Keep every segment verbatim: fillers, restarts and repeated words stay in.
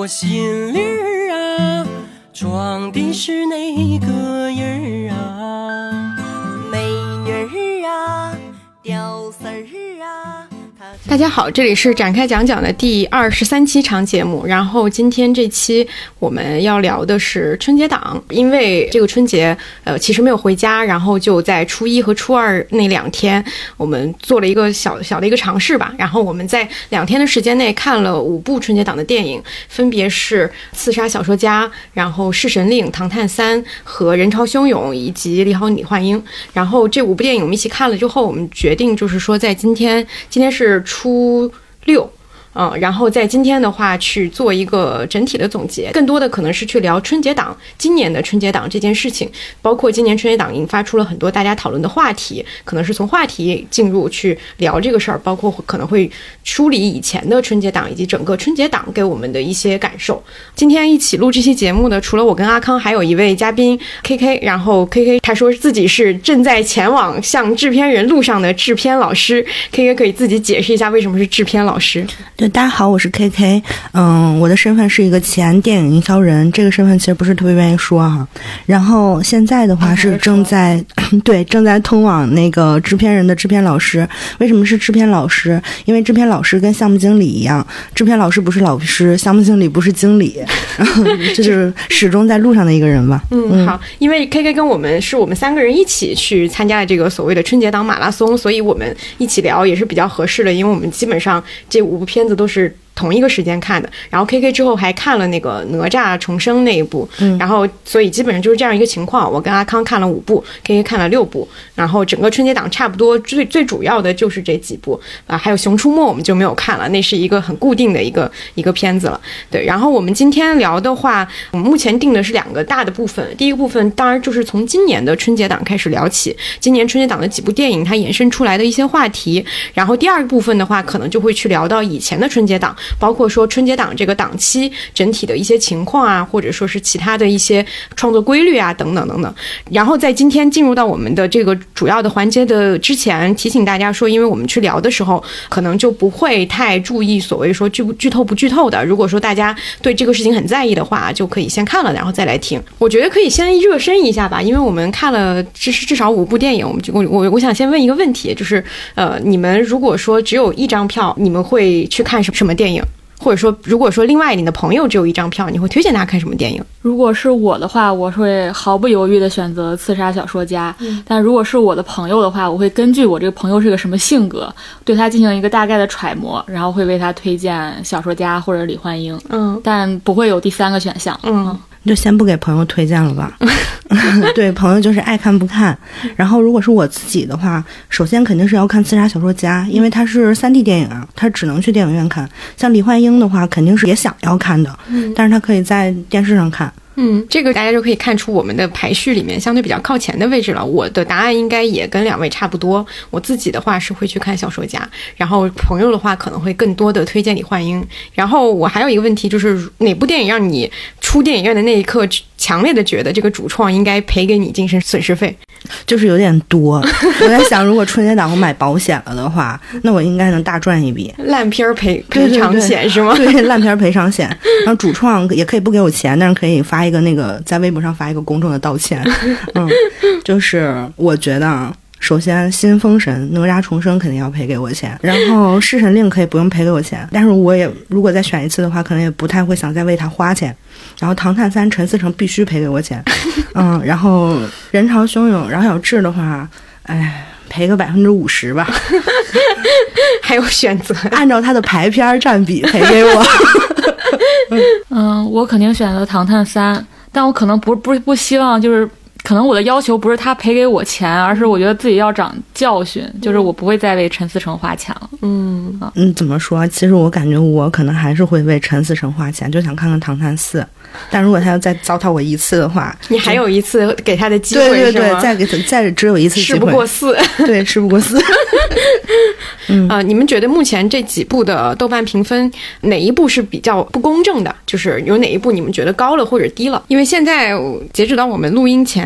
我心里儿啊，装的是哪个人儿啊？ 美女儿啊，屌丝儿啊。 大家好，这里是展开讲讲的第二十三期长节目。然后今天这期我们要聊的是春节档，因为这个春节呃其实没有回家，然后就在初一和初二那两天，我们做了一个小小的一个尝试吧。然后我们在两天的时间内看了五部春节档的电影，分别是《刺杀小说家》、然后《弑神令》、《唐探三》和《人潮汹涌》以及《李好李焕英》。然后这五部电影我们一起看了之后，我们决定就是说在今天，今天是初六。嗯，然后在今天的话去做一个整体的总结，更多的可能是去聊春节档，今年的春节档这件事情，包括今年春节档引发出了很多大家讨论的话题，可能是从话题进入去聊这个事儿，包括可能会梳理以前的春节档以及整个春节档给我们的一些感受。今天一起录这期节目的，除了我跟阿康，还有一位嘉宾 K K， 然后 K K 他说自己是正在前往向制片人路上的制片老师 ，K K 可以自己解释一下为什么是制片老师。 对，大家好，我是 K K， 嗯，我的身份是一个前电影营销人，这个身份其实不是特别愿意说哈。然后现在的话是正在对正在通往那个制片人的制片老师。为什么是制片老师？因为制片老师跟项目经理一样，制片老师不是老师，项目经理不是经理，然后这就是始终在路上的一个人吧。 嗯，嗯好，因为 K K 跟我们是我们三个人一起去参加了这个所谓的春节档马拉松，所以我们一起聊也是比较合适的，因为我们基本上这五部片子都是同一个时间看的，然后 K K 之后还看了那个哪吒重生那一部、嗯、然后所以基本上就是这样一个情况，我跟阿康看了五部， K K 看了六部，然后整个春节档差不多最最主要的就是这几部啊，还有熊出没我们就没有看了，那是一个很固定的一个一个片子了。对，然后我们今天聊的话，我们目前定的是两个大的部分，第一个部分当然就是从今年的春节档开始聊起，今年春节档的几部电影它衍生出来的一些话题，然后第二个部分的话可能就会去聊到以前的春节档，包括说春节档这个档期整体的一些情况啊，或者说是其他的一些创作规律啊等等等等。然后在今天进入到我们的这个主要的环节的之前，提醒大家说，因为我们去聊的时候可能就不会太注意所谓说剧剧透不剧透的，如果说大家对这个事情很在意的话，就可以先看了然后再来听。我觉得可以先热身一下吧，因为我们看了至至少五部电影，我们就我我我想先问一个问题，就是呃，你们如果说只有一张票，你们会去看什么电影？或者说如果说另外你的朋友只有一张票，你会推荐他看什么电影？ 如果是我的话，我会毫不犹豫地选择刺杀小说家、嗯、但如果是我的朋友的话，我会根据我这个朋友是个什么性格，对他进行一个大概的揣摩，然后会为他推荐小说家或者李焕英。嗯，但不会有第三个选项。 嗯，就先不给朋友推荐了吧。对，朋友就是爱看不看。然后如果是我自己的话，首先肯定是要看刺杀小说家，因为它是 三 D 电影啊，它只能去电影院看。像李焕英的话肯定是也想要看的、嗯、但是他可以在电视上看。 嗯，这个大家就可以看出我们的排序里面相对比较靠前的位置了。我的答案应该也跟两位差不多，我自己的话是会去看小说家，然后朋友的话可能会更多的推荐李焕英。然后我还有一个问题，就是哪部电影让你出电影院的那一刻强烈的觉得这个主创应该赔给你精神损失费？ 就是有点多。我在想如果春节档我买保险了的话，那我应该能大赚一笔。 烂片赔赔偿险是吗？ 对，烂片赔偿险。然后主创也可以不给我钱，但是可以发一个那个在微博上发一个公众的道歉。嗯，就是我觉得啊，首先新封神哪吒重生肯定要赔给我钱，然后弑神令可以不用赔给我钱，但是我也如果再选一次的话，可能也不太会想再为他花钱。然后唐探三陈思诚必须赔给我钱。嗯，然后人潮汹涌饶小志的话，哎，赔个百分之五十吧。 还有选择， 按照他的排片占比赔给我。 嗯，我肯定选择唐探三，但我可能不不不希望，就是可能我的要求不是他赔给我钱，而是我觉得自己要长教训，就是我不会再为陈思诚花钱了。 嗯嗯，怎么说？其实我感觉我可能还是会为陈思诚花钱，就想看看唐探四。但如果他要再糟蹋我一次的话， 你还有一次给他的机会， 对对对，再给他再只有一次机会， 事不过四， 对，事不过四。 嗯啊、呃，你们觉得目前这几部的豆瓣评分哪一部是比较不公正的？就是有哪一部你们觉得高了或者低了？因为现在截止到我们录音前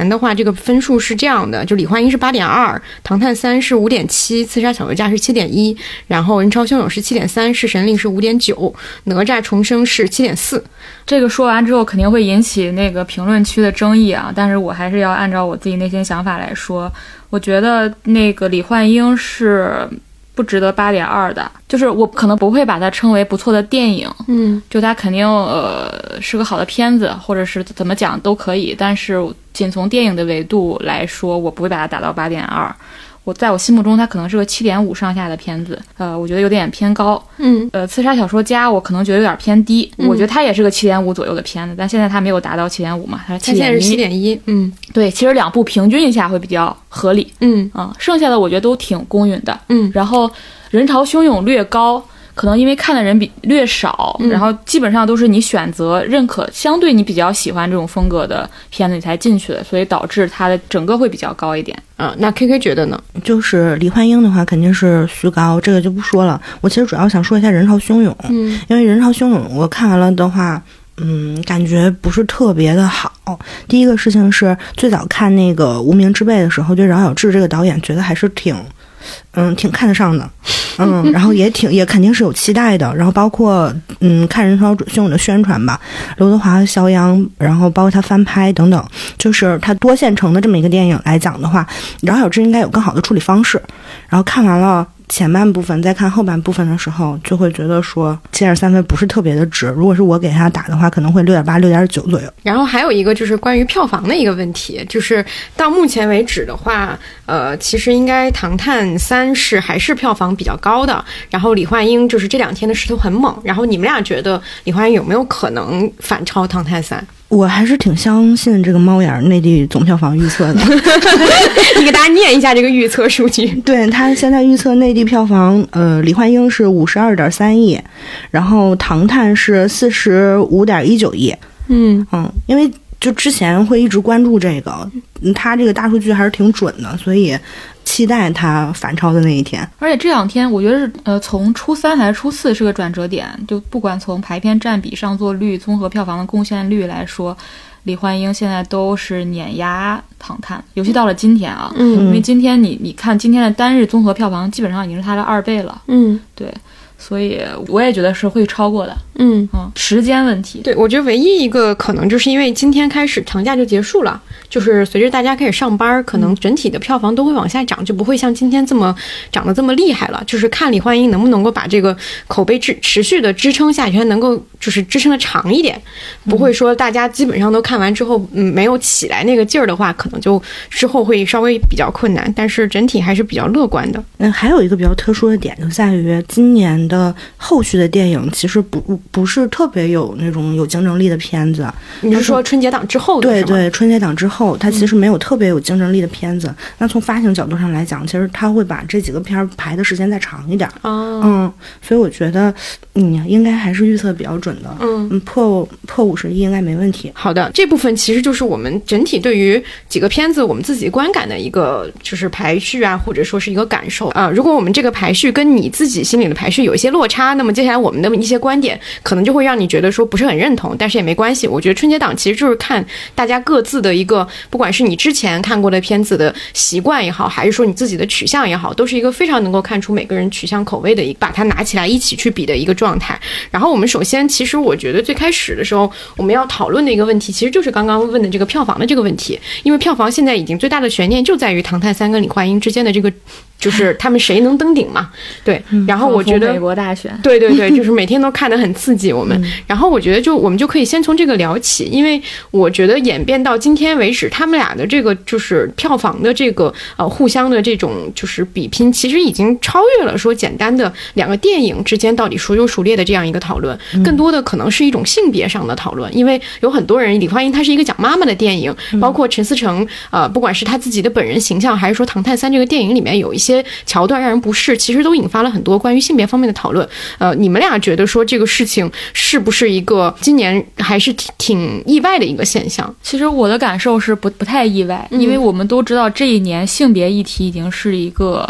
前的话，这个分数是这样的，就李焕英是八点二，唐探三是五点七，刺杀小说家是七点一，然后人潮汹涌是七点三，弑神令是五点九，哪吒重生是七点四。 这个说完之后肯定会引起那个评论区的争议啊，但是我还是要按照我自己内心想法来说，我觉得那个李焕英是不值得八点二的，就是我可能不会把它称为不错的电影， 嗯， 就它肯定呃是个好的片子，或者是怎么讲都可以，但是仅从电影的维度来说，我不会把它打到八点二。我在我心目中，它可能是个七点五上下的片子，呃，我觉得有点偏高。 嗯， 呃，刺杀小说家我可能觉得有点偏低， 嗯、 我觉得它也是个七点五左右的片子，但现在它没有达到七点五嘛，它是七点一。 它现在是七点一，嗯， 对，其实两部平均一下会比较合理， 嗯啊、嗯，剩下的我觉得都挺公允的， 嗯， 然后人潮汹涌略高。可能因为看的人比略少、嗯，然后基本上都是你选择认可、相对你比较喜欢这种风格的片子你才进去的，所以导致它的整个会比较高一点。 啊，那 K K 觉得呢？ 就是李焕英的话肯定是虚高，这个就不说了。我其实主要想说一下人潮汹涌， 嗯， 因为人潮汹涌我看完了的话，嗯，感觉不是特别的好。第一个事情是最早看那个《无名之辈》的时候，对饶晓志这个导演觉得还是挺。嗯，挺看得上的，嗯，然后也挺也肯定是有期待的，然后包括嗯看人潮汹涌的宣传吧，刘德华、肖央，然后包括他翻拍等等，就是他多线程的这么一个电影来讲的话，饶晓志应该有更好的处理方式。然后看完了前半部分，再看后半部分的时候，就会觉得说七点三分不是特别的值。如果是我给他打的话，可能会六点八、六点九左右。 然后还有一个就是关于票房的一个问题，就是到目前为止的话，呃，其实应该《唐探三》是还是票房比较高的。然后李焕英就是这两天的势头很猛。然后你们俩觉得李焕英有没有可能反超《唐探三》？ 我还是挺相信这个猫眼内地总票房预测的。 你给大家念一下这个预测数据。 对，他现在预测内地票房，呃，李焕英是五十二点三亿，然后唐探是四十五点一九亿。 嗯嗯，因为就之前会一直关注这个，他这个大数据还是挺准的，所以期待他反超的那一天。 而且这两天我觉得是呃，从初三还是初四是个转折点，就不管从排片占比、上座率、综合票房的贡献率来说，李焕英现在都是碾压唐探，尤其到了今天啊， 嗯， 因为今天你你看今天的单日综合票房基本上已经是它的二倍了， 嗯， 对。所以我也觉得是会超过的， 嗯嗯，时间问题。 对，我觉得唯一一个可能就是因为今天开始长假就结束了，就是随着大家开始上班，可能整体的票房都会往下涨，就不会像今天这么涨得这么厉害了。就是看李焕英能不能够把这个口碑支持续的支撑下去，能够就是支撑的长一点，不会说大家基本上都看完之后，嗯，没有起来那个劲儿的话，可能就之后会稍微比较困难。但是整体还是比较乐观的。 嗯，还有一个比较特殊的点就在于今年的后续的电影其实不不是特别有那种有竞争力的片子。 你是说春节档之后的？ 对对，春节档之后它其实没有特别有竞争力的片子。嗯、那从发行角度上来讲，其实它会把这几个片儿排的时间再长一点。 哦， 嗯，所以我觉得嗯应该还是预测比较准的。 嗯嗯，破破五十亿应该没问题。 好的，这部分其实就是我们整体对于几个片子我们自己观感的一个就是排序啊，或者说是一个感受啊、呃。如果我们这个排序跟你自己心里的排序有一些落差，那么接下来我们的一些观点可能就会让你觉得说不是很认同，但是也没关系。我觉得春节档其实就是看大家各自的一个，不管是你之前看过的片子的习惯也好，还是说你自己的取向也好，都是一个非常能够看出每个人取向口味的一个，把它拿起来一起去比的一个状态。然后我们首先其实我觉得最开始的时候我们要讨论的一个问题其实就是刚刚问的这个票房的这个问题，因为票房现在已经最大的悬念就在于唐探三跟李焕英之间的这个就是他们谁能登顶嘛。对，然后我觉得美国大选， 对对对，就是每天都看得很刺激我们、嗯、然后我觉得就我们就可以先从这个聊起，因为我觉得演变到今天为止他们俩的这个就是票房的这个呃互相的这种就是比拼，其实已经超越了说简单的两个电影之间到底孰优孰劣的这样一个讨论、嗯、更多的可能是一种性别上的讨论。因为有很多人，李焕英她是一个讲妈妈的电影、嗯、包括陈思诚呃，不管是他自己的本人形象还是说唐探三这个电影里面有一些桥段让人不适，其实都引发了很多关于性别方面的讨论。呃，你们俩觉得说这个事情是不是一个今年还是挺挺意外的一个现象？ 其实我的感受是不不太意外、嗯、因为我们都知道这一年性别议题已经是一个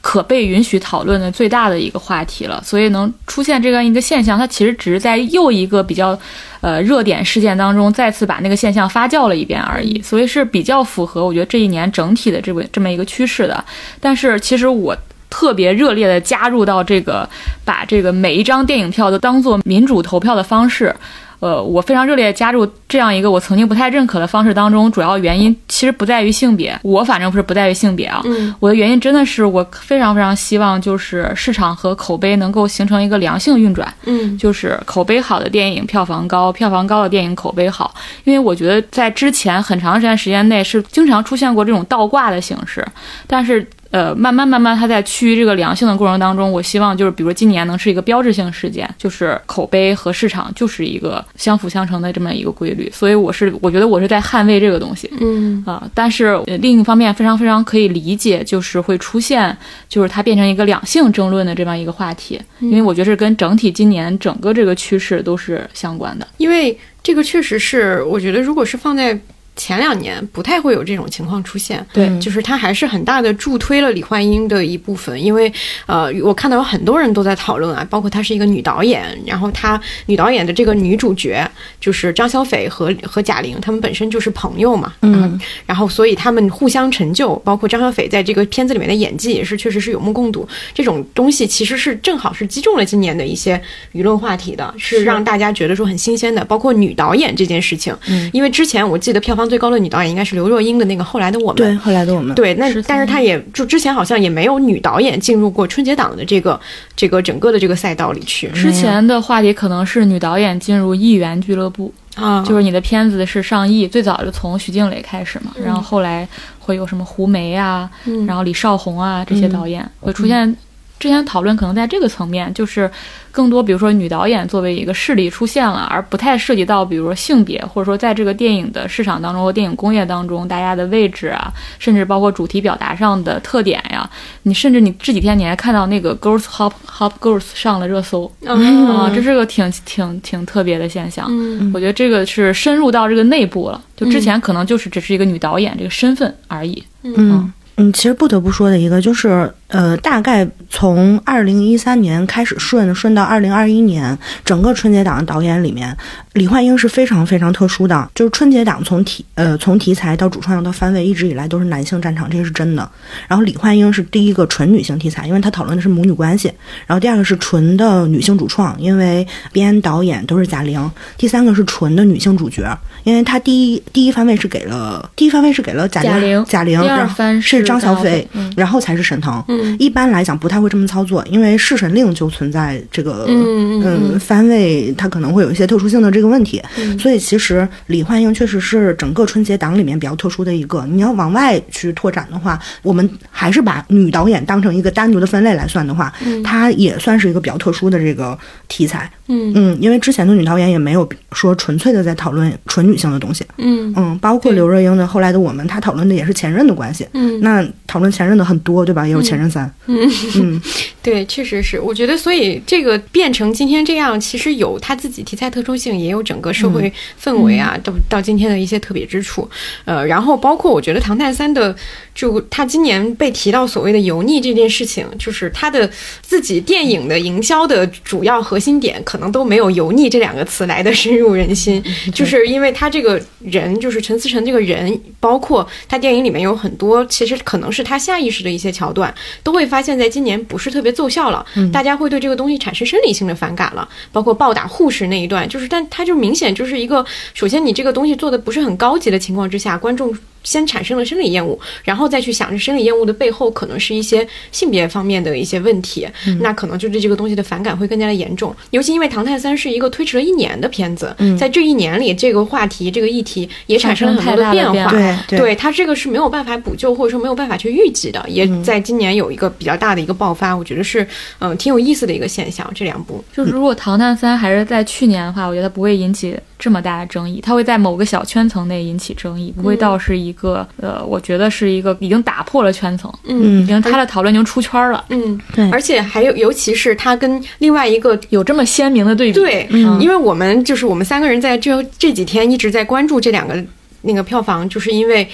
可被允许讨论的最大的一个话题了。所以能出现这样一个现象，它其实只是在又一个比较呃热点事件当中再次把那个现象发酵了一遍而已，所以是比较符合我觉得这一年整体的这个这么一个趋势的。但是其实我特别热烈的加入到这个把这个每一张电影票都当做民主投票的方式，呃，我非常热烈地加入这样一个我曾经不太认可的方式当中，主要原因其实不在于性别，我反正不是不在于性别啊，嗯，我的原因真的是我非常非常希望就是市场和口碑能够形成一个良性运转，嗯，就是口碑好的电影票房高，票房高的电影口碑好，因为我觉得在之前很长时间时间内是经常出现过这种倒挂的形式，但是呃，慢慢慢慢，它在趋于这个良性的过程当中，我希望就是，比如今年能是一个标志性事件，就是口碑和市场就是一个相辅相成的这么一个规律。所以我是，我觉得我是在捍卫这个东西，嗯啊、呃，但是、呃、另一方面非常非常可以理解，就是会出现，就是它变成一个两性争论的这么一个话题，因为我觉得是跟整体今年整个这个趋势都是相关的。 因为这个确实是，我觉得如果是放在前两年不太会有这种情况出现，对，就是它还是很大的助推了李焕英的一部分，因为呃，我看到有很多人都在讨论啊，包括她是一个女导演，然后她女导演的这个女主角就是张小斐和和贾玲，他们本身就是朋友嘛，嗯，然后所以他们互相成就，包括张小斐在这个片子里面的演技也是确实是有目共睹，这种东西其实是正好是击中了今年的一些舆论话题的，是让大家觉得说很新鲜的，包括女导演这件事情，嗯，因为之前我记得票房最高的女导演应该是刘若英的那个后来的我们， 对，后来的我们， 对，那但是她也就之前好像也没有女导演进入过春节档的这个这个整个的这个赛道里去。 之前的话题可能是女导演进入亿元俱乐部啊，就是你的片子是上亿，最早就从徐静蕾开始嘛，嗯、然后后来会有什么胡梅啊，嗯、然后李少红啊这些导演、嗯、会出现。之前讨论可能在这个层面，就是更多比如说女导演作为一个势力出现了，而不太涉及到比如说性别，或者说在这个电影的市场当中或电影工业当中大家的位置啊，甚至包括主题表达上的特点呀。你甚至你这几天你还看到那个 Girls Hop Hop Girls 上了热搜、嗯、啊，这是个挺挺挺特别的现象、嗯、我觉得这个是深入到这个内部了，就之前可能就是只是一个女导演这个身份而已。 嗯嗯嗯，其实不得不说的一个就是，呃，大概从二零一三年开始顺顺到二零二一年，整个春节档的导演里面，李焕英是非常非常特殊的。就是春节档从题呃从题材到主创到番位，一直以来都是男性战场，这个是真的。然后李焕英是第一个纯女性题材，因为她讨论的是母女关系。然后第二个是纯的女性主创，因为编导演都是贾玲。第三个是纯的女性主角，因为她第一第一番位是给了第一番位是给了贾玲， 贾玲， 贾玲， 第二番是张小斐、嗯，然后才是沈腾。嗯，一般来讲不太会这么操作，因为侍审令就存在这个嗯嗯番位，它可能会有一些特殊性的这个问题。嗯、所以其实李焕英确实是整个春节档里面比较特殊的一个。你要往外去拓展的话，我们还是把女导演当成一个单独的分类来算的话，嗯、它也算是一个比较特殊的这个题材。嗯嗯，因为之前的女导演也没有说纯粹的在讨论纯女性的东西。嗯嗯，包括刘若英的后来的我们，她讨论的也是前任的关系。嗯，那讨论前任的很多，对吧？也有前任三。嗯嗯， 对，确实是。我觉得，所以这个变成今天这样，其实有他自己题材特殊性，也有整个社会氛围啊，嗯、到到今天的一些特别之处。呃，然后包括我觉得《唐探三》的，就他今年被提到所谓的油腻这件事情，就是他的自己电影的营销的主要核心点，可能都没有油腻这两个词来的深入人心。就是因为他这个人，就是陈思诚这个人，包括他电影里面有很多，其实可能是他下意识的一些桥段，都会发现在今年不是特别奏效了，嗯、大家会对这个东西产生生理性的反感了。包括暴打护士那一段，就是但他就明显就是一个，首先你这个东西做的不是很高级的情况之下，观众先产生了生理厌恶，然后再去想着生理厌恶的背后可能是一些性别方面的一些问题，嗯、那可能就对这个东西的反感会更加的严重。尤其因为《唐探三》是一个推迟了一年的片子，嗯、在这一年里，这个话题、这个议题也产生了很多的变化。 对，对， 对，它这个是没有办法补救，或者说没有办法去预计的，也在今年有一个比较大的一个爆发，我觉得是嗯、呃、挺有意思的一个现象。这两部， 就是如果《唐探三》还是在去年的话，我觉得不会引起这么大的争议，它会在某个小圈层内引起争议，不会到是一个、嗯、呃，我觉得是一个已经打破了圈层，嗯，已经它的讨论已经出圈了， 嗯，对，而且还有，尤其是它跟另外一个有这么鲜明的对比， 对，嗯，因为我们就是我们三个人在这这几天一直在关注这两个那个票房，就是因为。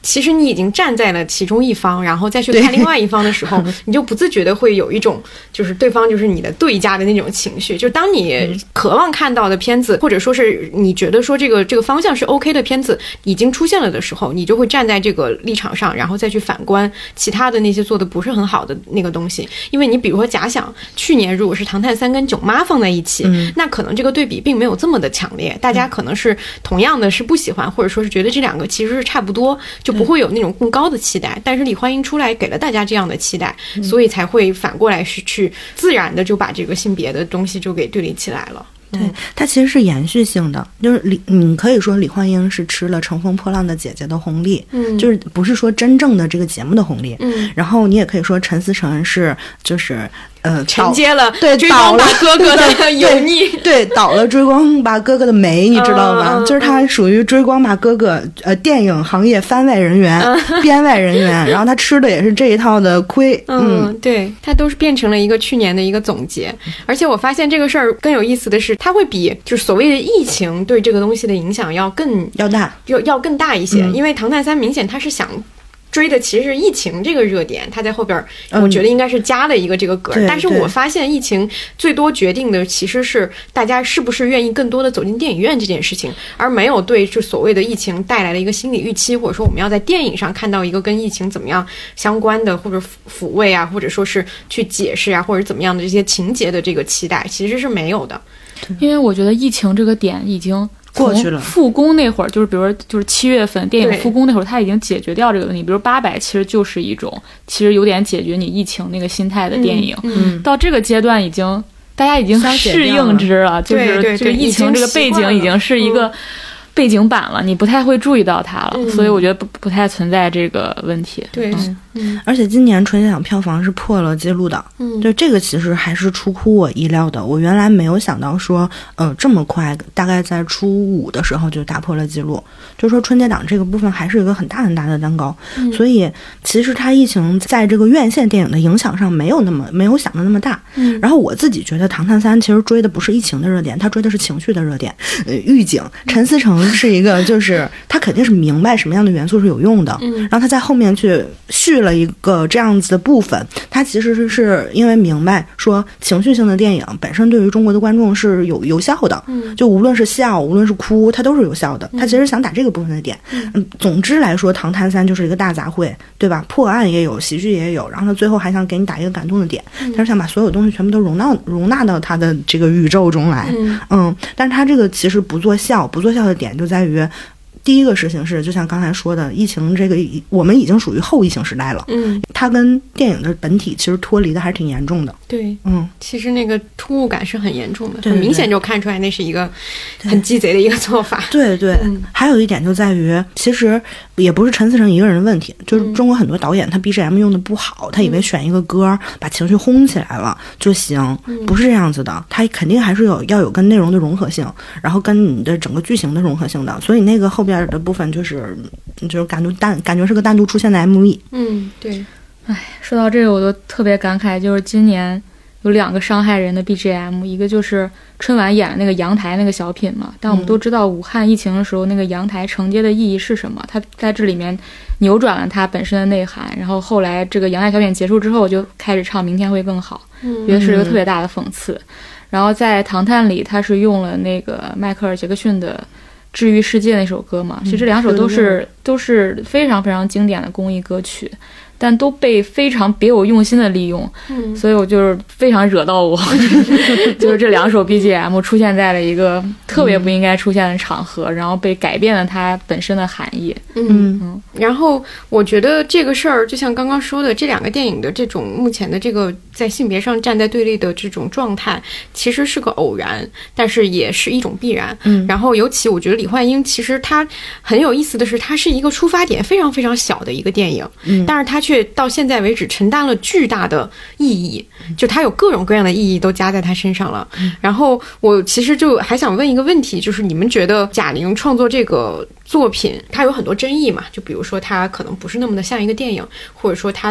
其实你已经站在了其中一方，然后再去看另外一方的时候，你就不自觉的会有一种就是对方就是你的对家的那种情绪。就当你渴望看到的片子，或者说是你觉得说这个这个方向是 OK 的片子已经出现了的时候，你就会站在这个立场上，然后再去反观其他的那些做的不是很好的那个东西。因为你比如说假想去年如果是唐探三跟囧妈放在一起、嗯、那可能这个对比并没有这么的强烈，大家可能是同样的是不喜欢，或者说是觉得这两个其实是差不多，就不会有那种更高的期待。但是李焕英出来给了大家这样的期待，所以才会反过来是去自然的就把这个性别的东西就给对立起来了。 对，它其实是延续性的，就是李，你可以说李焕英是吃了乘风破浪的姐姐的红利，嗯，就是不是说真正的这个节目的红利，嗯，然后你也可以说陈思诚是就是呃承接了对追光吧哥哥的油腻， 对，倒了追光吧哥哥的霉，你知道吗？嗯、就是他属于追光吧哥哥呃电影行业番外人员、嗯、编外人员，然后他吃的也是这一套的亏， 嗯，嗯对，他都是变成了一个去年的一个总结。而且我发现这个事儿更有意思的是，它会比就是所谓的疫情对这个东西的影响要更要大， 要要更大一些、嗯、因为唐探三明显他是想追的其实是疫情这个热点，他在后边我觉得应该是加了一个这个梗、嗯、但是我发现疫情最多决定的其实是大家是不是愿意更多的走进电影院这件事情，而没有对就所谓的疫情带来的一个心理预期，或者说我们要在电影上看到一个跟疫情怎么样相关的或者抚慰啊，或者说是去解释啊，或者怎么样的这些情节的这个期待其实是没有的。 因为我觉得疫情这个点已经过去了， 复工那会儿，就是比如说就是七月份电影复工那会儿，它已经解决掉这个问题。比如八佰其实就是一种其实有点解决你疫情那个心态的电影，嗯嗯、到这个阶段已经大家已经适应之了，就是这个疫情这个背景已经是一个背景板了，你不太会注意到它了，嗯、所以我觉得不不太存在这个问题。 对。 嗯嗯，而且今年春节档票房是破了记录的，嗯，就这个其实还是出乎我意料的。我原来没有想到说，呃，这么快，大概在初五的时候就打破了记录。就说春节档这个部分还是一个很大很大的蛋糕，嗯、所以其实它疫情在这个院线电影的影响上没有那么没有想的那么大。嗯，然后我自己觉得《唐探三》其实追的不是疫情的热点，它追的是情绪的热点。呃，预警陈思诚是一个，就是他肯定是明白什么样的元素是有用的，嗯，然后他在后面去续了一个这样子的部分，他其实是是因为明白说情绪性的电影本身对于中国的观众是有有效的，嗯，就无论是笑无论是哭它都是有效的，他其实想打这个部分的点。嗯，总之来说唐探三就是一个大杂烩，对吧？破案也有，喜剧也有，然后他最后还想给你打一个感动的点，他是想把所有东西全部都容纳容纳到他的这个宇宙中来。嗯, 嗯但是他这个其实不做笑不做笑的点就在于第一个事情是，就像刚才说的，疫情这个我们已经属于后疫情时代了。嗯，它跟电影的本体其实脱离的还是挺严重的。 对， 嗯， 其实那个突兀感是很严重的，很明显就看出来那是一个很鸡贼的一个做法。 对对、嗯，还有一点就在于，其实也不是陈思诚一个人的问题，就是中国很多导演他 B G M 用的不好，他以为选一个歌把情绪轰起来了就行，不是这样子的，他肯定还是有要有跟内容的融合性，然后跟你的整个剧情的融合性的，所以那个后边的部分就是就是感觉单感觉是个单独出现的 M V。 嗯，对。 哎，说到这个我都特别感慨，就是今年有两个伤害人的 B G M， 一个就是春晚演的那个阳台那个小品嘛，但我们都知道武汉疫情的时候那个阳台承接的意义是什么，它在这里面扭转了它本身的内涵，然后后来这个阳台小品结束之后就开始唱明天会更好，嗯，觉得是一个特别大的讽刺。然后在唐探里他是用了那个迈克尔杰克逊的治愈世界那首歌嘛，其实这两首都是、嗯、都是非常非常经典的公益歌曲，但都被非常别有用心的利用，嗯，所以我就是非常惹到我就是这两首 B G M 出现在了一个特别不应该出现的场合，嗯、然后被改变了它本身的含义。 嗯嗯，然后我觉得这个事儿就像刚刚说的，这两个电影的这种目前的这个在性别上站在对立的这种状态其实是个偶然，但是也是一种必然。嗯，然后尤其我觉得李焕英其实她很有意思的是，她是一个出发点非常非常小的一个电影，嗯，但是她却到现在为止承担了巨大的意义，就它有各种各样的意义都加在他身上了。然后我其实就还想问一个问题，就是你们觉得贾玲创作这个作品它有很多争议嘛，就比如说它可能不是那么的像一个电影，或者说它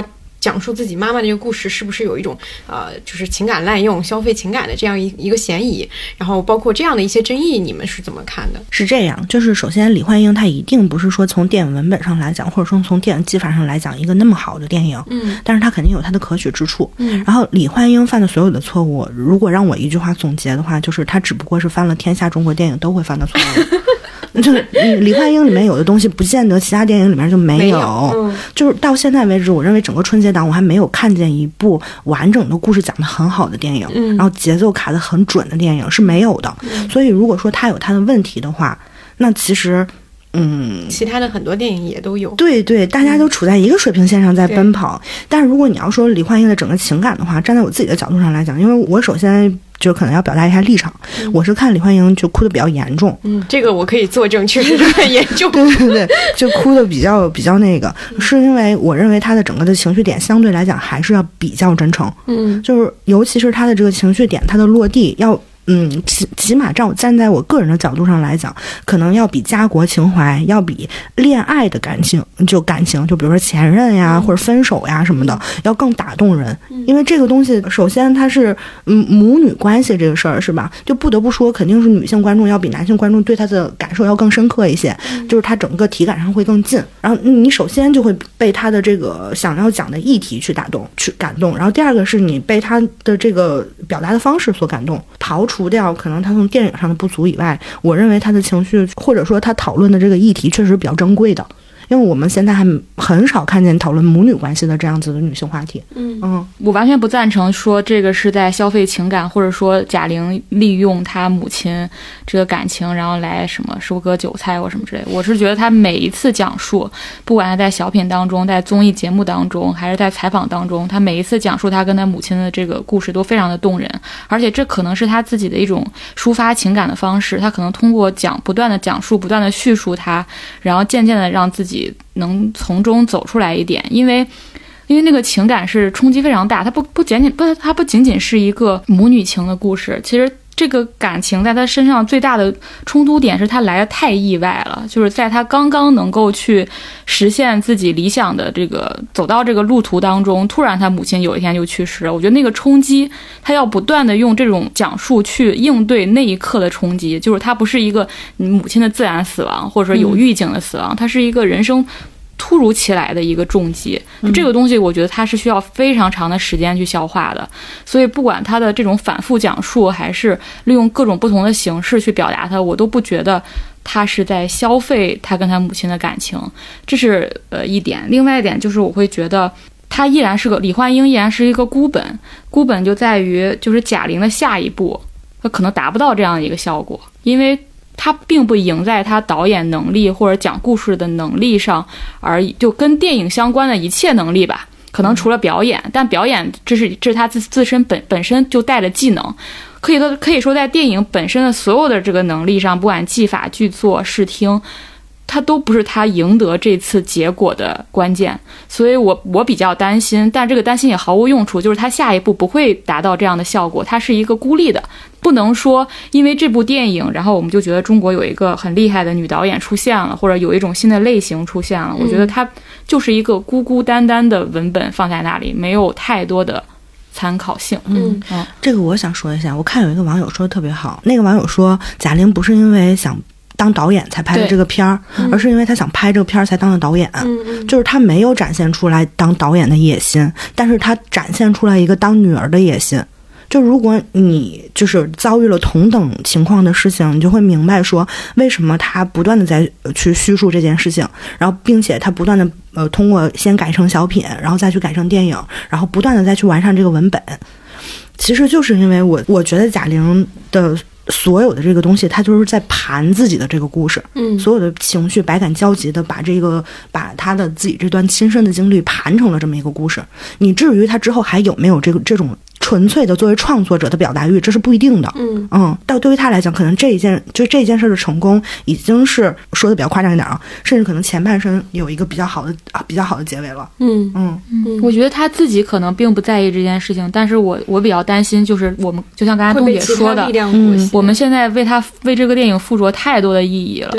讲述自己妈妈这个故事是不是有一种呃，就是情感滥用、消费情感的这样一一个嫌疑？然后包括这样的一些争议，你们是怎么看的？ 是这样，就是首先李焕英她一定不是说从电影文本上来讲，或者说从电影技法上来讲一个那么好的电影，嗯，但是她肯定有她的可取之处，嗯。然后李焕英犯的所有的错误，如果让我一句话总结的话，就是她只不过是犯了天下中国电影都会犯的错误。就是李焕英里面有的东西不见得其他电影里面就没有，没有嗯、就是到现在为止我认为整个春节档我还没有看见一部完整的故事讲得很好的电影、嗯、然后节奏卡得很准的电影是没有的、嗯、所以如果说它有它的问题的话，那其实嗯， 其他的很多电影也都有， 对对，大家都处在一个水平线上在奔跑、嗯、但是如果你要说李焕英的整个情感的话，站在我自己的角度上来讲，因为我首先就可能要表达一下立场、嗯、我是看李焕英就哭得比较严重， 嗯，这个我可以作证，确实是很严重对对对，就哭得比较比较那个、嗯、是因为我认为他的整个的情绪点相对来讲还是要比较真诚，嗯，就是尤其是他的这个情绪点，他的落地要嗯，起起码站站在我个人的角度上来讲，可能要比家国情怀，要比恋爱的感情，就感情，就比如说前任呀、嗯、或者分手呀什么的，要更打动人。嗯、因为这个东西，首先它是嗯母女关系这个事儿是吧？就不得不说，肯定是女性观众要比男性观众对他的感受要更深刻一些，嗯、就是他整个体感上会更近。然后你首先就会被他的这个想要讲的议题去打动、去感动，然后第二个是你被他的这个表达的方式所感动，刨除掉可能他从电影上的不足以外，我认为他的情绪或者说他讨论的这个议题确实比较珍贵的，因为我们现在还很少看见讨论母女关系的这样子的女性话题。嗯嗯， 我完全不赞成说这个是在消费情感，或者说贾玲利用她母亲这个感情，然后来什么收割韭菜或什么之类的。我是觉得她每一次讲述，不管她在小品当中、在综艺节目当中，还是在采访当中，她每一次讲述她跟她母亲的这个故事都非常的动人，而且这可能是她自己的一种抒发情感的方式。她可能通过讲不断的讲述、不断的叙述她，然后渐渐的让自己能从中走出来一点，因为因为那个情感是冲击非常大，它不不仅仅不它不仅仅是一个母女情的故事，其实这个感情在他身上最大的冲突点是他来的太意外了，就是在他刚刚能够去实现自己理想的这个走到这个路途当中，突然他母亲有一天就去世了。我觉得那个冲击，他要不断的用这种讲述去应对那一刻的冲击，就是他不是一个母亲的自然死亡，或者说有预警的死亡，它是一个人生突如其来的一个重击，就这个东西我觉得它是需要非常长的时间去消化的，所以不管它的这种反复讲述，还是利用各种不同的形式去表达它，我都不觉得他是在消费他跟他母亲的感情，这是呃一点。另外一点就是我会觉得他依然是个李焕英依然是一个孤本，孤本就在于就是贾玲的下一步他可能达不到这样的一个效果，因为他并不赢在他导演能力或者讲故事的能力上而已，就跟电影相关的一切能力吧，可能除了表演，但表演这是这是他自自身本本身就带的技能，可以说可以说在电影本身的所有的这个能力上，不管技法、剧作、视听，它都不是他赢得这次结果的关键，所以我我比较担心，但这个担心也毫无用处，就是他下一步不会达到这样的效果，它是一个孤立的，不能说因为这部电影，然后我们就觉得中国有一个很厉害的女导演出现了，或者有一种新的类型出现了，我觉得它就是一个孤孤单单的文本放在那里，没有太多的参考性。 嗯，嗯这个我想说一下，我看有一个网友说的特别好，那个网友说贾玲不是因为想当导演才拍的这个片儿，而是因为他想拍这个片儿才当的导演、嗯、就是他没有展现出来当导演的野心，但是他展现出来一个当女儿的野心。就如果你就是遭遇了同等情况的事情，你就会明白说为什么他不断的在去叙述这件事情，然后并且他不断的呃通过先改成小品，然后再去改成电影，然后不断的再去完善这个文本。其实就是因为我我觉得贾玲的所有的这个东西，他就是在盘自己的这个故事，嗯，所有的情绪百感交集的把这个把他的自己这段亲身的经历盘成了这么一个故事。你至于他之后还有没有这个这种纯粹的作为创作者的表达欲，这是不一定的。嗯嗯，但对于他来讲，可能这一件就这件事的成功，已经是说的比较夸张一点啊，甚至可能前半生有一个比较好的啊比较好的结尾了。嗯嗯嗯，我觉得他自己可能并不在意这件事情，但是我我比较担心，就是我们就像刚才东姐说的，嗯，我们现在为他为这个电影附着太多的意义了。对。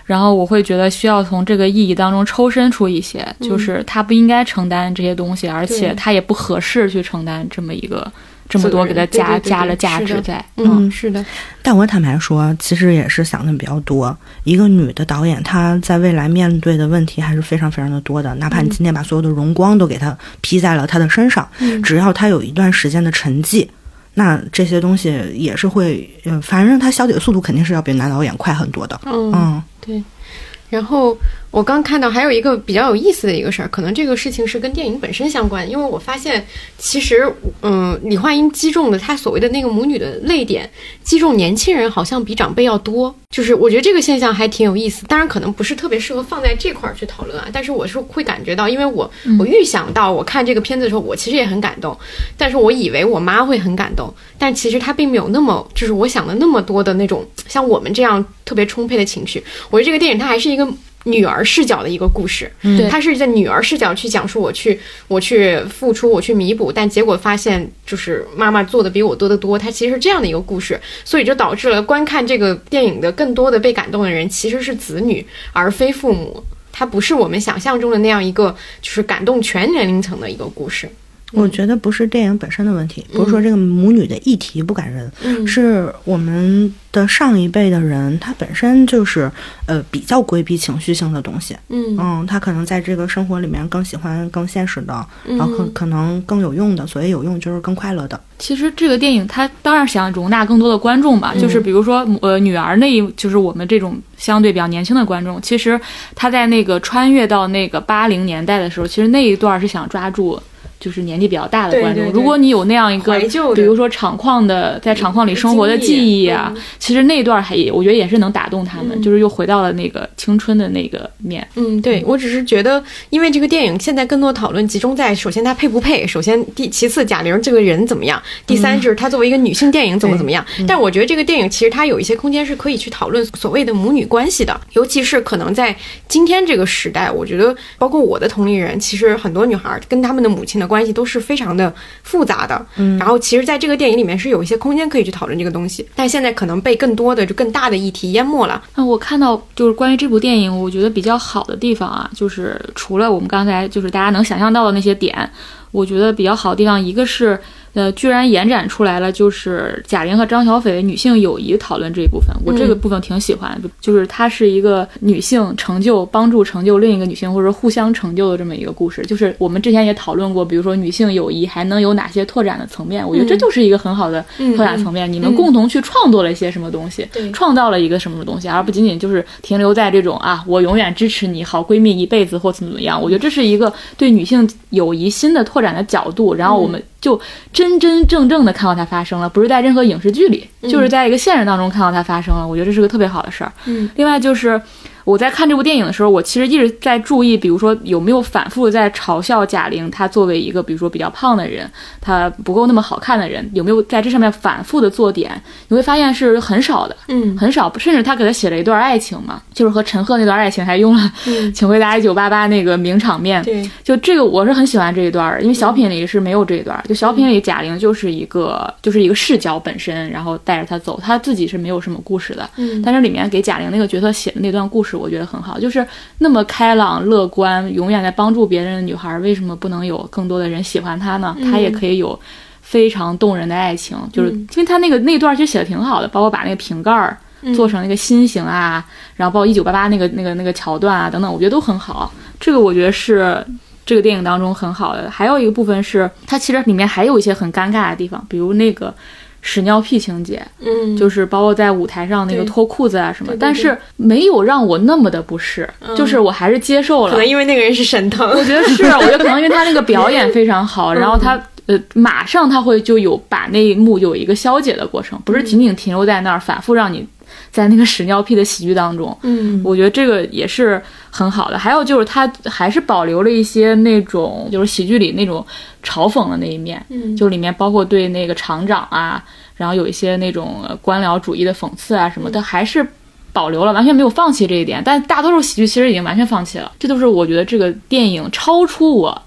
然后我会觉得需要从这个意义当中抽身出一些， 嗯、 就是他不应该承担这些东西，而且他也不合适去承担这么一个这么多给他加对对对对加了价值在。 嗯，是的。 但我坦白说，其实也是想的比较多。一个女的导演，她在未来面对的问题还是非常非常的多的。哪怕你今天把所有的荣光都给她披在了她的身上， 嗯、 只要她有一段时间的沉寂。那这些东西也是会，呃，反正他消解的速度肯定是要比男导演快很多的。 嗯， 嗯对。然后我刚看到还有一个比较有意思的一个事儿，可能这个事情是跟电影本身相关，因为我发现其实，嗯，李焕英击中的他所谓的那个母女的泪点，击中年轻人好像比长辈要多。就是我觉得这个现象还挺有意思，当然可能不是特别适合放在这块儿去讨论啊，但是我是会感觉到，因为我我预想到我看这个片子的时候，我其实也很感动，但是我以为我妈会很感动，但其实她并没有那么就是我想的那么多的那种像我们这样特别充沛的情绪。我觉得这个电影它还是一个女儿视角的一个故事， 嗯， 她是在女儿视角去讲述我去我去付出，我去弥补，但结果发现就是妈妈做的比我多得多，它其实是这样的一个故事，所以就导致了观看这个电影的更多的被感动的人其实是子女而非父母，它不是我们想象中的那样一个就是感动全年龄层的一个故事。 我觉得不是电影本身的问题，不是说这个母女的议题不感人， 嗯， 是我们的上一辈的人他本身就是呃比较规避情绪性的东西， 嗯嗯，他可能在这个生活里面更喜欢更现实的，然后可可能更有用的，所以有用就是更快乐的。 其实这个电影它当然想容纳更多的观众吧， 嗯、 就是比如说呃女儿那一就是我们这种相对比较年轻的观众，其实他在那个穿越到那个八零年代的时候，其实那一段是想抓住就是年纪比较大的观众， 对对对， 如果你有那样一个比如说厂矿的在厂矿里生活的记忆啊， 嗯、 其实那一段还也我觉得也是能打动他们，嗯、就是又回到了那个青春的那个面。 嗯，对，我只是觉得因为这个电影现在更多讨论集中在首先它配不配，首先第其次贾玲这个人怎么样，第三就是她作为一个女性电影怎么怎么样，嗯、但我觉得这个电影其实它有一些空间是可以去讨论所谓的母女关系的，尤其是可能在今天这个时代，我觉得包括我的同龄人，其实很多女孩跟他们的母亲的关系都是非常的复杂的，嗯，然后其实在这个电影里面是有一些空间可以去讨论这个东西，但现在可能被更多的就更大的议题淹没了。 那我看到就是关于这部电影我觉得比较好的地方啊，就是除了我们刚才就是大家能想象到的那些点，我觉得比较好的地方，一个是呃，居然延展出来了，就是贾玲和张小斐女性友谊讨论这一部分，我这个部分挺喜欢的，嗯、就是它是一个女性成就、帮助成就另一个女性，或者互相成就的这么一个故事。就是我们之前也讨论过，比如说女性友谊还能有哪些拓展的层面？我觉得这就是一个很好的拓展层面，嗯、你们共同去创作了一些什么东西， 嗯、 创造了一个什么东西，而不仅仅就是停留在这种啊，我永远支持你，好闺蜜一辈子或怎么怎么样。我觉得这是一个对女性友谊新的拓展的角度，然后我们就真真正正的看到它发生了，不是在任何影视剧里， 嗯、 就是在一个现实当中看到它发生了。我觉得这是个特别好的事儿。 嗯， 另外就是我在看这部电影的时候，我其实一直在注意，比如说有没有反复在嘲笑贾玲，她作为一个比如说比较胖的人，她不够那么好看的人，有没有在这上面反复的做点？你会发现是很少的， 嗯， 很少。甚至她给她写了一段爱情嘛，就是和陈赫那段爱情，还用了 《 请回答一九八八》那个名场面。 对， 就这个我是很喜欢这一段，因为小品里是没有这一段。就小品里贾玲就是一个就是一个视角本身，然后带着她走，她自己是没有什么故事的。 嗯， 但是里面给贾玲那个角色写的那段故事，我觉得很好，就是。是那么开朗乐观永远在帮助别人的女孩，为什么不能有更多的人喜欢她呢？她也可以有非常动人的爱情，嗯、就是因为她那个那段其实写的挺好的，包括把那个瓶盖做成那个心形啊，嗯、然后包括一九八八那个那个那个桥段啊等等，我觉得都很好。这个我觉得是这个电影当中很好的。还有一个部分是它其实里面还有一些很尴尬的地方，比如那个屎尿屁情节， 嗯， 就是包括在舞台上那个脱裤子啊什么， 对对对对， 但是没有让我那么的不适，嗯、就是我还是接受了。 可能因为那个人是沈腾， 我觉得是，我觉得可能因为他那个表演非常好，然后他呃马上他会就有把那一幕有一个消解的过程，不是仅仅停留在那儿，反复让你在那个屎尿屁的喜剧当中。 嗯， 我觉得这个也是很好的。还有就是他还是保留了一些那种就是喜剧里那种嘲讽的那一面， 嗯， 就里面包括对那个厂长啊，然后有一些那种官僚主义的讽刺啊什么的，还是保留了，完全没有放弃这一点。但大多数喜剧其实已经完全放弃了。这都是我觉得这个电影超出我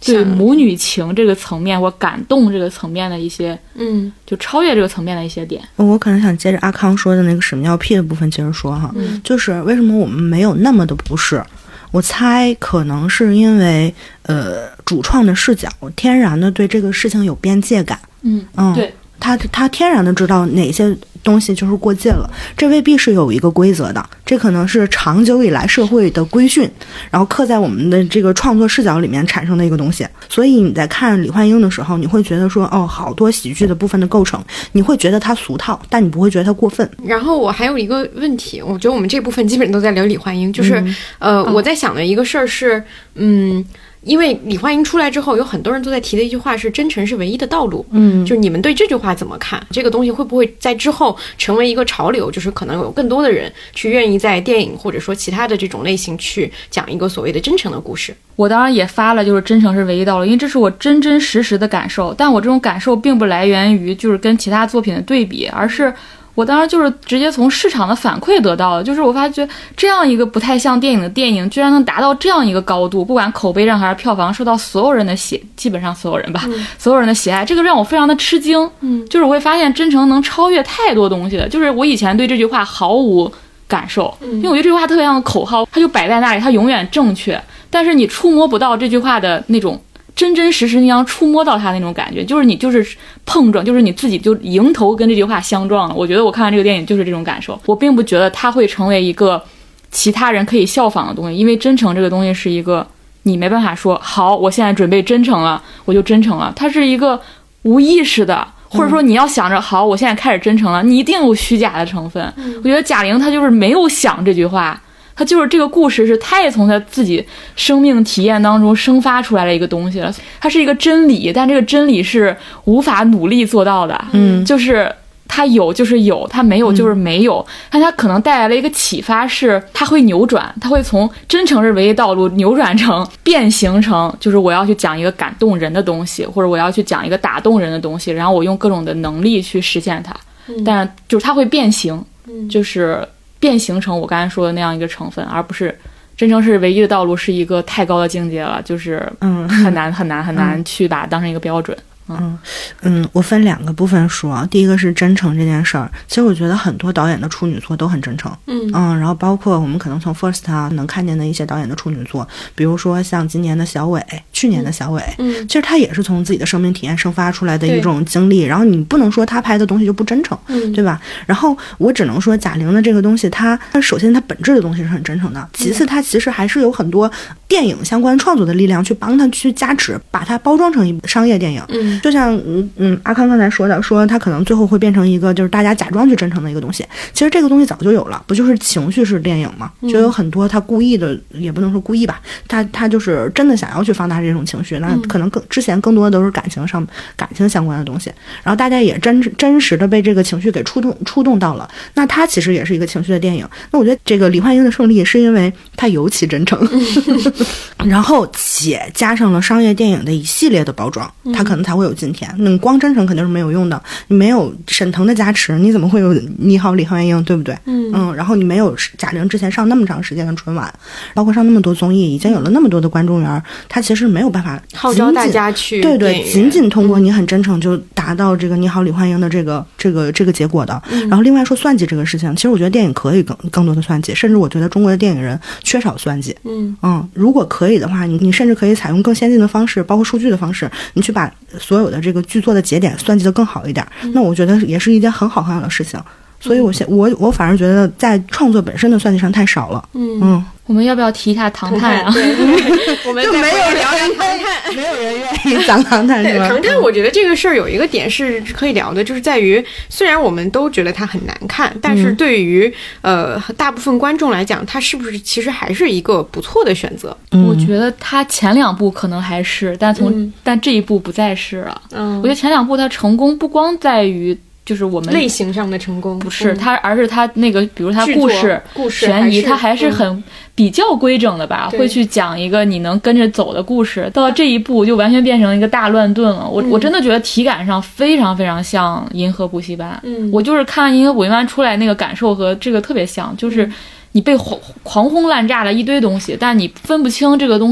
对母女情这个层面或感动这个层面的一些， 嗯， 就超越这个层面的一些点。 我可能想接着阿康说的那个屎尿屁的部分接着说哈， 嗯、 就是为什么我们没有那么的不适？我猜可能是因为呃主创的视角天然的对这个事情有边界感， 嗯嗯， 对， 他他天然的知道哪些东西就是过界了，这未必是有一个规则的，这可能是长久以来社会的规训，然后刻在我们的这个创作视角里面产生的一个东西。所以你在看李焕英的时候，你会觉得说，哦，好多喜剧的部分的构成，你会觉得它俗套，但你不会觉得它过分。 然后我还有一个问题，我觉得我们这部分基本都在聊李焕英，就是、嗯、呃、哦，我在想的一个事儿是，嗯。因为李焕英出来之后，有很多人都在提的一句话是"真诚是唯一的道路"。嗯，就是你们对这句话怎么看？这个东西会不会在之后成为一个潮流？就是可能有更多的人去愿意在电影或者说其他的这种类型去讲一个所谓的真诚的故事。 我当然也发了，就是真诚是唯一道路，因为这是我真真实实的感受。但我这种感受并不来源于就是跟其他作品的对比，而是我当时就是直接从市场的反馈得到的，就是我发觉这样一个不太像电影的电影居然能达到这样一个高度，不管口碑上还是票房受到所有人的喜，基本上所有人吧、嗯、所有人的喜爱，这个让我非常的吃惊。嗯，就是我会发现真诚能超越太多东西了，就是我以前对这句话毫无感受、嗯、因为我觉得这句话特别像个口号，它就摆在那里，它永远正确，但是你触摸不到这句话的那种真真实实你要触摸到它那种感觉，就是你就是碰撞，就是你自己就迎头跟这句话相撞了。我觉得我看完这个电影就是这种感受，我并不觉得它会成为一个其他人可以效仿的东西，因为真诚这个东西是一个你没办法说好我现在准备真诚了我就真诚了，它是一个无意识的，或者说你要想着好我现在开始真诚了，你一定有虚假的成分、嗯、我觉得贾玲她就是没有想这句话，他就是这个故事是他也从他自己生命体验当中生发出来的一个东西了，它是一个真理，但这个真理是无法努力做到的，嗯，就是它有就是有，它没有就是没有、嗯、但它可能带来了一个启发，是它会扭转，它会从真诚是唯一道路扭转成变形成就是我要去讲一个感动人的东西，或者我要去讲一个打动人的东西，然后我用各种的能力去实现它、嗯、但是就是它会变形、嗯、就是变形成我刚才说的那样一个成分，而不是真诚是唯一的道路是一个太高的境界了，就是嗯很难很难很难去把它当成一个标准。 嗯嗯，我分两个部分说，第一个是真诚这件事儿，其实我觉得很多导演的处女作都很真诚，嗯嗯，然后包括我们可能从 First 啊能看见的一些导演的处女作，比如说像今年的小伟，去年的小伟，嗯，其实他也是从自己的生命体验生发出来的一种经历，然后你不能说他拍的东西就不真诚，嗯，对吧？然后我只能说贾玲的这个东西，它它首先它本质的东西是很真诚的，其次它其实还是有很多电影相关创作的力量去帮他去加持，把它包装成一部商业电影，嗯。就像嗯嗯阿康刚才说的，说他可能最后会变成一个就是大家假装去真诚的一个东西，其实这个东西早就有了，不就是情绪式电影吗？就有很多他故意的，也不能说故意吧，他他就是真的想要去放大这种情绪，那可能更之前更多的都是感情上感情相关的东西，然后大家也真真实的被这个情绪给触动触动到了，那他其实也是一个情绪的电影。那我觉得这个李焕英的胜利是因为他尤其真诚然后且加上了商业电影的一系列的包装，他可能才会有今天。你光真诚肯定是没有用的，你没有沈腾的加持，你怎么会有你好李焕英，对不对？嗯嗯，然后你没有贾玲之前上那么长时间的春晚，包括上那么多综艺，已经有了那么多的观众缘，他其实没有办法号召大家去对对，仅仅通过你很真诚就达到这个你好李焕英的这个这个这个结果的。嗯、然后另外说算计这个事情，其实我觉得电影可以更更多的算计，甚至我觉得中国的电影人缺少算计。嗯嗯，如果可以的话，你你甚至可以采用更先进的方式，包括数据的方式，你去把所有的这个剧作的节点算计得更好一点，嗯、那我觉得也是一件很好很好的事情。所以我现我我反而觉得在创作本身的算计上太少了。嗯嗯， 我们要不要提一下唐探啊？ 我们就没有聊聊唐探， 没有人愿意讲唐探是吧？ 唐探，我觉得这个事儿有一个点是可以聊的，就是在于虽然我们都觉得它很难看，但是对于、嗯、呃大部分观众来讲，它是不是其实还是一个不错的选择？ 嗯、我觉得它前两部可能还是，但从、嗯、但这一部不再是了。嗯，我觉得前两部它成功不光在于。就是我们类型上的成功不是它，而是它那个，比如它故事、 故事悬疑，它还是很比较规整的吧，会去讲一个你能跟着走的故事。到这一步就完全变成一个大乱炖了。我、嗯、我真的觉得体感上非常非常像《银河补习班》。嗯，我就是看《银河补习班》出来那个感受和这个特别像，就是你被狂轰滥炸了一堆东西，但你分不清这个东西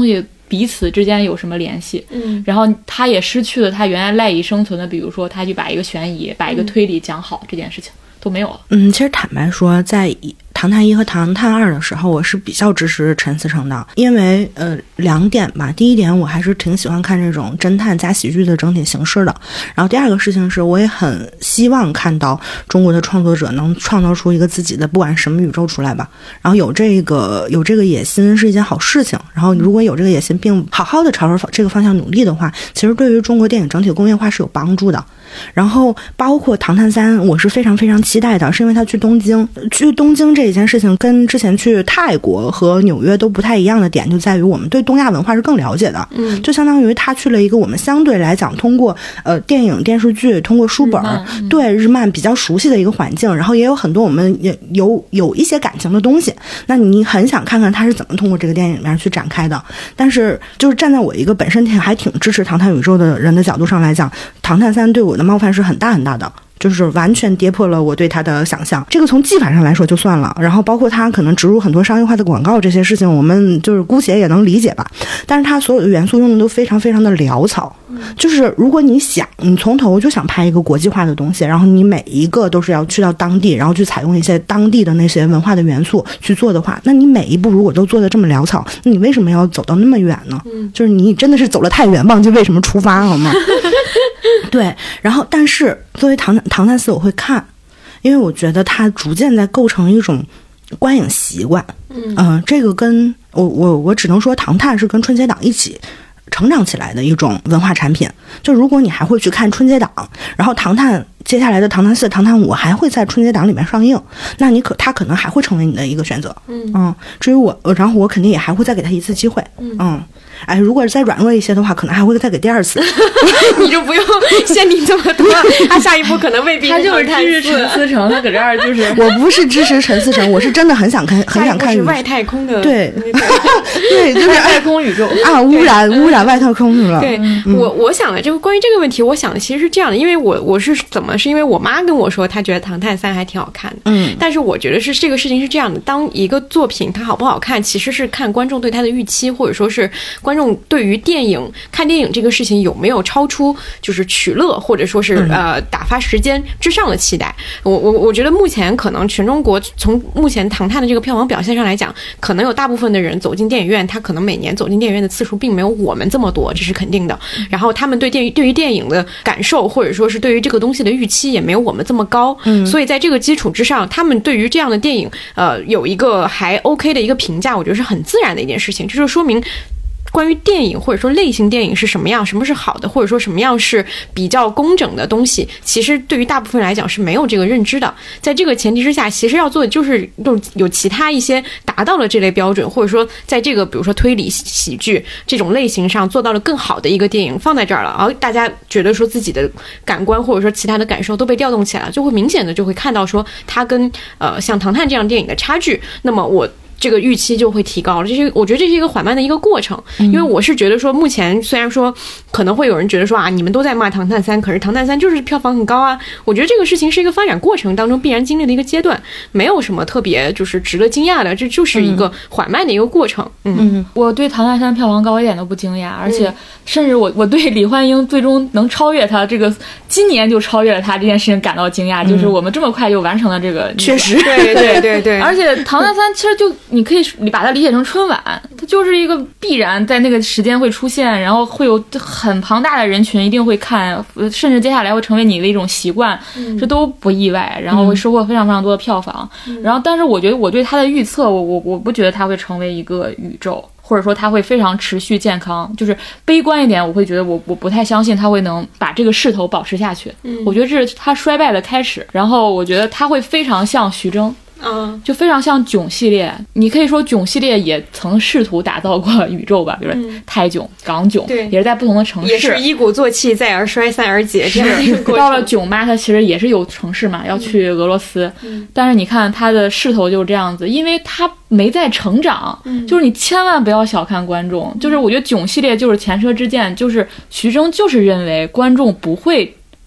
彼此之间有什么联系。 嗯， 然后他也失去了他原来赖以生存的，比如说他去把一个悬疑、把一个推理讲好，这件事情都没有了。 嗯，其实坦白说，在唐探一和唐探二的时候，我是比较支持陈思诚的，因为呃两点吧。第一点，我还是挺喜欢看这种侦探加喜剧的整体形式的。然后第二个事情是，我也很希望看到中国的创作者能创造出一个自己的不管什么宇宙出来吧。然后有这个有这个野心是一件好事情。然后如果有这个野心，并好好的朝着这个方向努力的话，其实对于中国电影整体工业化是有帮助的。然后包括唐探三，我是非常非常期待的，是因为他去东京，去东京这一件事情跟之前去泰国和纽约都不太一样的点，就在于我们对东亚文化是更了解的。嗯，就相当于他去了一个我们相对来讲通过呃电影电视剧通过书本、嗯、对日漫比较熟悉的一个环境，然后也有很多我们也有有一些感情的东西，那你很想看看他是怎么通过这个电影里面去展开的。但是就是站在我一个本身还挺支持唐探宇宙的人的角度上来讲，唐探三对我的冒犯是很大很大的，就是完全跌破了我对它的想象。这个从技法上来说就算了，然后包括它可能植入很多商业化的广告，这些事情我们就是姑且也能理解吧。但是它所有的元素用的都非常非常的潦草，就是如果你想你从头就想拍一个国际化的东西，然后你每一个都是要去到当地，然后去采用一些当地的那些文化的元素去做的话，那你每一步如果都做的这么潦草，那你为什么要走到那么远呢？就是你真的是走了太远，忘记为什么出发好吗？对，然后但是作为唐唐探四我会看，因为我觉得它逐渐在构成一种观影习惯。嗯、呃，这个跟我我我只能说唐探是跟春节档一起成长起来的一种文化产品。就如果你还会去看春节档，然后唐探接下来的唐探四、唐探五还会在春节档里面上映，那你可它可能还会成为你的一个选择。嗯嗯，至于我，然后我肯定也还会再给他一次机会。嗯嗯。哎，如果再软弱一些的话，可能还会再给第二次。 你就不用限定这么多，他下一步可能未必。 他就是支持陈思诚，他搁这儿就是。 我不是支持陈思诚，我是真的很想看，很想看。 是外太空的。 对对，就是外太空宇宙啊，污染污染外太空去了。 对、嗯、我我想的这个关于这个问题，我想的其实是这样的，因为我我是怎么是因为我妈跟我说，她觉得《唐探三》还挺好看的。嗯，但是我觉得是这个事情是这样的，当一个作品它好不好看，其实是看观众对它的预期，或者说是观众对于电影看电影这个事情有没有超出就是取乐或者说是、嗯、呃打发时间之上的期待。我我我觉得目前可能全中国从目前唐探的这个票房表现上来讲，可能有大部分的人走进电影院，他可能每年走进电影院的次数并没有我们这么多，这是肯定的。然后他们对电对于电影的感受或者说是对于这个东西的预期也没有我们这么高。嗯，所以在这个基础之上，他们对于这样的电影呃有一个还 OK 的一个评价，我觉得是很自然的一件事情。这就说明关于电影或者说类型电影是什么样，什么是好的，或者说什么样是比较工整的东西，其实对于大部分人来讲是没有这个认知的。在这个前提之下，其实要做的就是有其他一些达到了这类标准，或者说在这个比如说推理喜剧这种类型上做到了更好的一个电影放在这儿了，然后大家觉得说自己的感官或者说其他的感受都被调动起来了，就会明显的就会看到说它跟呃像唐探这样电影的差距，那么我这个预期就会提高了。这是我觉得这是一个缓慢的一个过程，因为我是觉得说目前虽然说可能会有人觉得说啊你们都在骂唐探三，可是唐探三就是票房很高啊，我觉得这个事情是一个发展过程当中必然经历的一个阶段，没有什么特别就是值得惊讶的，这就是一个缓慢的一个过程。嗯，嗯我对唐探三票房高一点都不惊讶，而且甚至我我对李焕英最终能超越他这个今年就超越了他这件事情感到惊讶、嗯、就是我们这么快就完成了这个， 确实对对对对而且唐探三其实就你可以你把它理解成春晚，它就是一个必然在那个时间会出现，然后会有很庞大的人群一定会看，甚至接下来会成为你的一种习惯、嗯、这都不意外，然后会收获非常非常多的票房、嗯、然后但是我觉得我对它的预测我我我不觉得它会成为一个宇宙，或者说它会非常持续健康，就是悲观一点我会觉得我我不太相信它会能把这个势头保持下去、嗯、我觉得这是它衰败的开始，然后我觉得它会非常像徐峥，嗯，就非常像囧系列，你可以说囧系列也曾试图打造过宇宙吧，比如说泰囧、港囧，对，也是在不同的城市， 也是一鼓作气，再而衰，三而竭，这样的一个过程。 到了囧妈，它其实也是有城市嘛，要去俄罗斯，嗯、但是你看它的势头就是这样子，因为它没在成长，嗯、就是你千万不要小看观众，嗯、就是我觉得囧系列就是前车之鉴，就是徐峥就是认为观众不会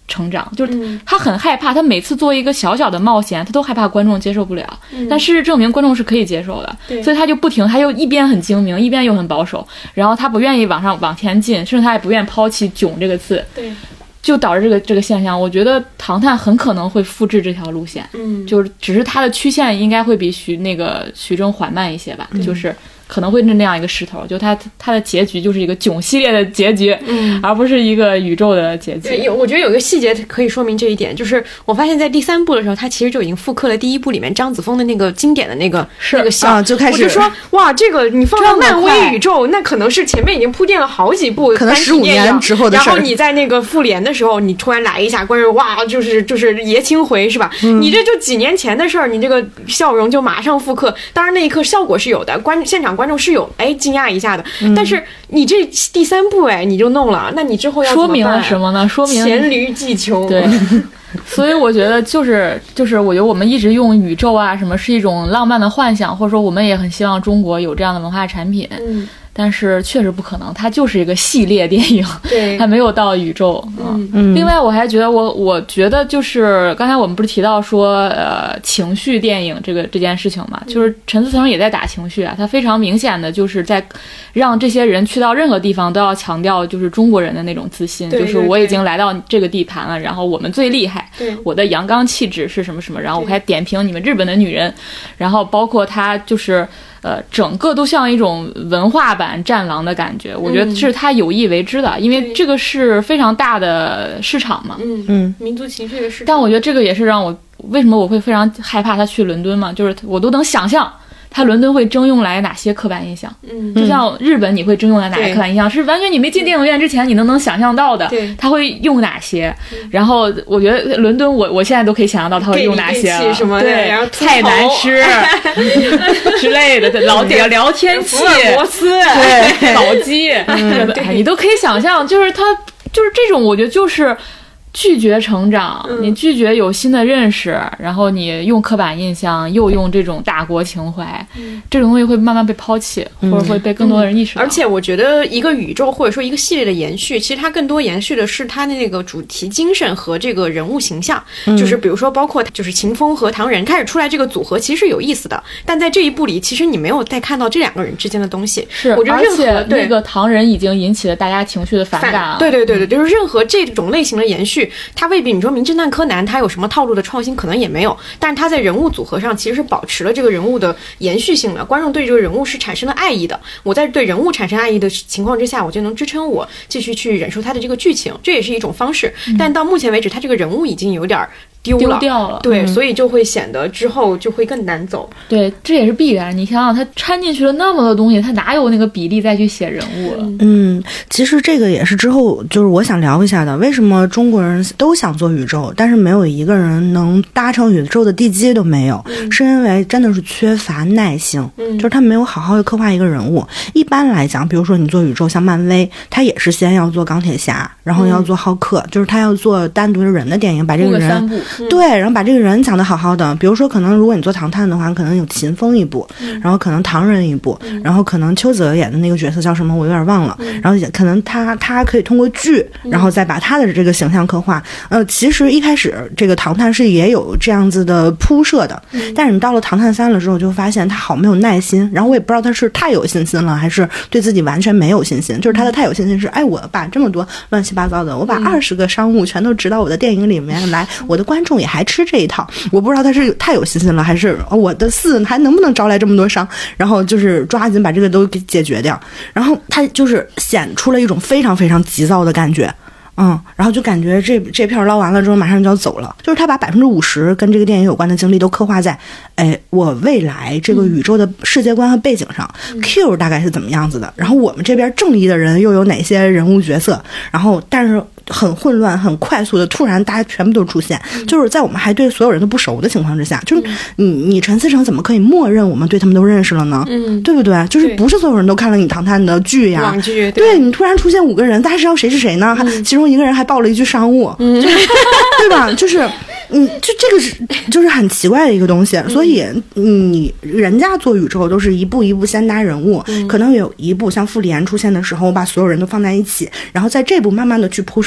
成长，就是他很害怕，他每次做一个小小的冒险，他都害怕观众接受不了。嗯、但事实证明，观众是可以接受的，所以他就不停，他又一边很精明，一边又很保守，然后他不愿意往上往前进，甚至他也不愿意抛弃囧这个字，对，就导致这个这个现象。我觉得唐探很可能会复制这条路线，嗯，就是只是他的曲线应该会比徐那个徐峥缓慢一些吧，嗯、就是。可能会是那样一个势头，就它它的结局就是一个囧系列的结局，嗯，而不是一个宇宙的结局。 有，我觉得有一个细节可以说明这一点，就是我发现在第三部的时候，它其实就已经复刻了第一部里面张子枫的那个经典的那个那个笑、 啊，就开始我就说哇，这个你放到漫威宇宙，那可能是前面已经铺垫了好几部， 可能十五年之后的事。 然后你在那个复联的时候，你突然来一下，观众哇，就是就是爷青回是吧？嗯、你这就几年前的事儿，你这个笑容就马上复刻。当然那一刻效果是有的，观现场观众是有哎。惊讶一下的，嗯、但是你这第三部哎，你就弄了，那你之后要怎么办？ 说明了什么呢？说明黔驴技穷。 对，所以我觉得就是就是，我觉得我们一直用宇宙啊什么是一种浪漫的幻想，或者说我们也很希望中国有这样的文化产品。嗯。但是确实不可能，它就是一个系列电影，对，还没有到宇宙啊。嗯、另外，我还觉得我我觉得就是刚才我们不是提到说呃情绪电影这个这件事情嘛，嗯、就是陈思诚也在打情绪啊，他非常明显的就是在让这些人去到任何地方都要强调就是中国人的那种自信， 对对对， 就是我已经来到这个地盘了，然后我们最厉害，对，我的阳刚气质是什么什么，然后我还点评你们日本的女人，然后包括他就是。呃，整个都像一种文化版战狼的感觉，我觉得是他有意为之的，嗯、因为这个是非常大的市场嘛， 嗯嗯，民族情绪的市场。 但我觉得这个也是让我为什么我会非常害怕他去伦敦嘛，就是我都能想象。他伦敦会征用来哪些刻板印象？嗯，就像日本你会征用来哪些刻板印象？是完全你没进电影院之前你都能想象到的。对，他会用哪些？然后我觉得伦敦我我现在都可以想象到他会用哪些了。 什么对， 然后菜难吃之类的，老点聊天气， 福尔摩斯， 对，老鸡，嗯，对，你都可以想象，就是他就是这种，我觉得就是。拒绝成长，你拒绝有新的认识，嗯、然后你用刻板印象，又用这种大国情怀，嗯、这种东西会慢慢被抛弃，嗯、或者会被更多的人意识到。 而且我觉得一个宇宙或者说一个系列的延续，其实它更多延续的是它的那个主题精神和这个人物形象。嗯、就是比如说，包括就是秦风和唐人开始出来这个组合，其实是有意思的，但在这一部里，其实你没有再看到这两个人之间的东西。 是， 我觉得任何而且那个唐人已经引起了大家情绪的反感啊。 对对对对，就是任何这种类型的延续。他未必你说名侦探柯南他有什么套路的创新可能也没有，但是他在人物组合上其实是保持了这个人物的延续性的，观众对这个人物是产生了爱意的，我在对人物产生爱意的情况之下，我就能支撑我继续去忍受他的这个剧情，这也是一种方式。但到目前为止他这个人物已经有点丢了， 丢掉了， 对、 嗯， 所以就会显得之后就会更难走。 对，这也是必然。你想想，他掺进去了那么多东西，他哪有那个比例再去写人物了？ 嗯，其实这个也是之后就是我想聊一下的，为什么中国人都想做宇宙，但是没有一个人能搭成宇宙的地基都没有，嗯、是因为真的是缺乏耐性，嗯、就是他没有好好的刻画一个人物。一般来讲，比如说你做宇宙，像漫威，他也是先要做钢铁侠，然后要做浩克，嗯、就是他要做单独的人的电影，把这个人。对，然后把这个人讲得好好的，比如说可能如果你做唐探的话，可能有秦风一部，嗯、然后可能唐人一部，嗯、然后可能邱泽演的那个角色叫什么我有点忘了，嗯、然后也可能他他可以通过剧，然后再把他的这个形象刻画。呃，其实一开始这个唐探是也有这样子的铺设的，嗯、但是你到了唐探三了之后，就发现他好没有耐心，然后我也不知道他是太有信心了，还是对自己完全没有信心。就是他的太有信心是，哎，我把这么多乱七八糟的，我把二十个商务全都植到我的电影里面来，我的观众也还吃这一套，我不知道他是太有信心了，还是我的四还能不能招来这么多伤，然后就是抓紧把这个都给解决掉，然后他就是显出了一种非常非常急躁的感觉。嗯，然后就感觉这这片捞完了之后马上就要走了，就是他把百分之五十跟这个电影有关的经历都刻画在，哎，我未来这个宇宙的世界观和背景上，嗯、Q 大概是怎么样子的，然后我们这边正义的人又有哪些人物角色，然后但是很混乱很快速的突然大家全部都出现，嗯、就是在我们还对所有人都不熟的情况之下，就是你你陈思诚怎么可以默认我们对他们都认识了呢？嗯，对不对？就是不是所有人都看了你唐探的剧呀， 网剧， 对，对你突然出现五个人，大家知道谁是谁呢？嗯、其中一个人还报了一句商务，嗯，对吧？就是嗯，就这个是就是很奇怪的一个东西，所以你人家做宇宙都是一步一步先搭人物，嗯、可能有一部像复联出现的时候，把所有人都放在一起，然后在这部慢慢的去铺设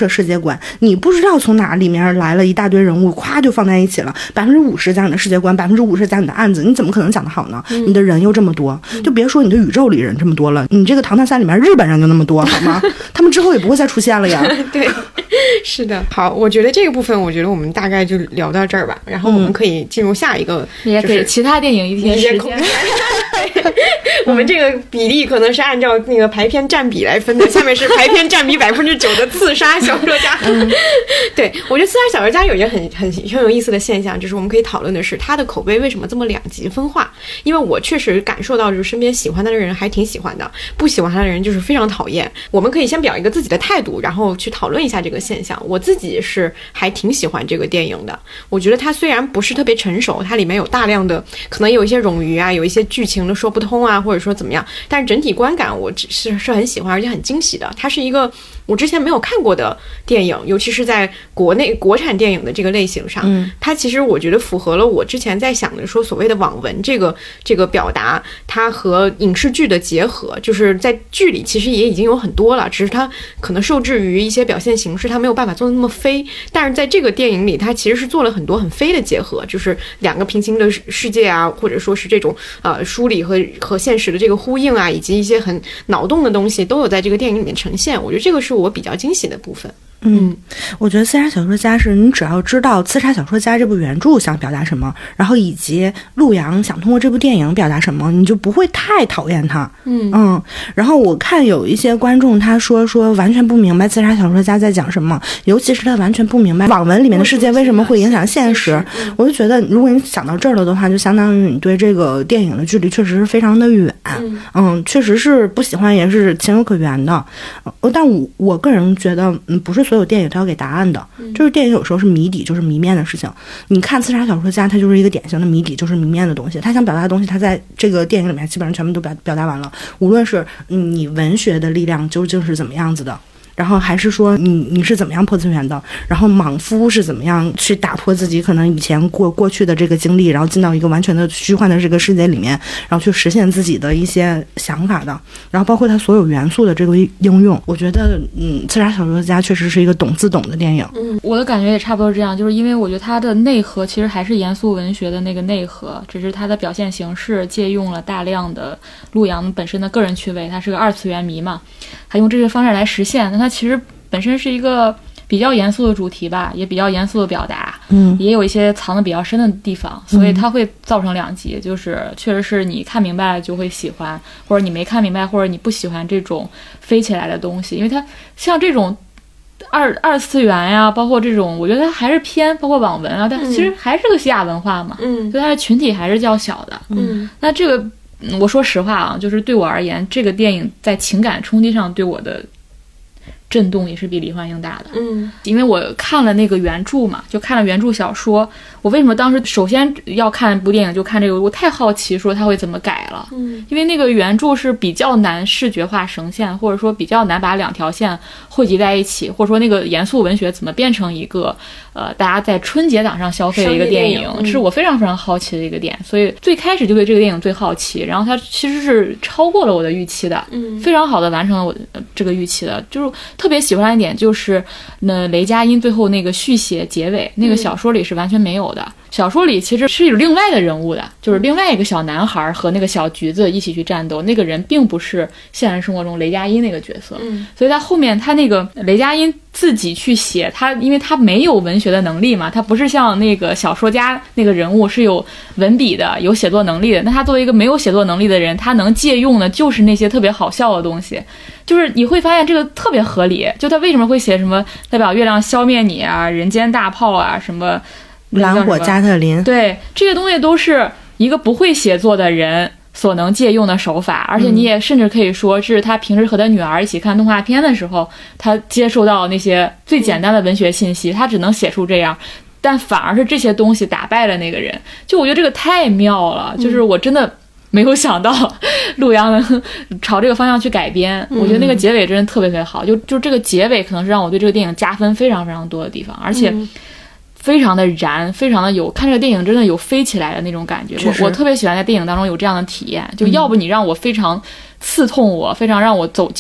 的世界观，你不知道从哪里面来了一大堆人物，咵就放在一起了，百分之五十讲你的世界观，百分之五十讲你的案子，你怎么可能讲得好呢？嗯、你的人又这么多，就别说你的宇宙里人这么多了，你这个《唐探三》里面日本人就那么多，好吗？他们之后也不会再出现了呀。 对，是的。好，我觉得这个部分，我觉得我们大概就聊到这儿吧，然后我们可以进入下一个， 嗯、也给其他电影一些时间。 我们这个比例可能是按照那个排片占比来分的，下面是排片占比百分之九的刺杀小说家。嗯、对，我觉得刺杀小说家有一个很很很有意思的现象，就是我们可以讨论的是他的口碑为什么这么两极分化。因为我确实感受到，就是身边喜欢他的人还挺喜欢的，不喜欢他的人就是非常讨厌。我们可以先表一个自己的态度，然后去讨论一下这个现象。我自己是还挺喜欢这个电影的，我觉得它虽然不是特别成熟，它里面有大量的可能有一些冗余啊，有一些剧情的说不通啊，或者说怎么样，但是整体观感我是是很喜欢，而且很惊喜的。它是一个我之前没有看过的电影，尤其是在国内国产电影的这个类型上，嗯，它其实我觉得符合了我之前在想的说所谓的网文这个这个表达，它和影视剧的结合，就是在剧里其实也已经有很多了，只是它可能受制于一些表现形式，它没有办法做得那么飞。但是在这个电影里，它其实是做了很多很飞的结合，就是两个平行的世界啊，或者说是这种呃梳理和和现实的这个呼应啊，以及一些很脑洞的东西都有在这个电影里面呈现。我觉得这个是我比较惊喜的部分。 嗯，我觉得刺杀小说家是你只要知道刺杀小说家这部原著想表达什么，然后以及陆阳想通过这部电影表达什么，你就不会太讨厌他。嗯嗯，然后我看有一些观众他说说完全不明白刺杀小说家在讲什么，尤其是他完全不明白网文里面的世界为什么会影响现实。我就觉得如果你想到这儿了的话，就相当于你对这个电影的距离确实是非常的远。嗯, 嗯确实是不喜欢也是情有可原的。呃、但我我个人觉得嗯不是所有电影都要给答案的，就是电影有时候是谜底，就是谜面的事情。你看刺杀小说家，它就是一个典型的谜底，就是谜面的东西。他想表达的东西，他在这个电影里面基本上全部都表表达完了。无论是你文学的力量究竟是怎么样子的，然后还是说你你是怎么样破次元的，然后莽夫是怎么样去打破自己可能以前过过去的这个经历，然后进到一个完全的虚幻的这个世界里面，然后去实现自己的一些想法的，然后包括它所有元素的这个应用。我觉得嗯，刺杀小说家确实是一个懂自懂的电影。 嗯，我的感觉也差不多是这样，就是因为我觉得它的内核其实还是严肃文学的那个内核，只是它的表现形式借用了大量的陆阳本身的个人趣味，它是个二次元迷嘛，他用这个方式来实现。那它其实本身是一个比较严肃的主题吧，也比较严肃的表达，嗯，也有一些藏得比较深的地方，所以它会造成两极，就是确实是你看明白了就会喜欢，或者你没看明白，或者你不喜欢这种飞起来的东西，因为它像这种二二次元呀，包括这种，我觉得它还是偏包括网文啊，但其实还是个西亚文化嘛，嗯，所以它的群体还是较小的，嗯，那这个我说实话啊，就是对我而言，这个电影在情感冲击上对我的震动也是比李焕英大的，嗯，因为我看了那个原著嘛，就看了原著小说。我为什么当时首先要看一部电影就看这个？我太好奇说他会怎么改了，嗯，因为那个原著是比较难视觉化呈现，或者说比较难把两条线汇集在一起，或者说那个严肃文学怎么变成一个呃大家在春节档上消费的一个电影，这是我非常非常好奇的一个点。所以最开始就对这个电影最好奇，然后它其实是超过了我的预期的，嗯，非常好的完成了我的、呃、这个预期的，就是特别喜欢的一点就是那雷佳音最后那个续写结尾，那个小说里是完全没有的。小说里其实是有另外的人物的，就是另外一个小男孩和那个小橘子一起去战斗，那个人并不是现实生活中雷佳音那个角色，嗯，所以他后面他那个雷佳音自己去写他，因为他没有文学的能力嘛，他不是像那个小说家那个人物是有文笔的，有写作能力的，那他作为一个没有写作能力的人，他能借用的就是那些特别好笑的东西，就是你会发现这个特别合理，就他为什么会写什么代表月亮消灭你啊，人间大炮啊，什么蓝火加特林， 对，这些东西都是一个不会写作的人所能借用的手法，而且你也甚至可以说是他平时和他女儿一起看动画片的时候，他接受到那些最简单的文学信息，他只能写出这样，但反而是这些东西打败了那个人，就我觉得这个太妙了，就是我真的没有想到陆阳能朝这个方向去改编，我觉得那个结尾真的特别特别好，就就这个结尾可能是让我对这个电影加分非常非常多的地方，而且非常的燃，非常的有看这个电影真的有飞起来的那种感觉。我我特别喜欢在电影当中有这样的体验，就要不你让我非常刺痛我，非常让我走进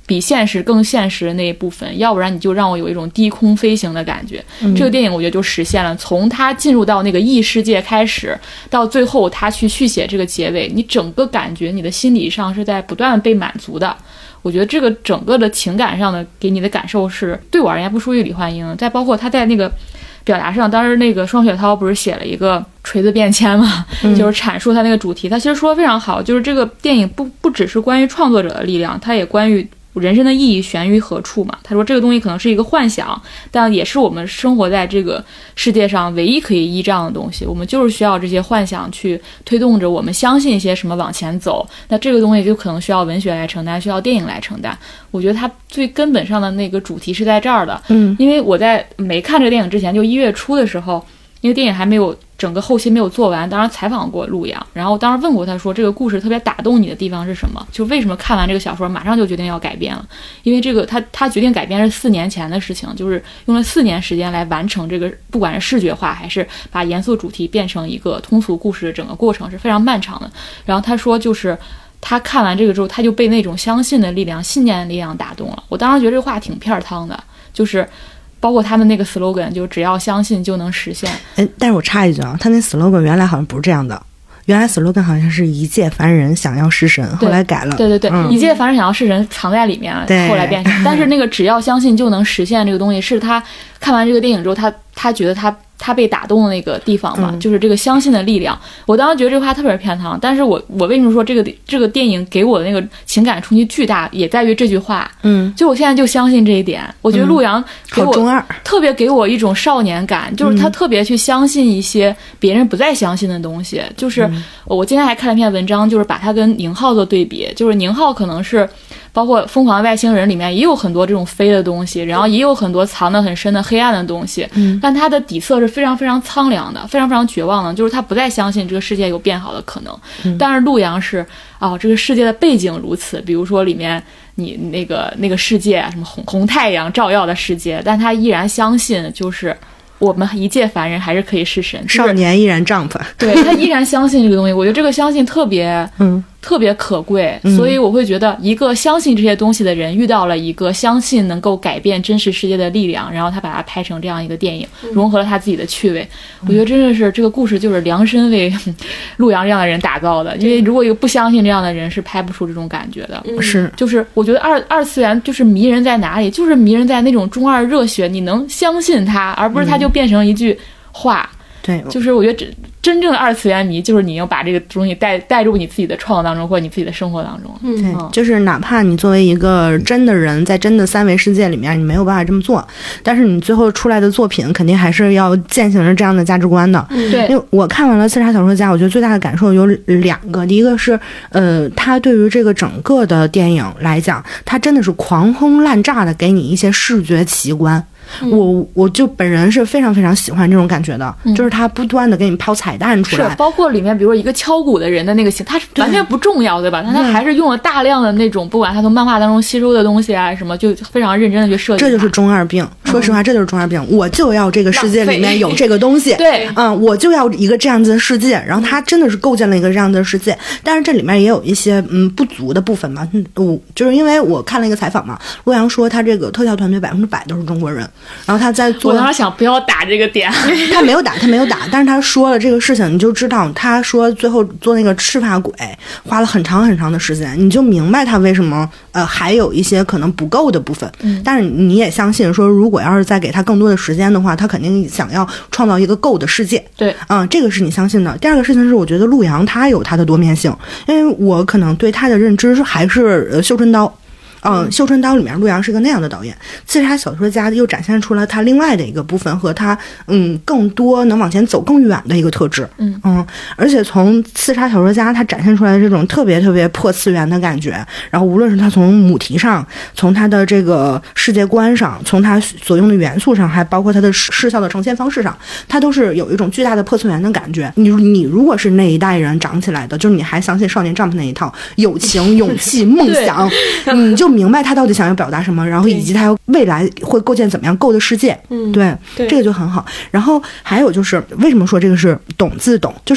比现实更现实的那一部分，要不然你就让我有一种低空飞行的感觉。嗯、这个电影我觉得就实现了，从他进入到那个异世界开始，到最后他去续写这个结尾，你整个感觉你的心理上是在不断的被满足的。我觉得这个整个的情感上的给你的感受是对我而言不输于李焕英。再包括他在那个表达上，当时那个双雪涛不是写了一个锤子变迁嘛、嗯、就是阐述他那个主题，他其实说得非常好，就是这个电影不不只是关于创作者的力量，它也关于人生的意义悬于何处嘛。他说这个东西可能是一个幻想，但也是我们生活在这个世界上唯一可以依仗的东西，我们就是需要这些幻想去推动着我们相信一些什么往前走，那这个东西就可能需要文学来承担，需要电影来承担。我觉得它最根本上的那个主题是在这儿的。嗯，因为我在没看这个电影之前，就一月初的时候，因为电影还没有整个后期没有做完，当时采访过陆阳，然后当时问过他说这个故事特别打动你的地方是什么，就为什么看完这个小说马上就决定要改编了。因为这个他他决定改编是四年前的事情，就是用了四年时间来完成这个，不管是视觉化还是把严肃主题变成一个通俗故事的整个过程是非常漫长的。然后他说就是他看完这个之后，他就被那种相信的力量、信念的力量打动了。我当时觉得这话挺片儿汤的，就是包括他们那个 slogan 就只要相信就能实现。 哎，但是我插一句啊，他那 slogan 原来好像不是这样的，原来 slogan 好像是一介凡人想要是神，后来改了。 对对对， 嗯、 一介凡人想要是神藏在里面了，后来变成。但是那个只要相信就能实现这个东西，是他看完这个电影之后，他他觉得他他被打动的那个地方嘛、嗯，就是这个相信的力量。我当时觉得这话特别偏堂，但是我我为什么说这个这个电影给我的那个情感冲击巨大，也在于这句话。嗯，就我现在就相信这一点。我觉得陆阳给我、 嗯、中二， 特别给我一种少年感，就是他特别去相信一些别人不再相信的东西。就是我今天还看了一篇文章，就是把他跟宁浩做对比，就是宁浩可能是包括《疯狂的外星人》里面也有很多这种飞的东西，然后也有很多藏得很深的黑暗的东西，嗯，但他的底色是非常非常苍凉的，非常非常绝望的，就是他不再相信这个世界有变好的可能。嗯、但是陆阳是哦，这个世界的背景如此，比如说里面你那个那个世界什么红红太阳照耀的世界，但他依然相信就是我们一介凡人还是可以是神， 少年依然丈夫。 对，他依然相信这个东西，我觉得这个相信特别嗯特别可贵，所以我会觉得一个相信这些东西的人遇到了一个相信能够改变真实世界的力量，然后他把它拍成这样一个电影，融合了他自己的趣味。我觉得真的是这个故事就是量身为陆阳这样的人打造的，因为如果一个不相信这样的人是拍不出这种感觉的。 是， 就是我觉得二二次元就是迷人在哪里，就是迷人在那种中二热血，你能相信他，而不是他就变成一句话。 对， 就是我觉得真真正的二次元迷，就是你要把这个东西带带入你自己的创作当中，或者你自己的生活当中。 嗯，对，就是哪怕你作为一个真的人，在真的三维世界里面，你没有办法这么做，但是你最后出来的作品肯定还是要践行着这样的价值观的。 嗯，对。 因为我看完了《刺杀小说家》，我觉得最大的感受有两个，第一个是，呃，他对于这个整个的电影来讲，他真的是狂轰滥炸的给你一些视觉奇观。嗯、我我就本人是非常非常喜欢这种感觉的、嗯、就是他不断的给你抛彩蛋出来， 是包括里面比如说一个敲鼓的人的那个形，他是完全不重要 对, 对吧，但他还是用了大量的那种不管他从漫画当中吸收的东西啊什么，就非常认真的去设计。 这就是中二病、嗯、说实话这就是中二病，我就要这个世界里面有这个东西， 对， 嗯，我就要一个这样子的世界，然后他真的是构建了一个这样子的世界，但是这里面也有一些嗯不足的部分嘛。我就是因为我看了一个采访嘛，陆阳说他这个特效团队百分之百都是中国人，然后他在我当时想不要打这个点， 他没有打，他没有打，但是他说了这个事情，你就知道，他说最后做那个赤发鬼花了很长很长的时间，你就明白他为什么呃还有一些可能不够的部分。嗯，但是你也相信说，如果要是再给他更多的时间的话，他肯定想要创造一个够的世界。 对， 嗯，这个是你相信的。第二个事情是，我觉得陆阳他有他的多面性，因为我可能对他的认知还是呃绣春刀。嗯，绣春刀里面陆阳是个那样的导演，刺杀小说家又展现出了他另外的一个部分和他嗯更多能往前走更远的一个特质。嗯嗯，而且从刺杀小说家他展现出来的这种特别特别破次元的感觉，然后无论是他从母题上，从他的这个世界观上，从他所用的元素上，还包括他的视效的呈现方式上，他都是有一种巨大的破次元的感觉。你你如果是那一代人长起来的，就是你还相信少年 Jump 那一套友情、勇气、梦想，你就明白他到底想要表达什么，然后以及他未来会构建怎么样够的世界。嗯，对，对，这个就很好。然后还有就是为什么说这个是懂自懂，就是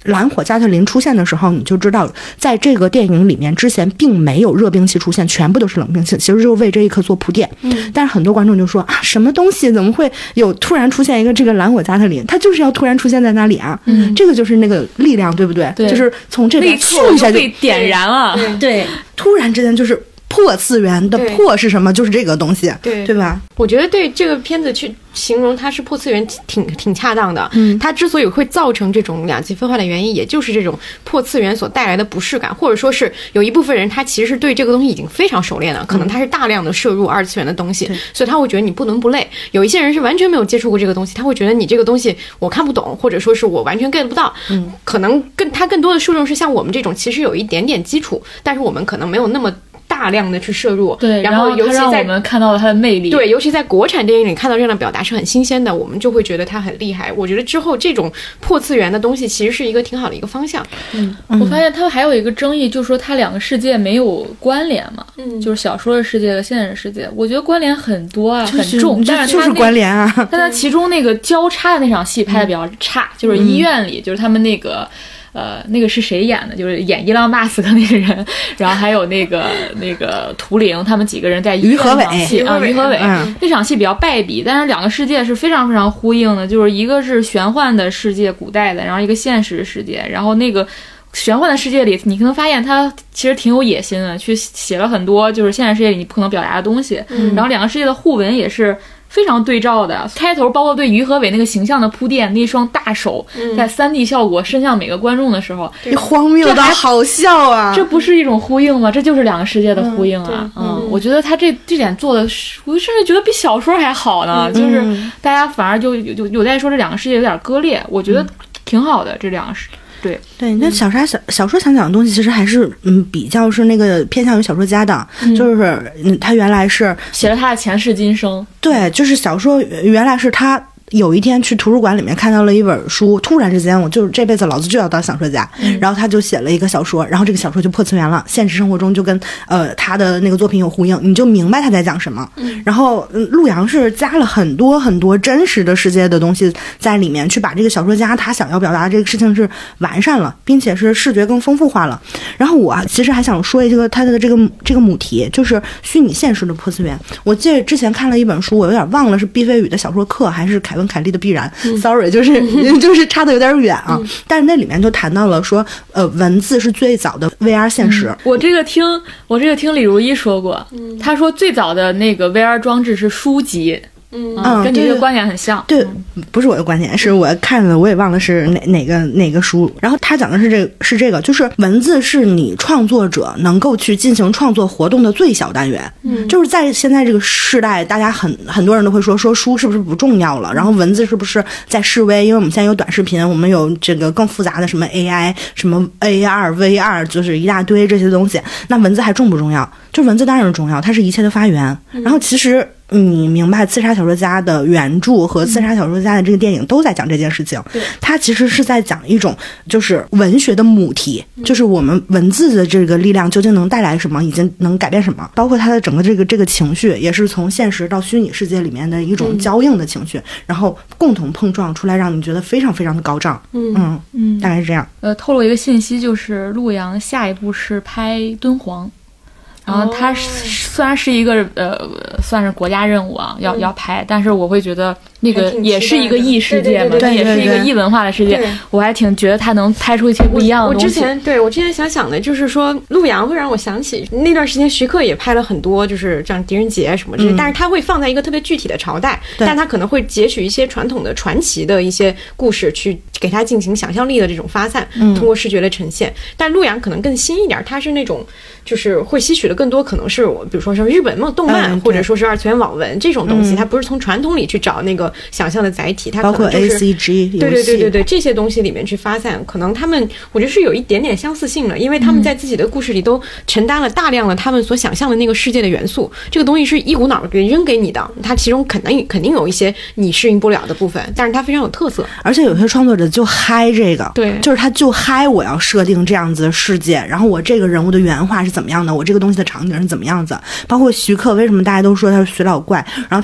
蓝火加特林出现的时候，你就知道在这个电影里面之前并没有热兵器出现，全部都是冷兵器，其实就是为这一刻做铺垫。嗯，但是很多观众就说啊，什么东西怎么会有突然出现一个这个蓝火加特林？它就是要突然出现在那里啊。嗯，这个就是那个力量，对不对？ 对， 就是从这边咻一下就被点燃了。 对，对，突然之间就是。破次元的破是什么？就是这个东西， 对对吧？ 我觉得对这个片子去形容它是破次元挺挺恰当的。嗯，它之所以会造成这种两极分化的原因，也就是这种破次元所带来的不适感，或者说是有一部分人他其实是对这个东西已经非常熟练了，可能他是大量的摄入二次元的东西，嗯、所以他会觉得你不伦不类。有一些人是完全没有接触过这个东西，他会觉得你这个东西我看不懂，或者说是我完全 get 不到。嗯，可能更他更多的受众是像我们这种其实有一点点基础，但是我们可能没有那么大量的去摄入， 对， 然后尤其在我们看到了它的魅力， 对，尤其在国产电影里看到这样的表达是很新鲜的，我们就会觉得它很厉害。我觉得之后这种破次元的东西其实是一个挺好的一个方向。 嗯，我发现它还有一个争议，就是说它两个世界没有关联嘛，嗯，就是小说的世界和现实世界，我觉得关联很多啊， 就是、 很重，但是就是关联啊。 但它其中那个交叉的那场戏拍的比较差，嗯、就是医院里，就是他们那个。呃，那个是谁演的？就是演伊朗马斯克那个人，然后还有那个那个图灵，他们几个人在医院那场戏啊，于和伟、嗯、那场戏比较败笔，但是两个世界是非常非常呼应的，就是一个是玄幻的世界，古代的，然后一个现实世界，然后那个玄幻的世界里，你可能发现他其实挺有野心的，去写了很多就是现实世界里你不可能表达的东西，嗯、然后两个世界的互文也是。非常对照的，开头包括对于和伟那个形象的铺垫，那双大手在 三 D 效果伸向每个观众的时候， 你荒谬到好笑啊！ 这不是一种呼应吗？这就是两个世界的呼应啊！嗯，嗯我觉得他这这点做的，我甚至觉得比小说还好呢。嗯、就是大家反而就有有在说这两个世界有点割裂，我觉得挺好的。这两个世对对，那小沙小小说想讲的东西，其实还是嗯比较是那个偏向于小说家的，嗯、就是嗯他原来是写了他的前世今生， 对，就是小说原来是他。有一天去图书馆里面看到了一本书，突然之间我就是这辈子老子就要当小说家，嗯、然后他就写了一个小说，然后这个小说就破次元了，现实生活中就跟呃他的那个作品有呼应，你就明白他在讲什么。嗯、然后、嗯、陆阳是加了很多很多真实的世界的东西在里面，去把这个小说家他想要表达的这个事情是完善了，并且是视觉更丰富化了。然后我其实还想说一个他的这个这个母题，就是虚拟现实的破次元。我记得之前看了一本书，我有点忘了是毕飞宇的小说课还是凯文凯利的必然、嗯、sorry 就是、嗯、就是差的有点远啊、嗯、但是那里面就谈到了说呃文字是最早的 V R 现实、 嗯、我这个听我这个听李如一说过、嗯、他说最早的那个 V R 装置是书籍，嗯，嗯跟你这个观点很像。 对，对不是我的观点，是我看了，我也忘了是哪哪个哪个书。然后他讲的是这个，是这个，就是文字是你创作者能够去进行创作活动的最小单元。嗯，就是在现在这个时代，大家很很多人都会说，说书是不是不重要了？然后文字是不是在式微？因为我们现在有短视频，我们有这个更复杂的什么 A I、什么 A R、V R， 就是一大堆这些东西。那文字还重不重要？就文字当然是重要，它是一切的发源。嗯、然后其实。你明白刺杀小说家的原著和刺杀小说家的这个电影都在讲这件事情，嗯、它其实是在讲一种就是文学的母题、嗯、就是我们文字的这个力量究竟能带来什么，已经能改变什么，包括它的整个这个这个情绪也是从现实到虚拟世界里面的一种交映的情绪、嗯、然后共同碰撞出来，让你觉得非常非常的高涨。嗯嗯嗯，大概是这样。 呃，透露一个信息，就是陆阳下一部是拍敦煌，然后它虽然是一个呃算是国家任务啊，要、嗯、要拍，但是我会觉得那个也是一个异世界嘛， 对对对对对也是一个异文化的世界，我还挺觉得它能拍出一些不一样的东西。 我之前对我之前想想的就是说，陆阳会让我想起那段时间徐克也拍了很多，就是像狄仁杰什么之类、嗯，但是他会放在一个特别具体的朝代，但他可能会截取一些传统的传奇的一些故事去给他进行想象力的这种发散，嗯、通过视觉的呈现。但陆阳可能更新一点，他是那种就是会吸取的更多可能是我比如说像日本梦动漫、嗯、或者说是二次元网文这种东西，它、嗯、不是从传统里去找那个想象的载体，它可能就是包括 A C G 对对对对对这些东西里面去发散，可能他们我觉得是有一点点相似性的，因为他们在自己的故事里都承担了大量的他们所想象的那个世界的元素，这个东西是一股脑给扔给你的，它其中肯定肯定有一些你适应不了的部分，但是它非常有特色。 而且有些创作者就嗨这个， 对， 就是他就嗨我要设定这样子的世界，然后我这个人物的原画是怎么样的，我这个东西的场景是怎么样子，包括徐克为什么大家都说他是徐老怪，然后他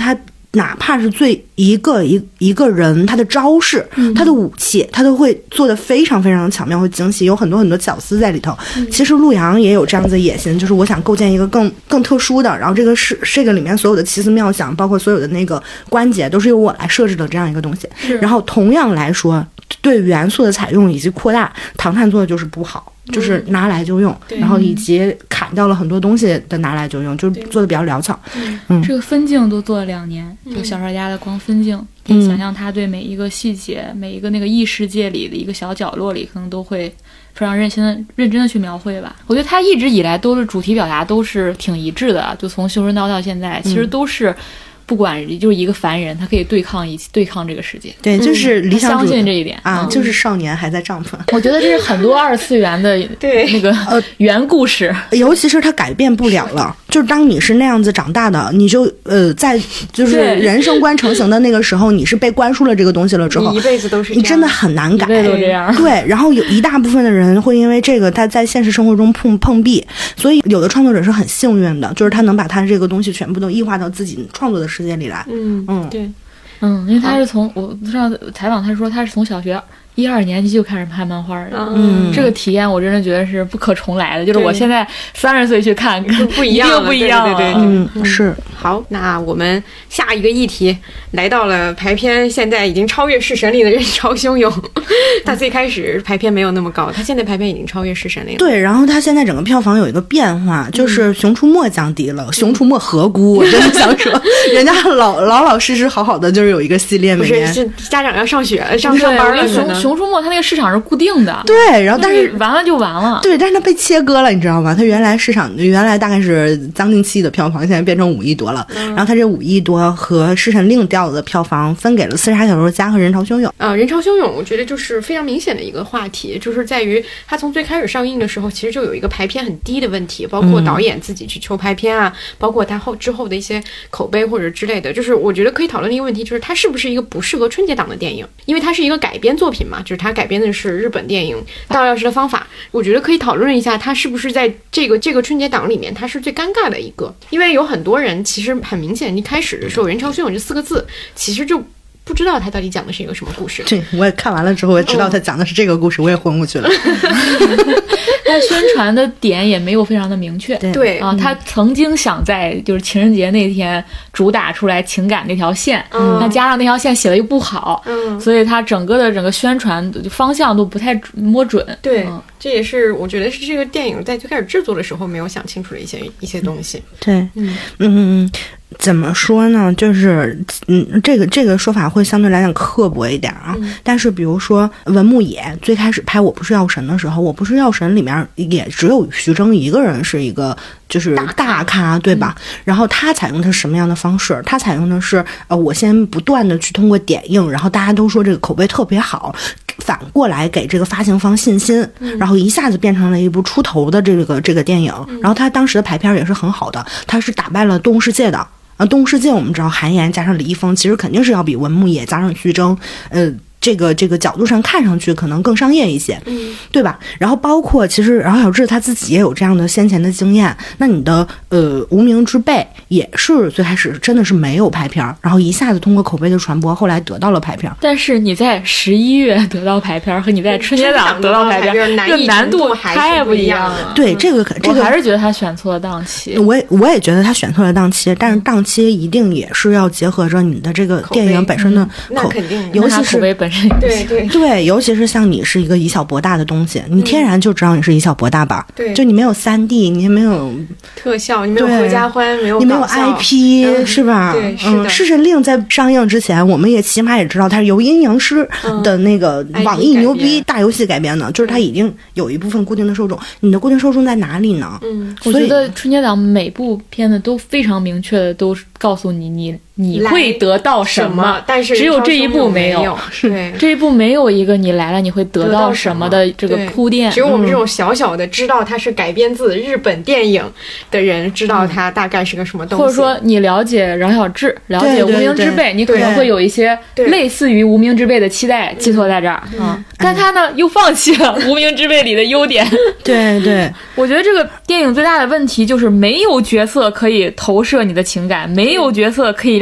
哪怕是最一个一一个人他的招式、嗯、他的武器他都会做得非常非常巧妙和精细，有很多很多巧思在里头、嗯、其实陆阳也有这样子的野心，就是我想构建一个更更特殊的，然后这个是这个里面所有的奇思妙想包括所有的那个关节都是由我来设置的这样一个东西。然后同样来说对元素的采用以及扩大，唐探做的就是不好，就是拿来就用、嗯、然后以及砍掉了很多东西的拿来就用，就是做的比较潦草。 嗯，这个分镜都做了两年，这个小说家的光分镜，可以想象他对每一个细节、嗯、每一个那个异世界里的一个小角落里，可能都会非常认真的、认真的去描绘吧。我觉得他一直以来都是主题表达都是挺一致的，就从修真刀到现在，其实都是。不管就是一个凡人，他可以对抗一起对抗这个世界。 对，就是理想主义、 嗯、相信这一点啊、 嗯， 就是少年还在帐篷。 我觉得这是很多二次元的对那个呃原故事， 尤其是他改变不了了。就是当你是那样子长大的，你就呃在就是人生观成型的那个时候，你是被灌输了这个东西了之后， 你一辈子都是这样， 你真的很难改， 一辈子都这样。 对，然后有一大部分的人会因为这个他在现实生活中碰碰壁，所以有的创作者是很幸运的，就是他能把他这个东西全部都异化到自己创作的世界里来。 嗯嗯， 对， 嗯，因为他是从我上采访他说他是从小学一二年级就开始看漫画的， 嗯， 这个体验我真的觉得是不可重来的，就是我现在三十岁去看， 不一样了， 一定不一样了， 对对对对， 嗯，嗯是。 好，那我们下一个议题来到了排片现在已经超越弑神令的人潮汹涌。他最开始排片没有那么高，他现在排片已经超越弑神令了。 对，然后他现在整个票房有一个变化，就是《熊出没》降低了，嗯《熊出没》何辜？我真的想说，人家老老老实实好好的，就是有一个系列， 不是是家长要上学上上班了。 熊熊出没它那个市场是固定的， 对，然后但是完了就完了， 对，但是它被切割了，你知道吗？它原来市场原来大概是将近七亿的票房，现在变成五亿多了。嗯、然后它这五亿多和弑神令掉的票房分给了刺杀小说家和人潮汹涌。 啊、呃，人潮汹涌，我觉得就是非常明显的一个话题，就是在于它从最开始上映的时候，其实就有一个排片很低的问题，包括导演自己去求排片啊，嗯、包括它后之后的一些口碑或者之类的，就是我觉得可以讨论的一个问题，就是它是不是一个不适合春节档的电影，因为它是一个改编作品嘛，就是它改编的是日本电影《大钥匙的方法》，我觉得可以讨论一下，它是不是在这个这个春节档里面，它是最尴尬的一个，因为有很多人其实很明显，一开始的时候，人潮汹涌这四个字，其实就不知道他到底讲的是一个什么故事。 对，我也看完了之后，我也知道他讲的是这个故事，我也昏过去了。 他宣传的点也没有非常的明确， 对啊，他曾经想在就是情人节那天主打出来情感那条线， 嗯， 他加上那条线写的又不好， 嗯， 所以他整个的整个宣传方向都不太摸准。 对， 嗯， 这也是我觉得是这个电影在最开始制作的时候没有想清楚的一些一些东西。 对，嗯嗯嗯。怎么说呢？就是嗯，这个这个说法会相对来讲刻薄一点啊。嗯、但是比如说文牧野最开始拍《我不是药神》的时候，《我不是药神》里面也只有徐峥一个人是一个就是大咖，对吧？嗯、然后他采用的是什么样的方式？他采用的是呃，我先不断的去通过点映，然后大家都说这个口碑特别好，反过来给这个发行方信心，嗯、然后一下子变成了一部出头的这个这个电影。嗯、然后他当时的排片也是很好的，他是打败了《动物世界》的。啊，《动物世界》我们知道韩延加上李易峰，其实肯定是要比文牧野加上徐峥，呃。这个这个角度上看上去可能更商业一些， 嗯， 对吧？然后包括其实饶晓志他自己也有这样的先前的经验。那你的呃无名之辈也是最开始真的是没有排片，然后一下子通过口碑的传播，后来得到了排片。 但是你在十一月得到排片和你在春节档得到排片，这个难度太不一样了。 对，这个这个我还是觉得他选错了档期。 我也我也觉得他选错了档期，但是档期一定也是要结合着你的这个电影本身的口， 那肯定， 尤其是口碑本身。 对对。 对，尤其是像你是一个以小博大的东西，你天然就知道你是以小博大吧？ 对， 就你没有三 D， 你也没有特效，你没有合家欢，没有你没有 I P，嗯、是吧？ 对，是的。 嗯，弑神令在上映之前，我们也起码也知道它是由阴阳师的那个网易牛逼大游戏改编的，嗯、就是它已经有一部分固定的受众。你的固定受众在哪里呢？ 嗯，我觉得春节档每部片子都非常明确的都告诉你你。你会得到什么？ 什么但是只有这一部没有，对， 这一部没有一个你来了你会得到什么的这个铺垫。 只有我们这种小小的知道它是改编自日本电影的人，知道它大概是个什么东西。 或者说你了解饶晓志，了解无名之辈，你可能会有一些类似于无名之辈的期待寄托在这儿啊。但他呢又放弃了无名之辈里的优点。 对对， 我觉得这个电影最大的问题就是没有角色可以投射你的情感，没有角色可以让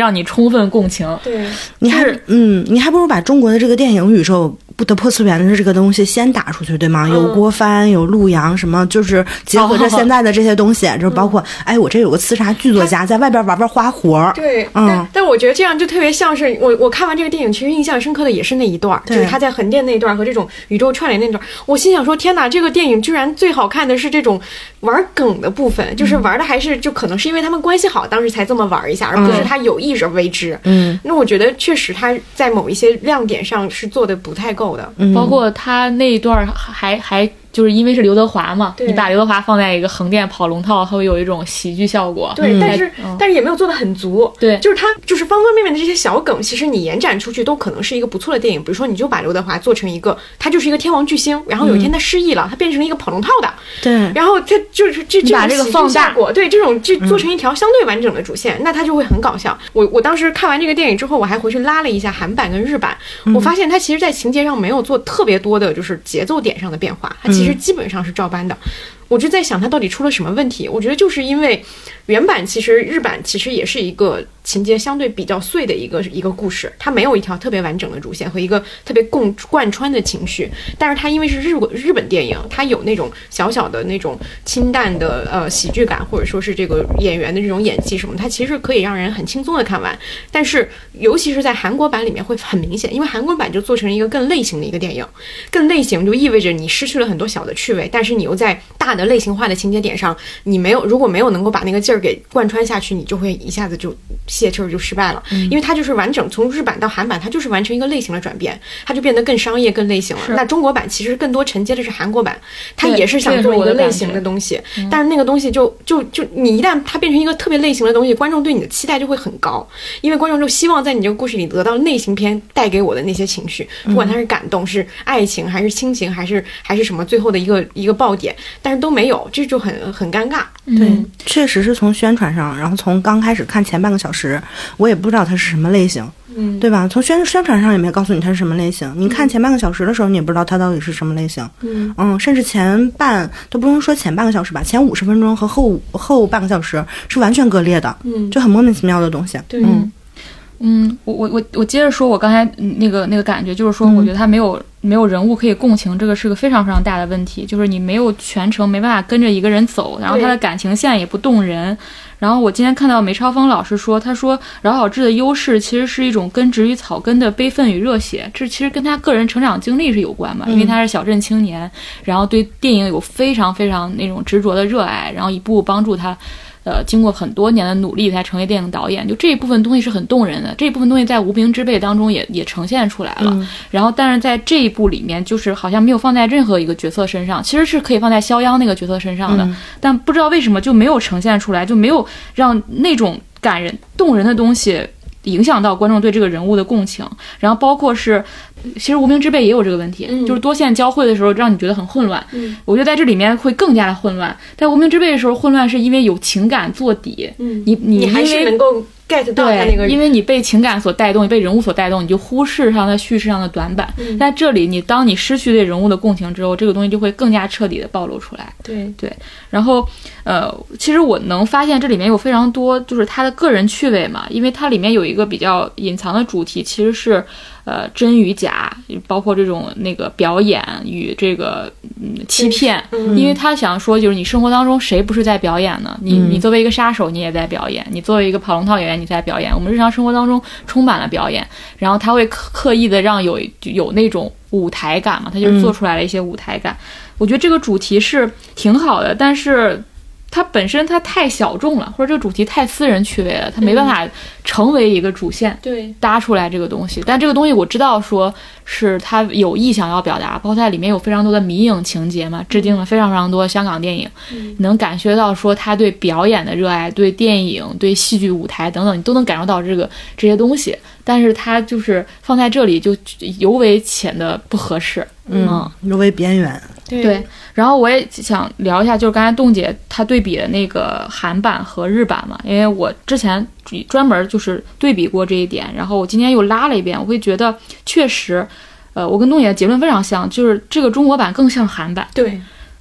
让你充分共情。 对， 你还嗯，你还不如把中国的这个电影宇宙不的破次元的这个东西先打出去，对吗？ 嗯、 有郭帆，有陆阳，什么就是结合着现在的这些东西，哦、就包括、嗯、哎，我这有个刺杀剧作家在外边玩玩花活。 对， 嗯， 但但我觉得这样就特别像是我我看完这个电影，其实印象深刻的也是那一段，就是他在横店那一段和这种宇宙串联那段。我心想说，天哪，这个电影居然最好看的是这种玩梗的部分，就是玩的还是就可能是因为他们关系好，当时才这么玩一下，而不是他有意而为之。嗯，那我觉得确实他在某一些亮点上是做的不太够的， 嗯、包括他那一段还还。就是因为是刘德华嘛，你把刘德华放在一个横店跑龙套，它会有一种喜剧效果。 对，嗯、但是、嗯、但是也没有做得很足。 对， 就是他就是方方面面的这些小梗，其实你延展出去都可能是一个不错的电影。比如说，你就把刘德华做成一个，他就是一个天王巨星，然后有一天他失忆了，嗯、他变成了一个跑龙套的。 对， 然后他就是这这把这个放大， 对这种这做成一条相对完整的主线，嗯、那他就会很搞笑。我我当时看完这个电影之后，我还回去拉了一下韩版跟日版，嗯、我发现他其实在情节上没有做特别多的，就是节奏点上的变化，他其实基本上是照搬的。我就在想他到底出了什么问题。我觉得就是因为原版其实日版其实也是一个情节相对比较碎的一个一个故事，它没有一条特别完整的主线和一个特别共贯穿的情绪，但是它因为是日日本电影，它有那种小小的那种清淡的呃喜剧感，或者说是这个演员的这种演技什么，它其实可以让人很轻松的看完。但是尤其是在韩国版里面会很明显，因为韩国版就做成一个更类型的一个电影，更类型就意味着你失去了很多小的趣味，但是你又在大的类型化的情节点上，你没有如果没有能够把那个劲儿给贯穿下去，你就会一下子就泄气儿就失败了。嗯、因为它就是完整从日版到韩版，它就是完成一个类型的转变，它就变得更商业更类型了。那中国版其实更多承接的是韩国版，它也是想做一个类型的东西，是但是那个东西就就就你一旦它变成一个特别类型的东西，观众对你的期待就会很高，因为观众就希望在你这个故事里得到类型片带给我的那些情绪，不管它是感动、是爱情还是亲情还是还是什么最后的一个一个爆点，但是都没有，这就很很尴尬。 对，嗯、确实是从宣传上，然后从刚开始看前半个小时，我也不知道它是什么类型，嗯，对吧？从宣宣传上也没告诉你它是什么类型，你看前半个小时的时候，你也不知道它到底是什么类型，嗯嗯，甚至前半都不用说前半个小时吧，前五十分钟和后后半个小时是完全割裂的，嗯，就很莫名其妙的东西， 对， 嗯。 嗯，我我我我接着说，我刚才那个那个感觉就是说，我觉得他没有、嗯、没有人物可以共情，这个是个非常非常大的问题，就是你没有全程没办法跟着一个人走，然后他的感情线也不动人。然后我今天看到梅超风老师说，他说饶晓志的优势其实是一种根植于草根的悲愤与热血，这其实跟他个人成长经历是有关嘛，因为他是小镇青年，然后对电影有非常非常那种执着的热爱，然后一步步帮助他。呃，经过很多年的努力才成为电影导演，就这一部分东西是很动人的，这一部分东西在无名之辈当中也也呈现出来了、嗯、然后但是在这一部里面就是好像没有放在任何一个角色身上，其实是可以放在肖央那个角色身上的、嗯、但不知道为什么就没有呈现出来，就没有让那种感人动人的东西影响到观众对这个人物的共情。然后包括是其实无名之辈也有这个问题、嗯、就是多线交汇的时候让你觉得很混乱、嗯、我觉得在这里面会更加的混乱，在无名之辈的时候混乱是因为有情感做底、嗯、你你你还是能够 get 到他那个， 因为你被情感所带动，你被人物所带动，你就忽视上它叙事上的短板、嗯、在这里你当你失去对人物的共情之后，这个东西就会更加彻底的暴露出来。 对对，然后呃，其实我能发现这里面有非常多就是他的个人趣味嘛，因为它里面有一个比较隐藏的主题，其实是呃真与假，包括这种那个表演与这个嗯欺骗、嗯、因为他想说就是你生活当中谁不是在表演呢？你、嗯、你作为一个杀手你也在表演，你作为一个跑龙套演员你在表演，我们日常生活当中充满了表演，然后他会刻意的让有有那种舞台感嘛，他就做出来了一些舞台感、嗯、我觉得这个主题是挺好的，但是它本身它太小众了，或者这个主题太私人趣味了，它没办法成为一个主线，对，搭出来这个东西。但这个东西我知道说是他有意想要表达，包括它里面有非常多的迷影情节嘛，致敬了非常非常多香港电影、嗯、能感觉到说他对表演的热爱，对电影对戏剧舞台等等你都能感受到这个这些东西，但是它就是放在这里就尤为显得不合适， 嗯，尤为边缘。 对, 对，然后我也想聊一下，就是刚才冻姐她对比的那个韩版和日版嘛，因为我之前专门就是对比过这一点，然后我今天又拉了一遍，我会觉得确实，呃，我跟冻姐的结论非常像，就是这个中国版更像韩版， 对，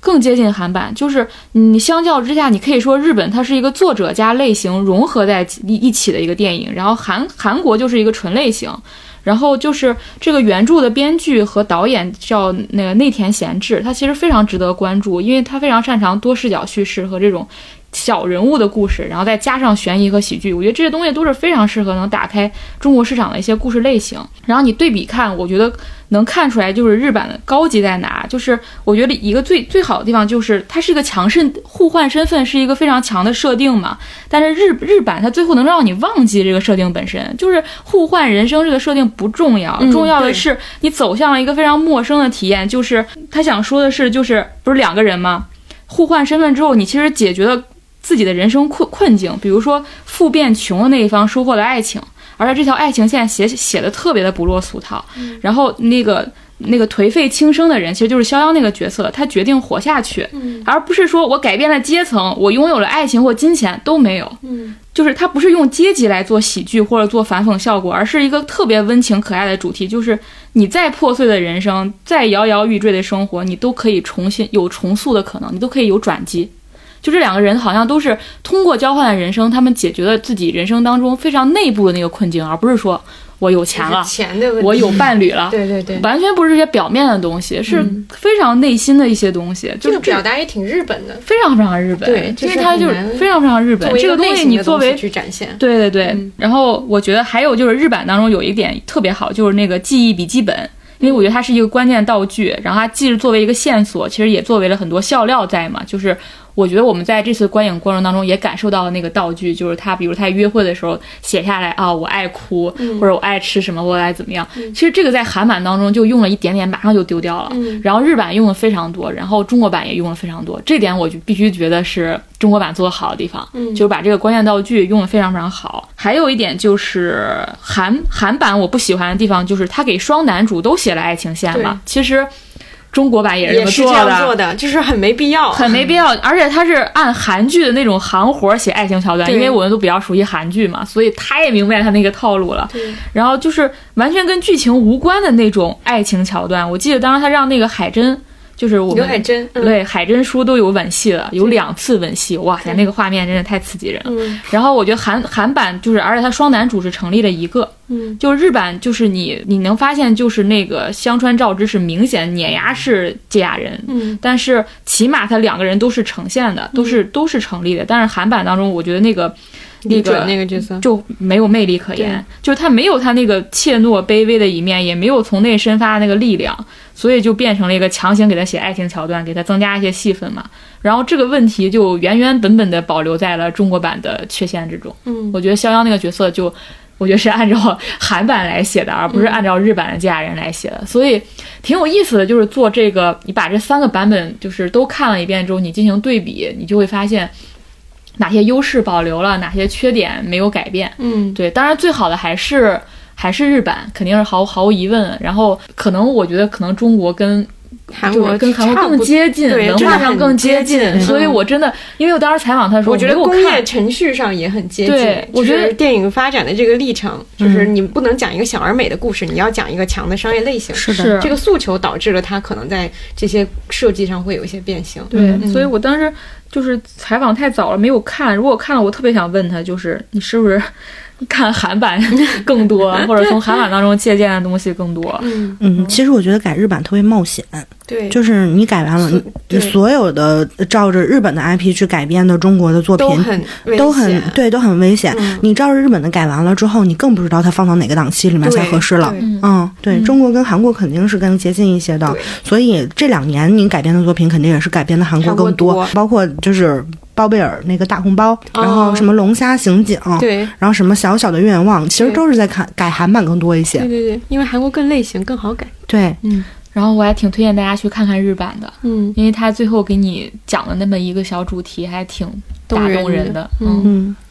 更接近韩版。就是你相较之下，你可以说日本它是一个作者加类型融合在一起的一个电影，然后韩韩国就是一个纯类型。然后就是这个原著的编剧和导演叫那个内田贤治，他其实非常值得关注，因为他非常擅长多视角叙事和这种小人物的故事，然后再加上悬疑和喜剧，我觉得这些东西都是非常适合能打开中国市场的一些故事类型。然后你对比看，我觉得能看出来就是日版的高级在哪，就是我觉得一个最最好的地方就是它是一个强势互换身份，是一个非常强的设定嘛。但是日日版它最后能让你忘记这个设定本身，就是互换人生这个设定不重要， 嗯、 重要的是你走向了一个非常陌生的体验。就是他想说的是，就是不是两个人吗？互换身份之后，你其实解决了自己的人生困困境，比如说富变穷的那一方收获了爱情，而且这条爱情线写写的特别的不落俗套。嗯、然后那个那个颓废轻生的人，其实就是逍遥那个角色，他决定活下去，嗯、而不是说我改变了阶层，我拥有了爱情或金钱都没有。嗯，就是他不是用阶级来做喜剧或者做反讽效果，而是一个特别温情可爱的主题，就是你再破碎的人生，再摇摇欲坠的生活，你都可以重新有重塑的可能，你都可以有转机。就这两个人好像都是通过交换的人生，他们解决了自己人生当中非常内部的那个困境，而不是说我有钱了， 钱的问题， 我有伴侣了， 对对对， 完全不是这些表面的东西，是非常内心的一些东西。嗯、 这个表达也挺日本的， 非常非常日本， 对， 因为它就是非常非常日本。这个东西你作为去展现， 对对对。嗯、然后我觉得还有就是日版当中有一点特别好，就是那个记忆笔记本。因为我觉得它是一个关键道具，然后它既是作为一个线索，其实也作为了很多笑料在嘛。就是我觉得我们在这次观影过程当中也感受到了那个道具，就是他比如他约会的时候写下来啊，我爱哭，嗯、或者我爱吃什么，我爱怎么样。嗯、其实这个在韩版当中就用了一点点，马上就丢掉了。嗯、然后日版用的非常多，然后中国版也用了非常多，这点我就必须觉得是中国版做得好的地方，嗯、就是把这个关键道具用得非常非常好。还有一点就是韩韩版我不喜欢的地方就是他给双男主都写了爱情线嘛，其实中国版也是这么做的， 也是这样做的，就是很没必要， 很没必要。而且他是按韩剧的那种行活写爱情桥段，因为我们都比较熟悉韩剧嘛，所以他也明白他那个套路了。然后就是完全跟剧情无关的那种爱情桥段。我记得当时他让那个海珍。就是我们刘海珍、嗯、 对海珍书都有吻戏了，有两次吻戏，哇塞，那个画面真是太刺激人了。嗯、然后我觉得韩韩版就是，而且他双男主是成立了一个，嗯，就是日版就是你你能发现就是那个香川照之是明显碾压式芥雅人，嗯，但是起码他两个人都是呈现的，都是、嗯、都是成立的。但是韩版当中，我觉得那个。那个那个角色就没有魅力可言，就是他没有他那个怯懦卑微的一面，也没有从内生发的那个力量，所以就变成了一个强行给他写爱情桥段，给他增加一些戏份嘛。然后这个问题就原原本本的保留在了中国版的缺陷之中。嗯，我觉得逍遥那个角色就，我觉得是按照韩版来写的，而不是按照日版的芥雅人来写的，所以挺有意思的。就是做这个，你把这三个版本就是都看了一遍之后，你进行对比，你就会发现。哪些优势保留了，哪些缺点没有改变？嗯，对，当然最好的还是还是日版，肯定是毫毫无疑问。然后可能我觉得可能中国跟韩国跟韩国更接近，文化上更接近，所以我真的，因为我当时采访他说， 我觉得工业程序上也很接近。 对，我觉得电影发展的这个历程，就是你不能讲一个小而美的故事，你要讲一个强的商业类型。 是的， 这个诉求导致了它可能在这些设计上会有一些变形。 对，嗯、所以我当时。就是采访太早了，没有看。如果看了，我特别想问他，就是你是不是看韩版更多，或者从韩版当中借鉴的东西更多？ 嗯嗯，其实我觉得改日版特别冒险。 对， 就是你改完了，你所有的照着日本的 I P 去改编的中国的作品， 都很都很对，都很危险。嗯、你照着日本的改完了之后，你更不知道它放到哪个档期里面才合适了。嗯，对，嗯、中国跟韩国肯定是更接近一些的，所以这两年你改编的作品肯定也是改编的韩国更多， 多包括就是包贝尔那个大红包，哦、然后什么龙虾刑警， 对， 然后什么小小的愿望，其实都是在看改韩版更多一些。 对对对，因为韩国更类型更好改。 对， 嗯。然后我还挺推荐大家去看看日版的，嗯，因为他最后给你讲的那么一个小主题，还挺打动人的， 嗯。嗯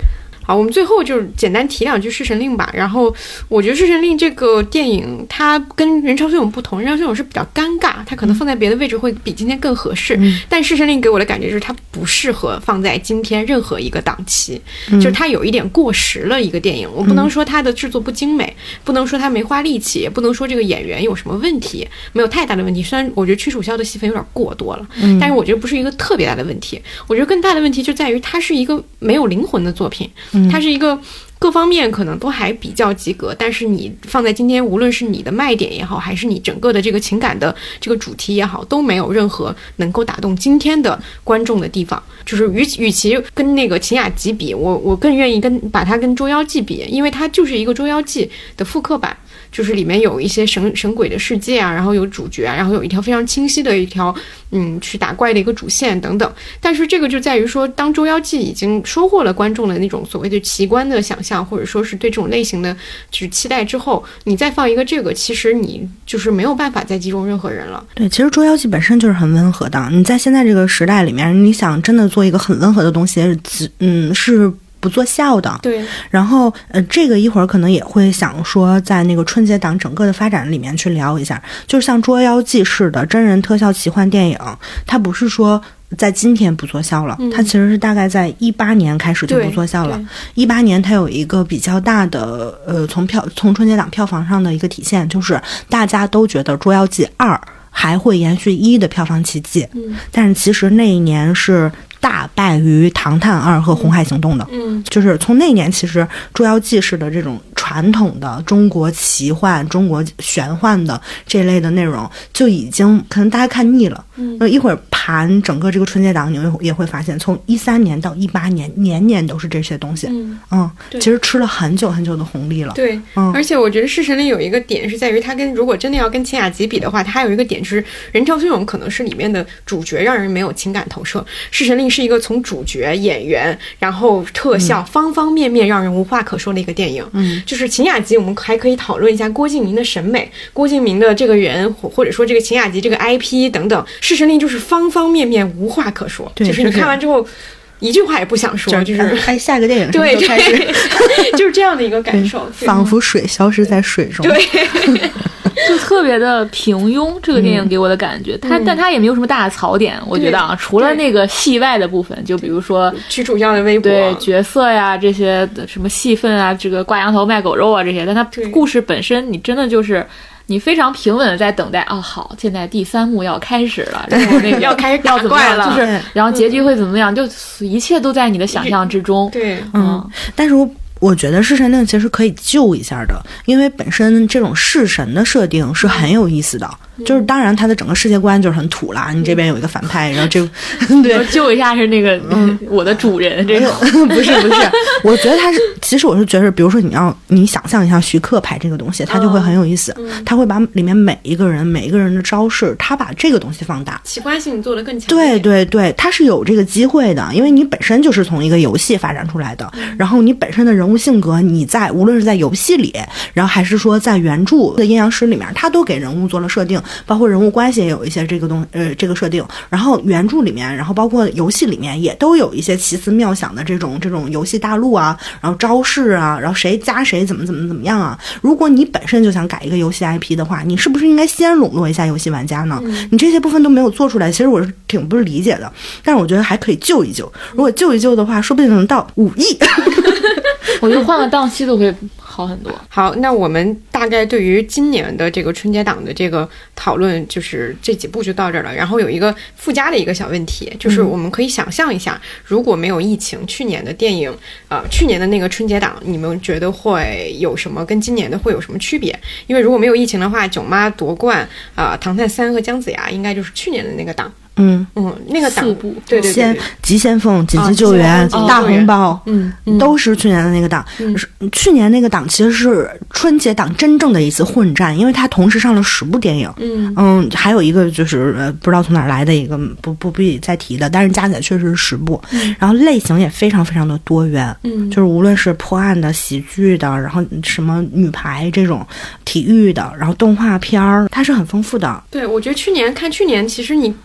好，我们最后就是简单提两句《侍神令》吧。然后我觉得《侍神令》这个电影它跟人潮汹涌不同，人潮汹涌是比较尴尬，它可能放在别的位置会比今天更合适。嗯、但《侍神令》给我的感觉就是它不适合放在今天任何一个档期，嗯、就是它有一点过时了一个电影。我不能说它的制作不精美，不能说它没花力气，也不能说这个演员有什么问题，没有太大的问题。虽然我觉得屈楚萧的戏份有点过多了，嗯、但是我觉得不是一个特别大的问题。我觉得更大的问题就在于它是一个没有灵魂的作品。它是一个各方面可能都还比较及格，但是你放在今天，无论是你的卖点也好，还是你整个的这个情感的这个主题也好，都没有任何能够打动今天的观众的地方。就是与与其跟那个秦雅集比，我我更愿意跟把它跟捉妖记比，因为它就是一个捉妖记的复刻版。就是里面有一些神神鬼的世界啊，然后有主角啊，然后有一条非常清晰的一条嗯去打怪的一个主线等等。但是这个就在于说，当捉妖记已经收获了观众的那种所谓的奇观的想象，或者说是对这种类型的就是期待之后，你再放一个这个，其实你就是没有办法再击中任何人了。 对，其实捉妖记本身就是很温和的，你在现在这个时代里面，你想真的做一个很温和的东西，嗯是不做效的。 对， 然后呃，这个一会儿可能也会想说，在那个春节档整个的发展里面去聊一下，就是像《捉妖记》式的真人特效奇幻电影，它不是说在今天不做效了，嗯、它其实是大概在一八年开始就不做效了。一八年它有一个比较大的呃，从票从春节档票房上的一个体现，就是大家都觉得《捉妖记二》还会延续一的票房奇迹，嗯、但是其实那一年是大败于《唐探二》和《红海行动》的。嗯，就是从那年，其实《捉妖记》式的这种传统的中国奇幻、中国玄幻的这类的内容，就已经可能大家看腻了。嗯，一会儿盘整个这个春节档，你也会发现，从一三年到一八年，年年都是这些东西。嗯，嗯其实吃了很久很久的红利了。 对，嗯，而且我觉得《侍神令》有一个点是在于，它跟如果真的要跟秦雅集比的话，它还有一个点就是人潮汹涌可能是里面的主角让人没有情感投射，《侍神令》是一个从主角、演员，然后特效、嗯、方方面面让人无话可说的一个电影。嗯，就是秦雅集，我们还可以讨论一下郭敬明的审美，郭敬明的这个人，或者说这个秦雅集这个 I P 等等。《侍神令》就是方方面面无话可说， 对， 就是你看完之后。一句话也不想说，就是拍下个电影对开始就是这样的一个感受， 仿佛水消失在水中。 对， 就特别的平庸。这个电影给我的感觉，嗯、它但它也没有什么大的槽点，我觉得啊，除了那个戏外的部分，就比如说屈楚萧的微博， 对角色呀这些什么戏份啊，这个挂羊头卖狗肉啊这些，但它故事本身，你真的就是。你非常平稳的在等待哦，好，现在第三幕要开始了，然后那个要开始要怎么样，就是然后结局会怎么样，就一切都在你的想象之中。 对， 嗯，但是我。我觉得《侍神令》其实可以救一下的，因为本身这种弑神的设定是很有意思的。嗯、就是当然，它的整个世界观就是很土啦。你这边有一个反派，然后这对救一下是那个嗯我的主人这种不是不是，我觉得他是其实我是觉得，比如说你要你想象一下徐克拍这个东西，他就会很有意思。嗯、他会把里面每一个人每一个人的招式，他把这个东西放大， 奇观性做得更强。 对对对，他是有这个机会的，因为你本身就是从一个游戏发展出来的，嗯、然后你本身的人物性格，你在无论是在游戏里，然后还是说在原著的阴阳师里面，他都给人物做了设定，包括人物关系也有一些这个东呃这个设定，然后原著里面，然后包括游戏里面也都有一些奇思妙想的这种这种游戏大陆啊，然后招式啊，然后谁加谁怎么怎么怎么样啊。如果你本身就想改一个游戏 I P 的话，你是不是应该先笼络一下游戏玩家呢？嗯、你这些部分都没有做出来，其实我是挺不是理解的。但是我觉得还可以救一救，如果救一救的话，说不定能到五亿。 我觉得换个档期都会好很多。 好，那我们大概对于今年的这个春节档的这个讨论，就是这几部就到这儿了。然后有一个附加的一个小问题，就是我们可以想象一下，如果没有疫情，去年的电影，呃，去年的那个春节档，你们觉得会有什么跟今年的会有什么区别？因为如果没有疫情的话，囧妈夺冠啊，呃，唐探三和姜子牙应该就是去年的那个档。嗯嗯，那个档对对对， 先急先锋、紧急救援、啊、大红包，嗯，都是去年的那个档。嗯、去年那个档其实是春节档真正的一次混战，因为它同时上了十部电影。嗯嗯，还有一个就是呃不知道从哪儿来的一个不不必再提的，但是加起来确实是十部。嗯、然后类型也非常非常的多元，嗯，就是无论是破案的、喜剧的，然后什么女排这种体育的，然后动画片儿，它是很丰富的。 对，我觉得去年看去年其实你。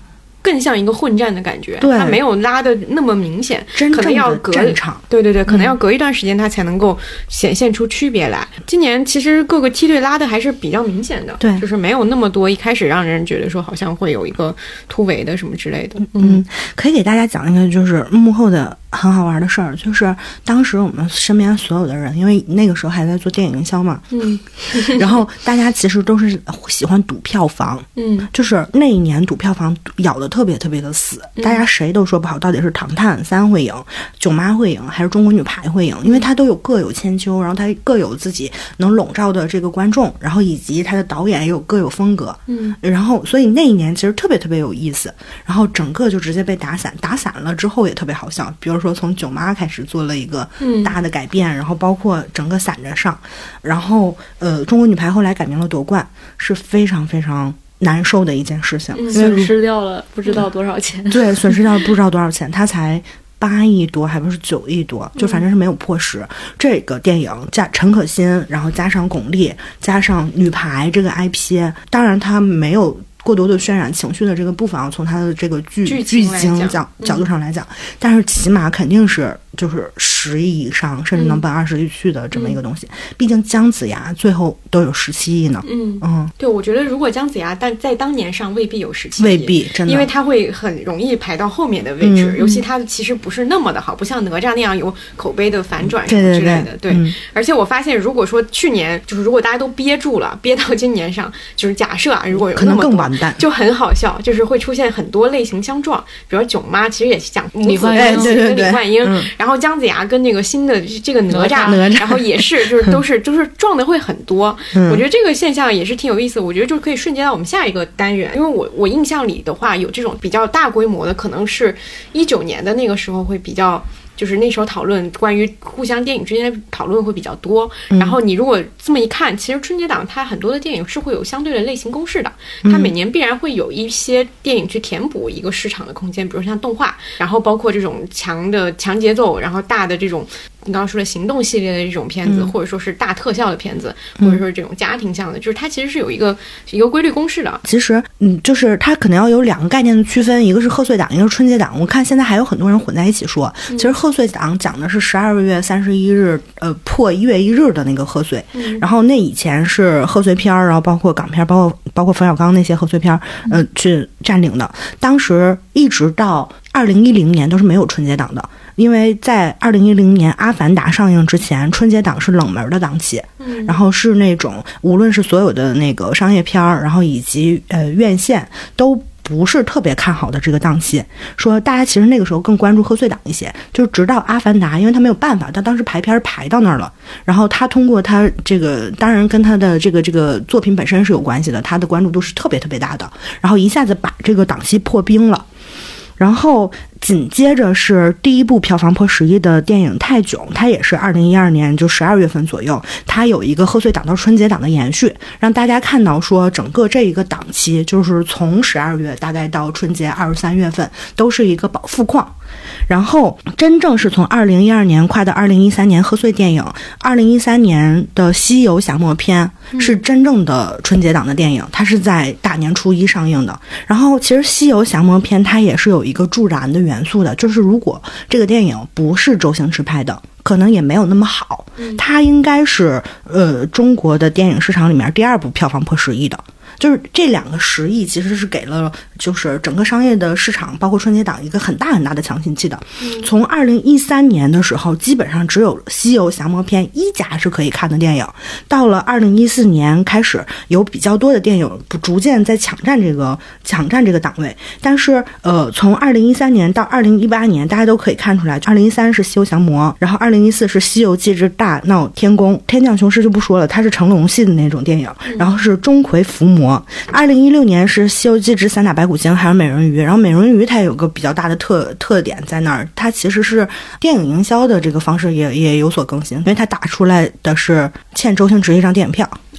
更像一个混战的感觉， 对， 它没有拉的那么明显， 真可能要隔战场， 对对对，可能要隔一段时间它才能够显现出区别来。今年其实各个梯队拉的还是比较明显的， 对， 就是没有那么多一开始让人觉得说好像会有一个突围的什么之类的。 嗯，可以给大家讲一个就是幕后的很好玩的事儿，就是当时我们身边所有的人，因为那个时候还在做电影营销嘛， 嗯， 然后大家其实都是喜欢赌票房， 嗯， 就是那一年赌票房咬得特别特别的死， 嗯、 大家谁都说不好到底是唐探三会赢，囧妈会赢，还是中国女排会赢，因为它都有各有千秋，然后它各有自己能笼罩的这个观众，然后以及它的导演也有各有风格， 嗯， 然后所以那一年其实特别特别有意思，然后整个就直接被打散，打散了之后也特别好笑，比如说从囧妈开始做了一个大的改变，嗯、然后包括整个散着上，然后呃，中国女排后来改名了夺冠，是非常非常难受的一件事情， 嗯、损失掉了不知道多少钱， 对，损失掉了不知道多少钱，他才八亿多，还不是九亿多，就反正是没有破十。嗯、这个电影加陈可辛，然后加上巩俐，加上女排这个 I P， 当然他没有过多的渲染情绪的这个部分啊，从他的这个剧剧剧情角嗯、 角度上来讲，但是起码肯定是就是十亿以上，甚至能奔二十亿去的这么一个东西。嗯、毕竟姜子牙最后都有十七亿呢。 嗯嗯， 对，我觉得如果姜子牙但在当年上未必有十七亿， 未必真的， 因为他会很容易排到后面的位置， 嗯、 尤其他其实不是那么的好，不像哪吒那样有口碑的反转什么之类的。 对对对，对嗯、而且我发现，如果说去年就是如果大家都憋住了，憋到今年上，就是假设啊，如果有可能更完蛋， 就很好笑，就是会出现很多类型相撞，比如囧妈其实也是讲母子关系跟李焕英， 嗯、 然后姜子牙跟那个新的这个哪吒， 哪吒然后也是就是都是都是撞的会很多。 嗯、 我觉得这个现象也是挺有意思，我觉得就可以瞬间到我们下一个单元，因为我我印象里的话，有这种比较大规模的，可能是一九年的那个时候会比较。就是那时候讨论关于互相电影之间的讨论会比较多， 嗯、 然后你如果这么一看，其实春节档它很多的电影是会有相对的类型公式的，它每年必然会有一些电影去填补一个市场的空间，比如像动画，然后包括这种强的强节奏，然后大的这种你刚刚说的行动系列的这种片子， 嗯、 或者说是大特效的片子，或者说是这种家庭向的，就是它其实是有一个一个规律公式的。 其实，嗯，就是它可能要有两个概念的区分，一个是贺岁档，一个是春节档。我看现在还有很多人混在一起说， 嗯、 其实贺岁档讲的是十二月三十一日，呃，破一月一日的那个贺岁。 嗯、 然后那以前是贺岁片，然后包括港片，包括包括冯小刚那些贺岁片，呃，去占领的。当时一直到二零一零年都是没有春节档的。因为在二零一零年《阿凡达》上映之前，春节档是冷门的档期， 嗯、 然后是那种无论是所有的那个商业片儿，然后以及呃院线都不是特别看好的这个档期。说大家其实那个时候更关注贺岁档一些，就直到《阿凡达》，因为他没有办法，他当时排片排到那儿了，然后他通过他这个，当然跟他的这个这个作品本身是有关系的，他的关注度是特别特别大的，然后一下子把这个档期破冰了。然后紧接着是第一部票房破十亿的电影《泰囧》，它也是二零一二年就十二月份左右，它有一个贺岁档到春节档的延续，让大家看到说整个这一个档期就是从十二月大概到春节二十三月份都是一个保富矿。然后真正是从二零一二年跨到二零一三年贺岁电影，二零一三年的《西游降魔篇》是真正的春节档的电影，它是在大年初一上映的。然后其实《西游降魔篇》它也是有一个助燃的元素的，就是如果这个电影不是周星驰拍的，可能也没有那么好，它应该是呃中国的电影市场里面第二部票房破十亿的。就是这两个十亿其实是给了就是整个商业的市场包括春节档一个很大很大的强心剂的。从二零一三年的时候基本上只有《西游降魔篇》一家是可以看的电影，到了二零一四年开始有比较多的电影逐渐在抢占这个抢占这个档位。但是呃，从二零一三年到二零一八年大家都可以看出来，二零一三是《西游降魔》，然后二零一四是《西游记之大闹天宫》，天降雄狮就不说了，它是成龙系的那种电影，然后是钟馗伏魔。二零一六年是《西游记之三打白骨精》，还有美人鱼。然后美人鱼它有个比较大的特特点在那儿，它其实是电影营销的这个方式也也有所更新，因为它打出来的是欠周星驰一张电影票。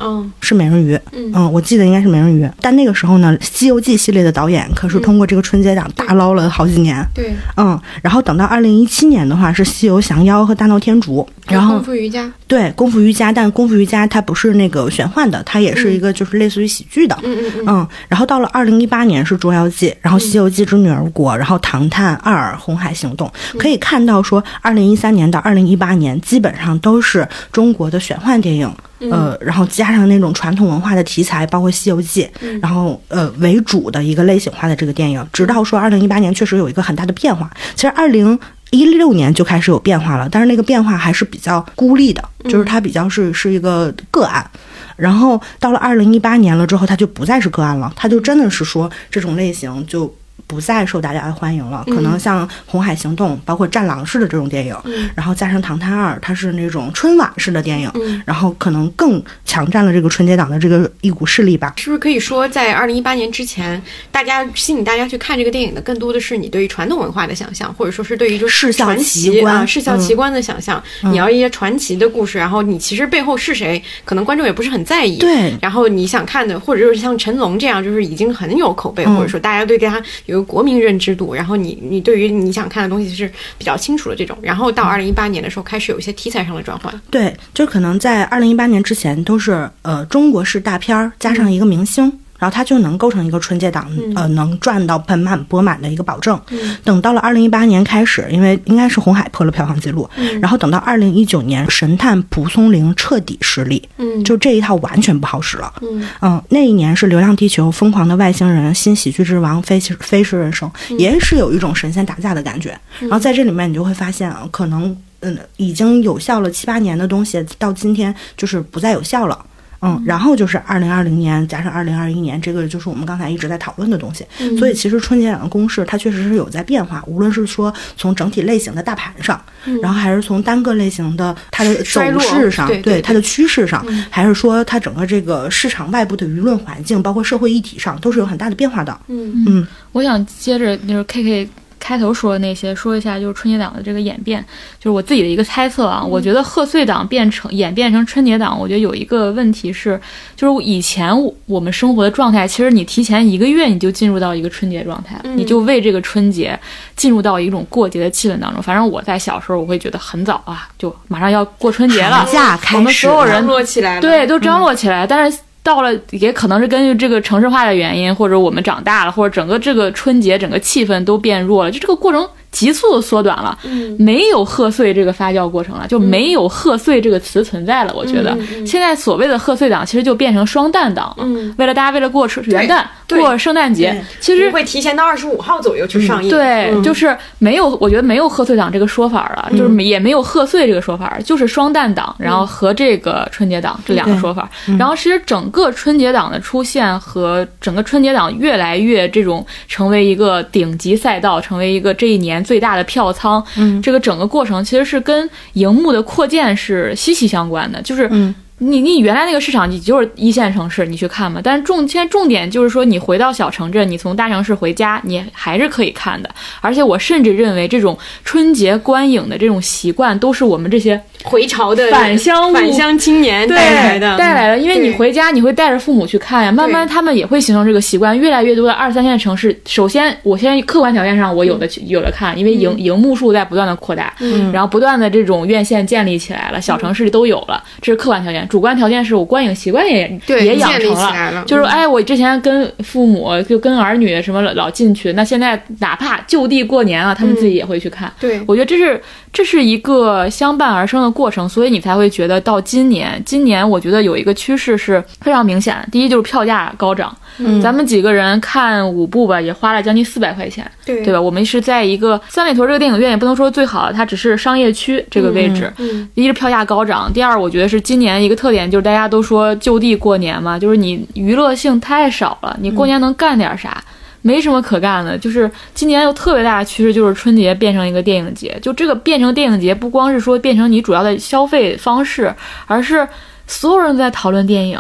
嗯， 是美人鱼。 嗯嗯，我记得应该是美人鱼。但那个时候呢，《西游记》系列的导演可是通过这个春节档大捞了好几年。 对， 嗯，然后等到二零一七年的话是《西游降妖》和《大闹天竺》，然后功夫瑜伽， 对功夫瑜伽，但功夫瑜伽它不是那个玄幻的，它也是一个就是类似于喜剧的。 嗯嗯嗯嗯，然后到了二零一八年是《捉妖记》，然后《西游记之女儿国》，然后《唐探二》《红海行动》，可以看到说二零一三年到二零一八年基本上都是中国的玄幻电影。呃，然后加上那种传统文化的题材，包括《西游记》， 嗯， 然后呃为主的一个类型化的这个电影，直到说二零一八年确实有一个很大的变化。其实二零一六年就开始有变化了，但是那个变化还是比较孤立的，就是它比较是是一个个案。然后到了二零一八年了之后，它就不再是个案了，它就真的是说这种类型就不再受大家的欢迎了。可能像《红海行动》包括《战狼》式的这种电影， 嗯， 然后加上《唐探二》，它是那种春晚式的电影， 嗯， 然后可能更强占了这个春节档的这个一股势力吧。 是不是可以说，在二零一八年之前，大家吸引大家去看这个电影的，更多的是你对于传统文化的想象，或者说是对于就是世效传奇观、 奇啊、世效奇观的想象。 嗯、 你要一些传奇的故事，然后你其实背后是谁，可能观众也不是很在意。 对。 然后你想看的，或者就是像成龙这样，就是已经很有口碑，嗯、或者说大家对他有个国民认知度，然后你你对于你想看的东西是比较清楚的这种。然后到二零一八年的时候，开始有一些题材上的转换。 对，就可能在二零一八年之前都是呃中国式大片加上一个明星。嗯，然后它就能构成一个春节档，嗯、呃，能赚到盆满钵满的一个保证。 嗯、 等到了二零一八年开始，因为应该是红海破了票房记录， 嗯、 然后等到二零一九年，神探蒲松龄彻底失利， 嗯， 就这一套完全不好使了。 嗯嗯，那一年是《流浪地球》、《疯狂的外星人》、《新喜剧之王》、《飞飞驰人生》， 嗯， 也是有一种神仙打架的感觉。 嗯、 然后在这里面，你就会发现啊，可能嗯已经有效了七八年的东西，到今天就是不再有效了。嗯，然后就是二零二零年加上二零二一年，这个就是我们刚才一直在讨论的东西。 嗯、 所以其实春节档的公式它确实是有在变化，无论是说从整体类型的大盘上， 嗯、 然后还是从单个类型的它的走势上， 对, 对, 对它的趋势上， 嗯、 还是说它整个这个市场外部的舆论环境，包括社会议题上，都是有很大的变化的。 嗯嗯， 我想接着就是 K K。开头说的那些，说一下就是春节档的这个演变，就是我自己的一个猜测啊。嗯、我觉得贺岁档变成演变成春节档，我觉得有一个问题是，就是以前我们生活的状态，其实你提前一个月你就进入到一个春节状态， 嗯、 你就为这个春节进入到一种过节的气氛当中。反正我在小时候，我会觉得很早啊，就马上要过春节了， 假开始， 我们所有人张罗起来了， 对，都张罗起来，嗯、但是。到了也可能是根据这个城市化的原因，或者我们长大了，或者整个这个春节整个气氛都变弱了，就这个过程急速的缩短了， 嗯， 没有贺岁这个发酵过程了，就没有贺岁这个词存在了。我觉得、 嗯嗯、 现在所谓的贺岁档其实就变成双旦档了， 嗯， 为了大家为了过元旦过圣诞节，其实会提前到二十五号左右去上映， 嗯、对、 嗯， 就是没有，我觉得没有贺岁档这个说法了， 嗯、 就是也没有贺岁这个说法，就是双旦档，然后和这个春节档、嗯、这两个说法， 嗯、 然后其实整个春节档的出现和整个春节档越来越这种成为一个顶级赛道，成为一个这一年最大的票仓， 嗯， 这个整个过程其实是跟荧幕的扩建是息息相关的，就是嗯。 你你原来那个市场你就是一线城市，你去看嘛。但是重现在重点就是说，你回到小城镇，你从大城市回家，你还是可以看的。而且我甚至认为，这种春节观影的这种习惯，都是我们这些回潮的返乡返乡青年带来的， 带来的。因为你回家，你会带着父母去看呀，慢慢他们也会形成这个习惯。越来越多的二三线城市，首先我现在客观条件上我有的、嗯、有的看，因为荧荧幕数在不断的扩大， 嗯， 然后不断的这种院线建立起来了，小城市都有了，这是客观条件。主观条件是我观影习惯也也养成了， 了就是哎，我之前跟父母就跟儿女什么老进去，那现在哪怕就地过年啊，他们自己也会去看。 嗯、对， 我觉得这是这是一个相伴而生的过程，所以你才会觉得到今年，今年我觉得有一个趋势是非常明显的。第一就是票价高涨， 嗯， 咱们几个人看五部吧，也花了将近四百块钱， 对对吧？我们是在一个三里屯这个电影院，也不能说最好，它只是商业区这个位置。 嗯，嗯第一是票价高涨，第二我觉得是今年一个特点，就是大家都说就地过年嘛，就是你娱乐性太少了，你过年能干点啥？嗯，没什么可干的。就是今年有特别大的趋势，就是春节变成一个电影节。就这个变成电影节，不光是说变成你主要的消费方式，而是所有人在讨论电影，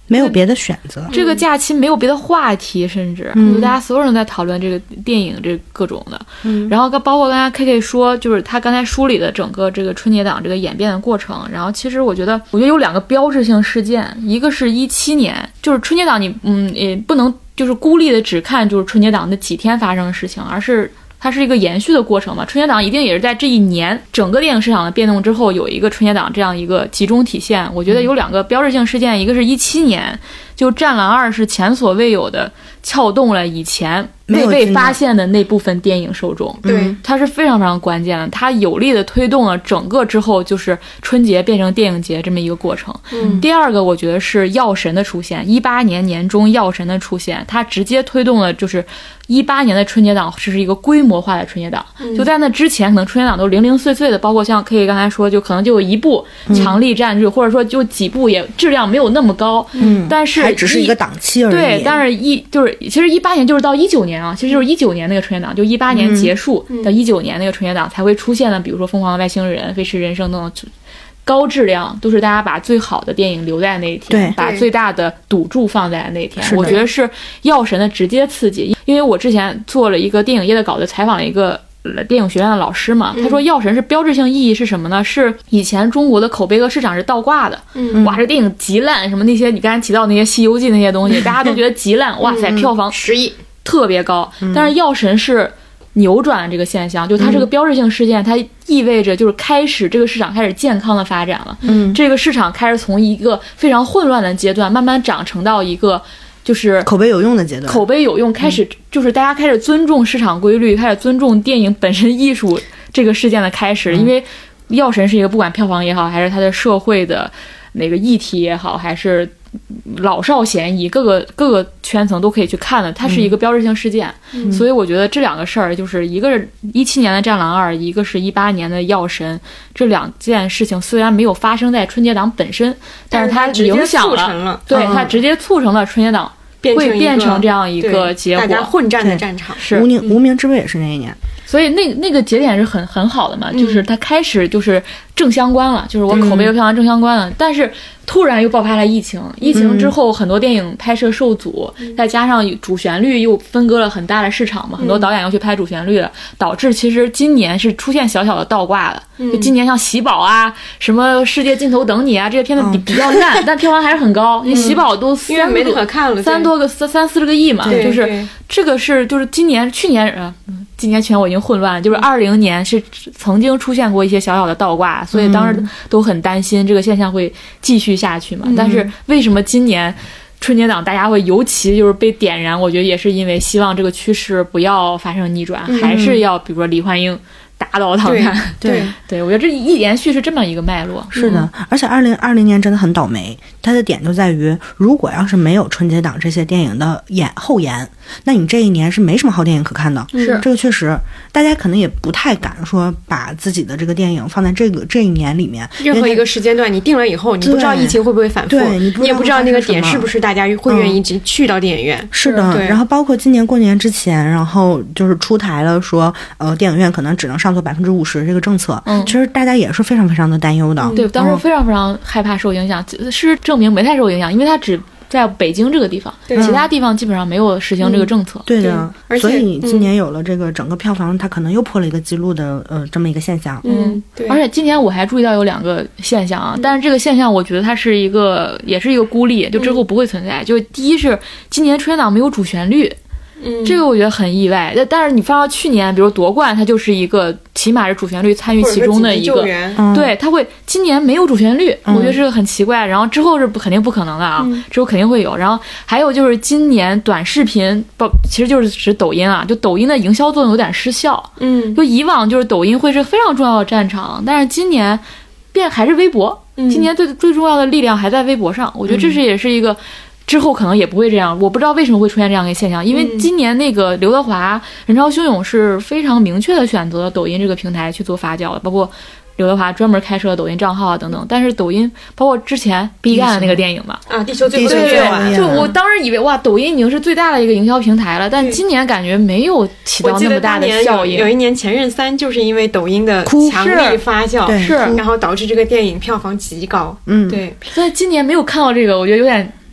没有别的选择。 这个假期没有别的话题，甚至、 嗯、 就大家所有人在讨论这个电影，这各种的。 嗯， 然后包括刚才 K K 说，就是他刚才梳理的整个这个春节档这个演变的过程。然后其实我觉得，我觉得有两个标志性事件，一个是一七年，就是春节档你嗯也不能就是孤立的只看就是春节档那几天发生的事情，而是。它是一个延续的过程嘛，春节档一定也是在这一年整个电影市场的变动之后，有一个春节档这样一个集中体现。我觉得有两个标志性事件，一个是一七年，就《战狼二》是前所未有的撬动了以前未被发现的那部分电影受众， 对， 它是非常非常关键的，它有力的推动了整个之后就是春节变成电影节这么一个过程。 嗯， 第二个我觉得是药神的出现，一八年年中药神的出现，它直接推动了就是一八年的春节档是一个规模化的春节档、嗯、就在那之前可能春节档都零零碎碎的，包括像 K K 刚才说就可能就有一部强力战剧、嗯、或者说就几部也质量没有那么高， 嗯， 但是还只是一个档期而已。 对，但是一就是其实一八年就是到一九年啊，其实就是一九年那个春节档，就一八年结束到一九年那个春节档才会出现的，比如说疯狂的外星人、飞驰人生等等高质量，都是大家把最好的电影留在那一天，把最大的赌注放在那一天。我觉得是药神的直接刺激，因为我之前做了一个电影业的稿子，采访了一个电影学院的老师嘛，他说药神是标志性意义是什么呢？是以前中国的口碑和市场是倒挂的，嗯，哇，这电影极烂，什么那些你刚才提到那些《西游记》那些东西，大家都觉得极烂，哇塞，票房十亿特别高，但是药神是扭转这个现象，就它是个标志性事件，它意味着就是开始这个市场开始健康的发展了。嗯，这个市场开始从一个非常混乱的阶段，慢慢长成到一个就是口碑有用的阶段。 口碑有用，开始就是大家开始尊重市场规律，开始尊重电影本身艺术这个事件的开始。因为药神是一个不管票房也好，还是它的社会的那个议题也好，还是老少咸宜，各个各个圈层都可以去看的，它是一个标志性事件、嗯、所以我觉得这两个事儿，就是一个是一七年的战狼二，一个是一八年的药神，这两件事情虽然没有发生在春节档本身，但是它影响了， 了对、嗯、它直接促成了春节档会变成这样一个结果， 大家混战的战场。 是无名无名之辈也是那一年， 所以那那个节点是很很好的嘛，就是它开始就是正相关了，就是我口碑和票房正相关了、嗯、但是突然又爆发了疫情，疫情之后很多电影拍摄受阻、嗯、再加上主旋律又分割了很大的市场嘛、嗯、很多导演又去拍主旋律了，导致其实今年是出现小小的倒挂的、嗯、就今年像喜宝啊什么世界尽头等你啊这些片子比、嗯、比较烂但票房还是很高，因为喜宝都三因为没得可看了， 三多个三三四十个亿嘛，就是这个是就是今年去年呃今年全我已经混乱了，就是二零年是曾经出现过一些小小的倒挂，所以当时都很担心这个现象会继续下去嘛、嗯、但是为什么今年春节档大家会尤其就是被点燃，我觉得也是因为希望这个趋势不要发生逆转、嗯、还是要比如说李焕英打倒他们， 对 对, 对我觉得这一延续是这么一个脉络。 是的、嗯、而且二零二零年真的很倒霉，它的点就在于如果要是没有春节档这些电影的演后延，那你这一年是没什么好电影可看的。 是这个确实大家可能也不太敢说把自己的这个电影放在这个这一年里面， 任何一个时间段你定了以后，你不知道疫情会不会反复， 对，你, 你也不知道那个点是不是大家会愿意去到电影院、嗯、 是的。然后包括今年过年之前，然后就是出台了说呃，电影院可能只能上座百分之五十这个政策、嗯、其实大家也是非常非常的担忧的、 嗯、对，当时非常非常害怕受影响、嗯、是证明没太受影响，因为它只在北京这个地方，其他地方基本上没有实行这个政策、 嗯、对的对，所以今年有了这个整个票房、嗯、它可能又破了一个记录的呃这么一个现象。 嗯，对。而且今年我还注意到有两个现象啊、嗯、但是这个现象我觉得它是一个也是一个孤立，就之后不会存在、嗯、就第一是今年春节档没有主旋律，嗯，这个我觉得很意外。但是你放到去年，比如夺冠，它就是一个起码是主旋律参与其中的一个，对，它会今年没有主旋律，嗯、我觉得这个很奇怪。然后之后是不肯定不可能的啊，嗯、之后肯定会有。然后还有就是今年短视频，不，其实就是指抖音啊，就抖音的营销作用有点失效。嗯，就以往就是抖音会是非常重要的战场，但是今年变还是微博。嗯、今年最最重要的力量还在微博上，我觉得这是也是一个。之后可能也不会这样，我不知道为什么会出现这样一个现象，因为今年那个刘德华人潮汹涌是非常明确的选择抖音这个平台去做发酵的，包括刘德华专门开设抖音账号啊等等。但是抖音包括之前毕赣的那个电影嘛， 啊，地球最后对对，就我当时以为哇，抖音已经是最大的一个营销平台了，但今年感觉没有起到那么大的效应。 有, 有一年前任三就是因为抖音的强力发酵， 是， 然后导致这个电影票房极高。 嗯， 对。 所以今年没有看到这个，我觉得有点。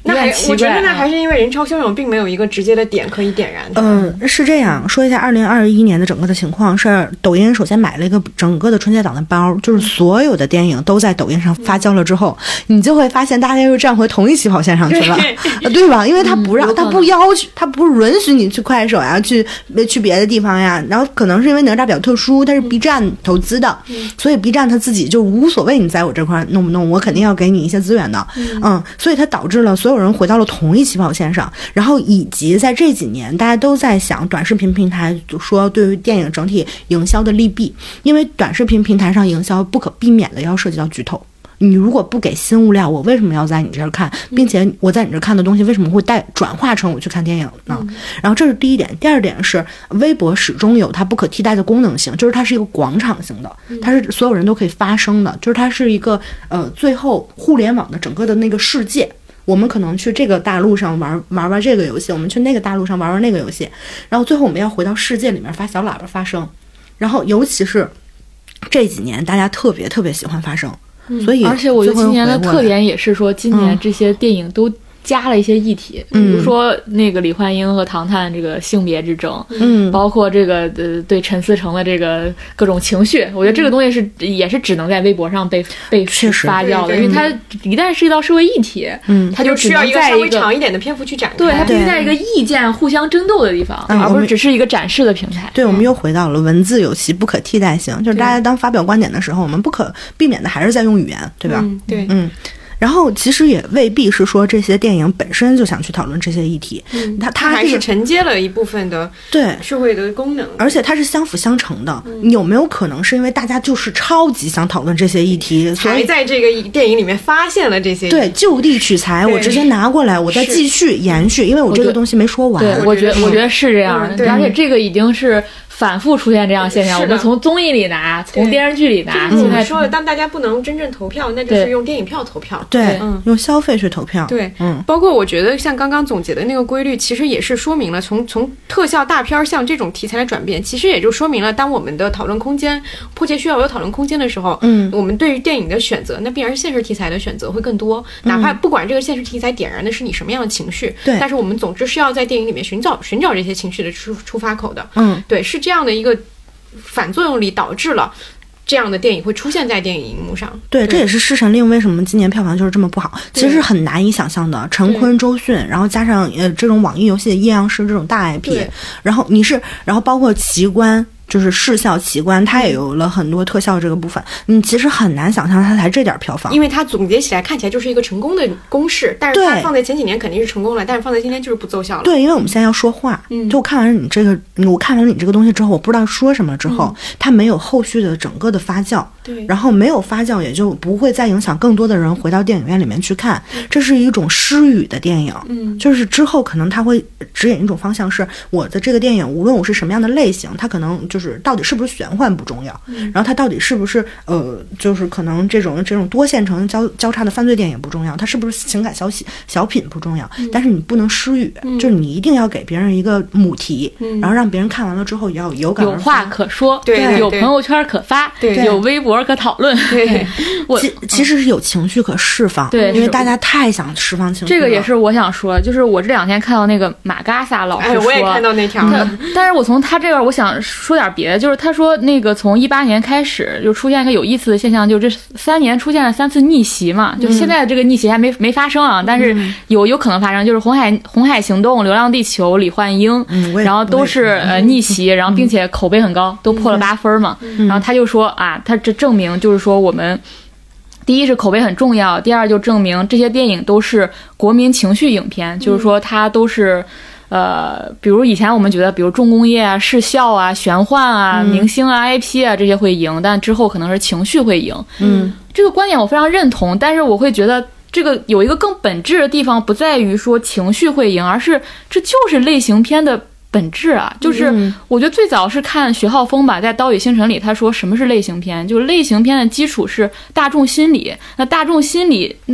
那还奇怪我觉得那还是因为人潮汹涌，并没有一个直接的点可以点燃它。 嗯，是这样说一下，二零二一年的整个的情况是，抖音首先买了一个整个的春节档的包，就是所有的电影都在抖音上发酵了之后，你就会发现大家又站回同一起跑线上去了，对, 对吧？因为他不让， 嗯、 他不要求，他不允许你去快手呀，去去别的地方呀。然后可能是因为哪吒比较特殊，它是 B 站投资的，嗯、所以 B 站他自己就无所谓你在我这块弄不弄，我肯定要给你一些资源的，嗯, 嗯，所以它导致了所有人回到了同一起跑线上，然后以及在这几年大家都在想短视频平台就说对于电影整体营销的利弊，因为短视频平台上营销不可避免的要涉及到剧透。你如果不给新物料，我为什么要在你这儿看，并且我在你这儿看的东西为什么会带转化成我去看电影呢？嗯、然后这是第一点。第二点是微博始终有它不可替代的功能性，就是它是一个广场型的，它是所有人都可以发声的，就是它是一个呃最后互联网的整个的那个世界。我们可能去这个大陆上玩玩玩这个游戏，我们去那个大陆上玩玩那个游戏，然后最后我们要回到世界里面发小喇叭发声。然后尤其是这几年大家特别特别喜欢发声，嗯、所以而且我觉得今年的特点也是说，今年这些电影都加了一些议题， 嗯、 比如说那个李焕英和唐探这个性别之争， 嗯， 包括这个呃对陈思诚的这个各种情绪，我觉得这个东西是、嗯、也是只能在微博上被被发酵的，因为它一旦涉及到社会议题， 嗯， 它就只能在一个稍微长一点的篇幅去展开， 对，它必须在一个意见互相争斗的地方， 嗯、 而不是只是一个展示的平台。 对，我们又回到了文字有其不可替代性，就是大家当发表观点的时候，我们不可避免的还是在用语言，对吧？ 嗯、对， 嗯。然后其实也未必是说这些电影本身就想去讨论这些议题， 嗯、 它它、 这个、还是承接了一部分的对社会的功能， 而且它是相辅相成的。 嗯、 有没有可能是因为大家就是超级想讨论这些议题，所以才在这个电影里面发现了这些议题？ 对，就地取材，我直接拿过来，我再继续延续，因为我这个东西没说完。 对，我觉得我觉得是这样的， 嗯、 而且这个已经是反复出现这样现象。我们从综艺里拿，从电视剧里拿。 现在说了，当大家不能真正投票，那就是用电影票投票。 对， 嗯， 用消费去投票。 对， 嗯， 包括我觉得像刚刚总结的那个规律，其实也是说明了从从特效大片向这种题材的转变，其实也就说明了，当我们的讨论空间迫切需要有讨论空间的时候， 嗯， 我们对于电影的选择，那必然是现实题材的选择会更多。哪怕不管这个现实题材点燃的是你什么样的情绪， 对， 但是我们总之是要在电影里面寻找寻找这些情绪的出出发口的。 嗯， 对，是这样的一个反作用力导致了这样的电影会出现在电影荧幕上。 对，这也是《侍神令》为什么今年票房就是这么不好，其实很难以想象的。陈坤、周迅，然后加上呃这种网易游戏的阴阳师这种大 I P， 然后你是，然后包括奇观。就是视效奇观，它也有了很多特效这个部分，你其实很难想象它才这点票房， 因为它总结起来看起来就是一个成功的公式，但是它放在前几年肯定是成功了，但是放在今天就是不奏效了。 对，因为我们现在要说话，嗯，就我看完了你这个，我看完了你这个东西之后，我不知道说什么之后，嗯、它没有后续的整个的发酵， 对， 然后没有发酵，也就不会再影响更多的人回到电影院里面去看，嗯、这是一种失语的电影， 嗯， 就是之后可能它会指引一种方向，是我的这个电影，无论我是什么样的类型，它可能就是到底是不是玄幻不重要， 嗯、 然后它到底是不是呃，就是可能这种这种多线程交交叉的犯罪电影不重要，它是不是情感小喜小品不重要， 嗯、 但是你不能失语， 嗯、 就是你一定要给别人一个母题， 嗯、 然后让别人看完了之后也要有感而发， 有话可说， 对对对， 有朋友圈可发， 对， 有微博可讨论， 对， 我其其实是有情绪可释放， 对， 因为大家太想释放情绪了。 这个也是我想说，就是我这两天看到那个马嘎萨老师说， 哎，我也看到那条了， 但是我从他这边我想说点别的，就是他说那个从一八年开始就出现一个有意思的现象，就这三年出现了三次逆袭嘛，就现在的这个逆袭还没没发生啊，但是有有可能发生，就是红海红海行动、流浪地球、李焕英， 嗯、 然后都是呃逆袭，然后并且口碑很高，都破了八分嘛， 嗯、 然后他就说啊，他这证明就是说我们。第一是口碑很重要，第二就证明这些电影都是国民情绪影片，嗯、就是说它都是，呃，比如以前我们觉得，比如重工业啊、视效啊、玄幻啊、 嗯、 明星啊、I P 啊这些会赢，但之后可能是情绪会赢。 嗯， 这个观点我非常认同，但是我会觉得这个有一个更本质的地方，不在于说情绪会赢，而是这就是类型片的本质啊，就是我觉得最早是看徐浩峰吧，在《刀与星辰》里他说什么是类型片，就是类型片的基础是大众心理，那大众心理嗯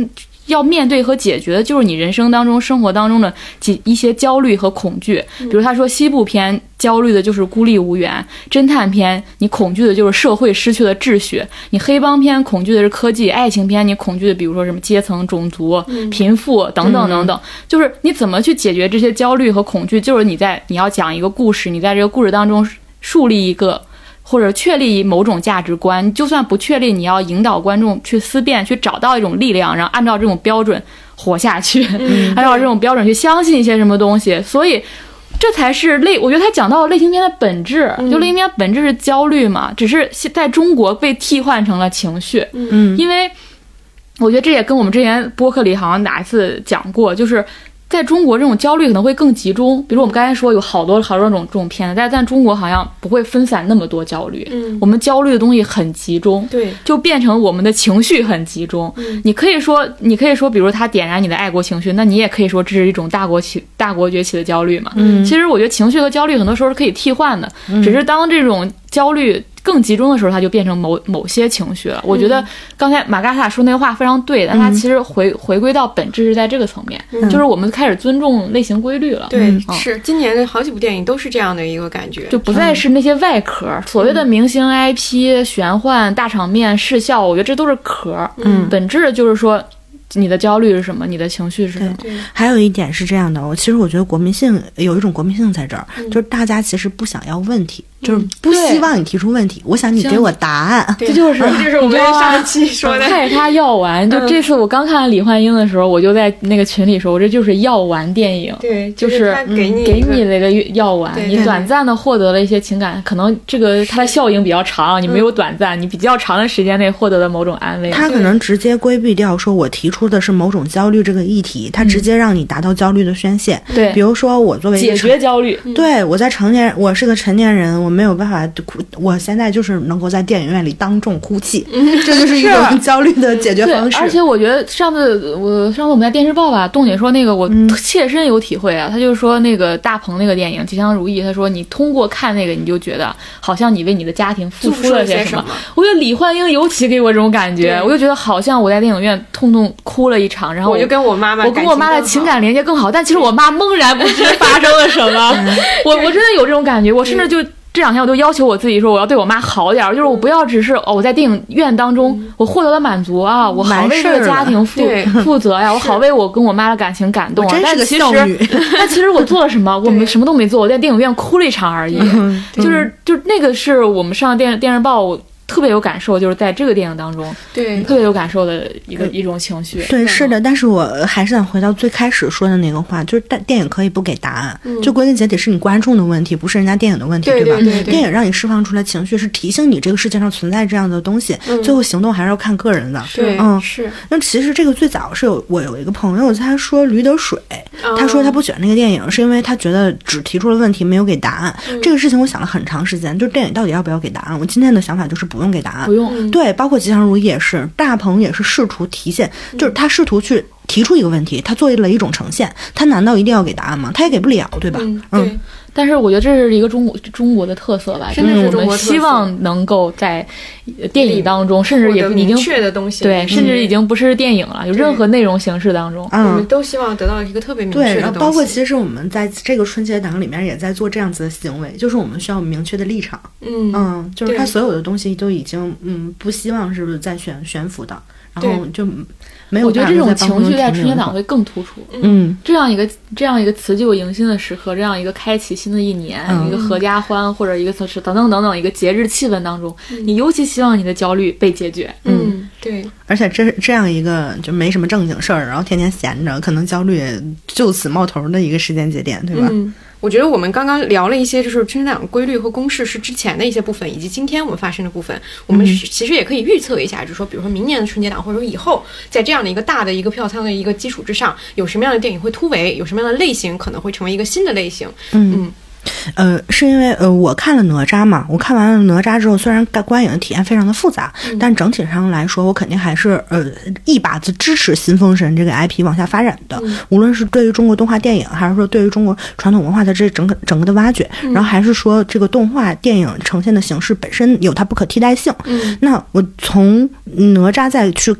要面对和解决的就是你人生当中、生活当中的几一些焦虑和恐惧。比如他说西部片焦虑的就是孤立无援，侦探片你恐惧的就是社会失去了秩序，你黑帮片恐惧的是科技，爱情片你恐惧的比如说什么阶层、种族、贫富等等等等。就是你怎么去解决这些焦虑和恐惧，就是你在你要讲一个故事，你在这个故事当中树立一个或者确立某种价值观，就算不确立，你要引导观众去思辨，去找到一种力量，然后按照这种标准活下去，嗯、按照这种标准去相信一些什么东西。所以这才是类，我觉得他讲到了类型片的本质，嗯、就类型片本质是焦虑嘛，只是在中国被替换成了情绪。嗯，因为我觉得这也跟我们之前播客里好像哪一次讲过，就是在中国这种焦虑可能会更集中，比如我们刚才说有好多好多种这种片子，但是在中国好像不会分散那么多焦虑，嗯，我们焦虑的东西很集中，对，就变成我们的情绪很集中。嗯，你可以说，你可以说，比如他点燃你的爱国情绪，那你也可以说这是一种大国起大国崛起的焦虑嘛。嗯，其实我觉得情绪和焦虑很多时候是可以替换的，嗯、只是当这种焦虑更集中的时候，它就变成某某些情绪了。我觉得刚才马嘎塔说那个话非常对，但他其实回回归到本质是在这个层面，嗯、就是我们开始尊重类型规律了。 对， 嗯、 是今年的好几部电影都是这样的一个感觉， 就不再是那些外壳，嗯、所谓的明星 I P、玄幻、大场面、视效，我觉得这都是壳。嗯，本质就是说，你的焦虑是什么，你的情绪是什么。 对，还有一点是这样的，我其实我觉得国民性有一种国民性在这儿，嗯、就是大家其实不想要问题。就是不希望你提出问题，我想你给我答案。 这就是这就是我们上一期说的害他药丸。就这次我刚看李焕英的时候，我就在那个群里说，我这就是药丸电影。 对， 就是给你给你那个药丸，你短暂的获得了一些情感，可能这个它的效应比较长，你没有短暂，你比较长的时间内获得了某种安慰。 他可能直接规避掉说我提出的是某种焦虑这个议题，他直接让你达到焦虑的宣泄。 对， 比如说我作为一个解决焦虑， 对，我在成年，我是个成年人，我没有办法。我现在就是能够在电影院里当众哭泣，这就是一种焦虑的解决方式。 而且我觉得上次我上次我们在电视报吧，洞姐说那个我切身有体会啊，她就说那个大鹏那个电影《吉祥如意》，她说你通过看那个你就觉得好像你为你的家庭付出了些什么。我觉得李焕英尤其给我这种感觉，我就觉得好像我在电影院痛痛哭了一场，然后我, 我就跟我妈妈， 我跟我妈的情感连接更好，但其实我妈懵然不知发生了什么。我我真的有这种感觉，我甚至就。这两天我就要求我自己说，我要对我妈好点，就是我不要只是哦，我在电影院当中、嗯、我获得了满足啊，我好为这个家庭负负责呀，我好为我跟我妈的感情感动啊。 但其实，但其实我做了什么？我们什么都没做，我在电影院哭了一场而已。嗯、就是就那个是我们上电电视报。特别有感受，就是在这个电影当中， 对， 特别有感受的一个、嗯、一种情绪。 对，是的，但是我还是想回到最开始说的那个话，就是电影可以不给答案，嗯、就归根结底是你观众的问题，不是人家电影的问题， 对吧？ 对对对， 电影让你释放出来情绪，是提醒你这个世界上存在这样的东西，嗯、最后行动还是要看个人的。 对， 嗯， 是。 那其实这个最早是有我有一个朋友，他说《驴得水》，哦、他说他不喜欢那个电影，是因为他觉得只提出了问题，没有给答案。嗯、这个事情我想了很长时间，就是电影到底要不要给答案？我今天的想法就是不用给答案， 不用。 对，包括吉祥如意也是，大鹏也是试图体现，就是他试图去提出一个问题，他做了一种呈现，他难道一定要给答案吗？他也给不了，对吧？ 嗯，对。 嗯， 但是我觉得这是一个中国中国的特色吧， 真的是中国特色。 我们希望能够在电影当中，甚至也已经明确的东西， 对，甚至已经不是电影了，有任何内容形式当中， 我们都希望得到一个特别明确的东西。 对，然后包括其实我们在这个春节档里面也在做这样子的行为，就是我们需要明确的立场。嗯嗯，就是他所有的东西都已经嗯不希望是不是在悬悬浮的，然后就。没有， 我觉得这种情绪在春节档会更突出。嗯，这样一个这样一个辞旧迎新的时刻，这样一个开启新的一年，嗯、一个合家欢或者一个等等等等一个节日气氛当中，嗯、你尤其希望你的焦虑被解决。 嗯，对。 而且这这样一个就没什么正经事儿，然后天天闲着，可能焦虑就此冒头的一个时间节点，对吧？ 嗯，我觉得我们刚刚聊了一些，就是春节档规律和公式是之前的一些部分，以及今天我们发生的部分，我们其实也可以预测一下，就是说，比如说明年的春节档，或者说以后，在这样的一个大的一个票仓的一个基础之上，有什么样的电影会突围，有什么样的类型可能会成为一个新的类型。嗯。嗯呃，是因为呃，我看了哪吒嘛，我看完了哪吒之后，虽然观影的体验非常的复杂，嗯、但整体上来说，我肯定还是呃一把子支持新封神这个 I P 往下发展的。嗯、无论是对于中国动画电影，还是说对于中国传统文化的这整个整个的挖掘，嗯、然后还是说这个动画电影呈现的形式本身有它不可替代性。嗯、那我从哪吒再去看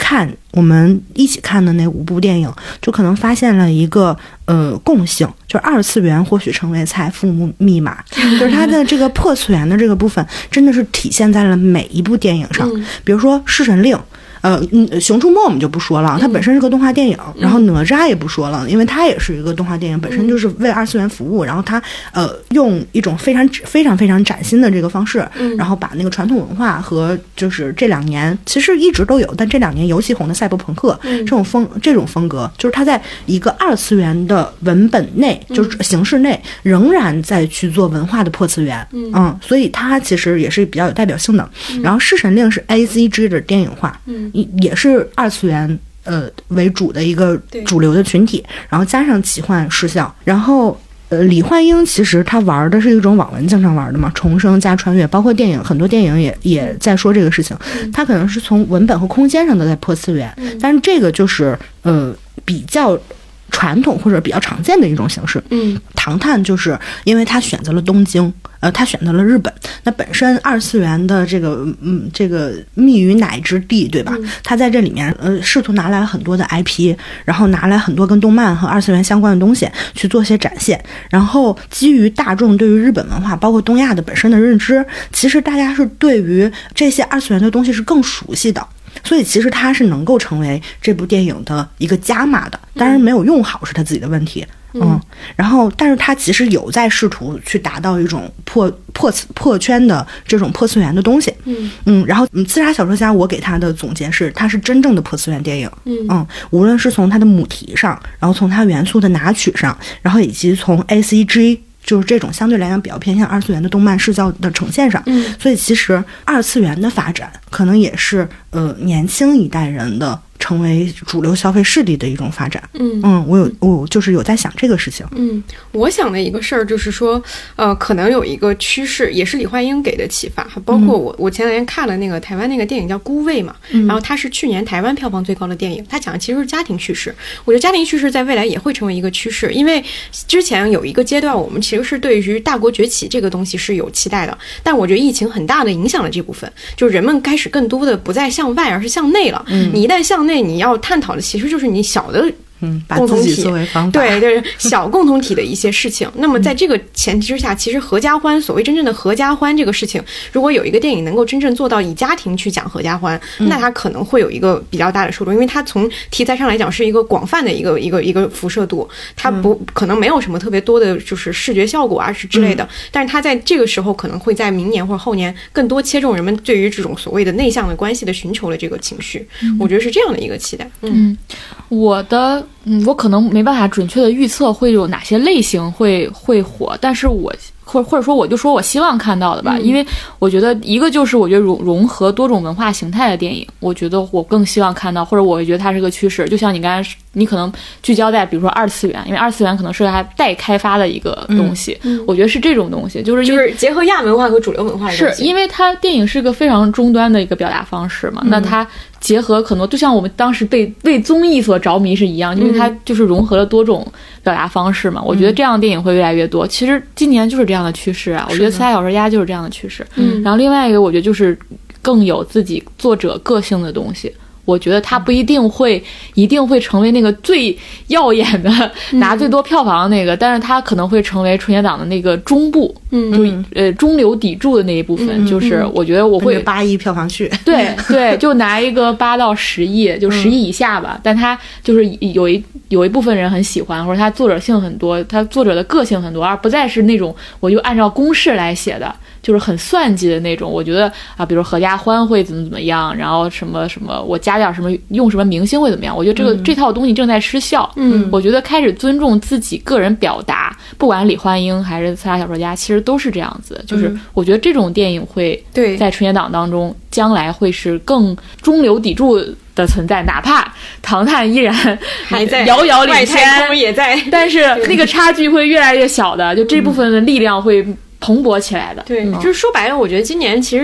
我们一起看的那五部电影，就可能发现了一个呃共性，就是二次元或许成为财富密码，就是它的这个破次元的这个部分，真的是体现在了每一部电影上。嗯、比如说《侍神令》。呃，嗯，《熊出没》我们就不说了，它本身是个动画电影。嗯、然后哪吒也不说了，因为它也是一个动画电影，本身就是为二次元服务。然后它呃用一种非常非常非常崭新的这个方式，嗯、然后把那个传统文化和就是这两年其实一直都有，但这两年尤其红的赛博朋克、嗯、这种风这种风格，就是它在一个二次元的文本内，就是形式内，仍然在去做文化的破次元。嗯，嗯所以它其实也是比较有代表性的。嗯、然后《侍神令》是 A C G 的电影化。嗯。也是二次元呃为主的一个主流的群体，然后加上奇幻视效，然后呃李焕英其实他玩的是一种网文经常玩的嘛，重生加穿越，包括电影很多电影也也在说这个事情，他可能是从文本和空间上都在破次元，但是这个就是呃比较传统或者比较常见的一种形式。嗯，唐探就是因为他选择了东京，呃，他选择了日本，那本身二次元的这个嗯这个蜜与奶之地，对吧？嗯、他在这里面呃试图拿来很多的 I P， 然后拿来很多跟动漫和二次元相关的东西去做些展现，然后基于大众对于日本文化包括东亚的本身的认知，其实大家是对于这些二次元的东西是更熟悉的。所以其实他是能够成为这部电影的一个加码的，当然没有用好是他自己的问题。嗯, 嗯，然后但是他其实有在试图去达到一种破破破圈的这种破次元的东西。嗯嗯，然后嗯，刺杀小说家我给他的总结是，它是真正的破次元电影。嗯嗯，无论是从它的母题上，然后从它元素的拿取上，然后以及从 A C G。就是这种相对来讲比较偏向二次元的动漫视角的呈现上，嗯，所以其实二次元的发展可能也是呃年轻一代人的成为主流消费势力的一种发展。嗯嗯，我有我就是有在想这个事情。 嗯，我想的一个事儿就是说，呃，可能有一个趋势，也是李焕英给的启发，包括我、嗯、我前两天看了那个台湾那个电影叫《孤味》嘛，嗯、然后它是去年台湾票房最高的电影，它讲的其实是家庭叙事。我觉得家庭叙事在未来也会成为一个趋势，因为之前有一个阶段我们其实是对于大国崛起这个东西是有期待的，但我觉得疫情很大的影响了这部分，就是人们开始更多的不再向外而是向内了。嗯，你一旦向内，你要探讨的其实就是你小的嗯，把自己作为方法， 对对，小共同体的一些事情。那么在这个前提之下，其实合家欢，所谓真正的合家欢这个事情，如果有一个电影能够真正做到以家庭去讲合家欢，那它可能会有一个比较大的受众，因为它从题材上来讲是一个广泛的一个一个一个辐射度，它不可能没有什么特别多的就是视觉效果啊是之类的，但是它在这个时候可能会在明年或者后年更多切中人们对于这种所谓的内向的关系的寻求的这个情绪，我觉得是这样的一个期待。 嗯，我的。嗯，我可能没办法准确的预测会有哪些类型会会火，但是我或或者说我就说我希望看到的吧，嗯、因为我觉得一个就是我觉得融融合多种文化形态的电影，我觉得我更希望看到，或者我觉得它是个趋势。就像你刚才你可能聚焦在比如说二次元，因为二次元可能是还待开发的一个东西，嗯、我觉得是这种东西，就是就是结合亚文化和主流文化的东西， 是因为它电影是个非常终端的一个表达方式嘛，嗯、那它。结合可能就像我们当时被为综艺所着迷是一样，因为它就是融合了多种表达方式嘛。嗯、我觉得这样的电影会越来越多。其实今年就是这样的趋势啊，我觉得《刺杀小说家》就是这样的趋势。嗯，然后另外一个我觉得就是更有自己作者个性的东西。我觉得它不一定会一定会成为那个最耀眼的、嗯、拿最多票房的那个，但是它可能会成为春节档的那个中部，嗯，就呃中流砥柱的那一部分。嗯、就是我觉得我会八亿票房去， 对对，就拿一个八到十亿，就十亿以下吧。嗯、但它就是有一有一部分人很喜欢，或者它作者性很多，它作者的个性很多，而不再是那种我就按照公式来写的。就是很算计的那种，我觉得啊，比如合家欢会怎么怎么样，然后什么什么，我加点什么，用什么明星会怎么样？我觉得这个、嗯、这套东西正在失效。嗯，我觉得开始尊重自己个人表达，不管李焕英还是刺杀小说家，其实都是这样子。就是我觉得这种电影会在春节档当中，将来会是更中流砥柱的存在，哪怕唐探依然还在遥遥领先， 外太空也在， 但是那个差距会越来越小的，就这部分的力量会。蓬勃起来的， 对，嗯、就是说白了，我觉得今年其实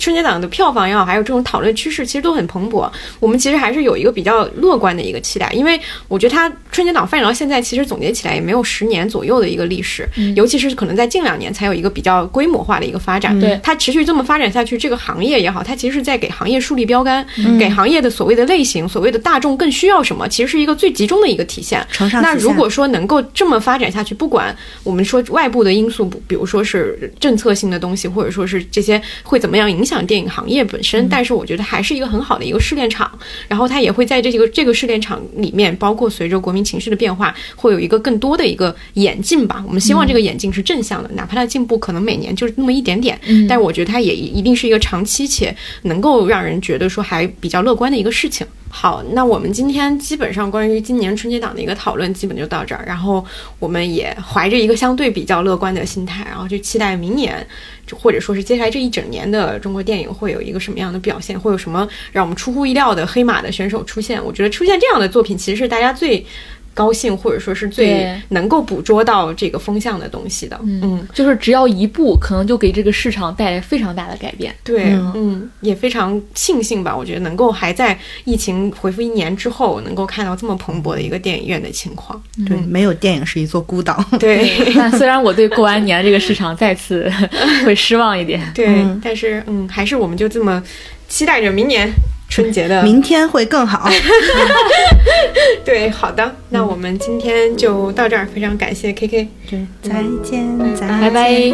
春节档的票房也好，还有这种讨论趋势，其实都很蓬勃。我们其实还是有一个比较乐观的一个期待，因为我觉得它春节档发展到现在，其实总结起来也没有十年左右的一个历史，嗯、尤其是可能在近两年才有一个比较规模化的一个发展。 对、嗯， 它持续这么发展下去，这个行业也好，它其实是在给行业树立标杆，嗯、给行业的所谓的类型、所谓的大众更需要什么，其实是一个最集中的一个体现。那如果说能够这么发展下去，不管我们说外部的因素，比如说是政策性的东西，或者说是这些会怎么样影响电影行业本身，嗯、但是我觉得还是一个很好的一个试炼场。然后它也会在这个这个试炼场里面，包括随着国民情绪的变化，会有一个更多的一个演进吧。我们希望这个演进是正向的，嗯、哪怕它进步可能每年就是那么一点点，嗯、但是我觉得它也一定是一个长期且能够让人觉得说还比较乐观的一个事情。好，那我们今天基本上关于今年春节档的一个讨论基本就到这儿，然后我们也怀着一个相对比较乐观的心态，然后就期待明年或者说是接下来这一整年的中国电影会有一个什么样的表现，会有什么让我们出乎意料的黑马的选手出现。我觉得出现这样的作品其实是大家最高兴或者说是最能够捕捉到这个风向的东西的。 嗯，嗯就是只要一步可能就给这个市场带来非常大的改变。 对，嗯, 嗯也非常庆幸吧，我觉得能够还在疫情恢复一年之后能够看到这么蓬勃的一个电影院的情况。 嗯、对，没有电影是一座孤岛。 对， 但虽然我对过完年这个市场再次会失望一点。 对，嗯、但是嗯还是我们就这么期待着明年春节的明天会更好。 对，好的，那我们今天就到这儿，非常感谢 K K。 对，再见，再见， 拜拜。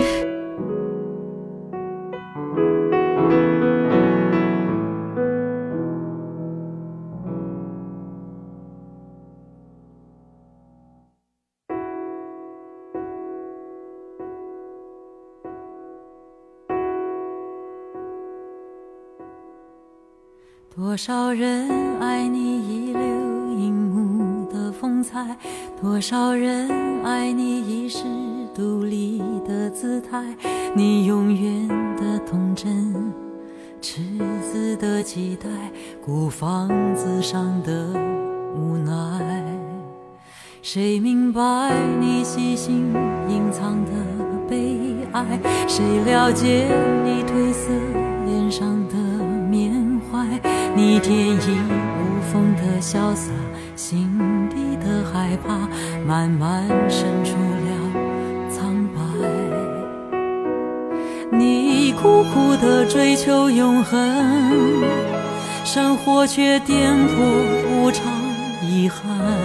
多少人爱你一流荧幕的风采，多少人爱你一时独立的姿态，你永远的童真，赤子的期待，孤房子上的无奈。谁明白你细心隐藏的悲哀，谁了解你褪色脸上的缅怀，你天衣无缝的潇洒，心底的害怕慢慢渗出了苍白。你苦苦地追求永恒，生活却颠簸无常遗憾。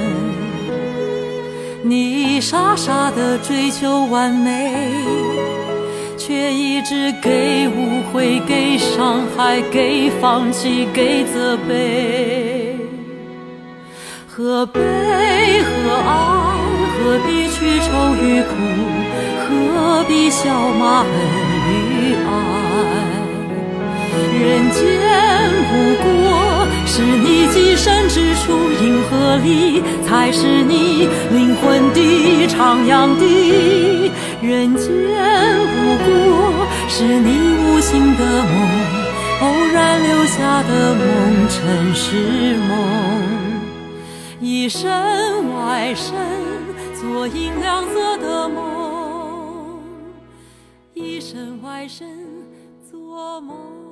你傻傻地追求完美，却一直给误会，给伤害，给放弃，给责备。何悲何爱，何必去愁与苦，何必笑骂恨与爱。人间不过是你寄身之处，银河里才是你灵魂的徜徉地。人间不过是你无心的梦，偶然留下的梦，尘世梦。一身外身做银亮色的梦，一身外身做梦。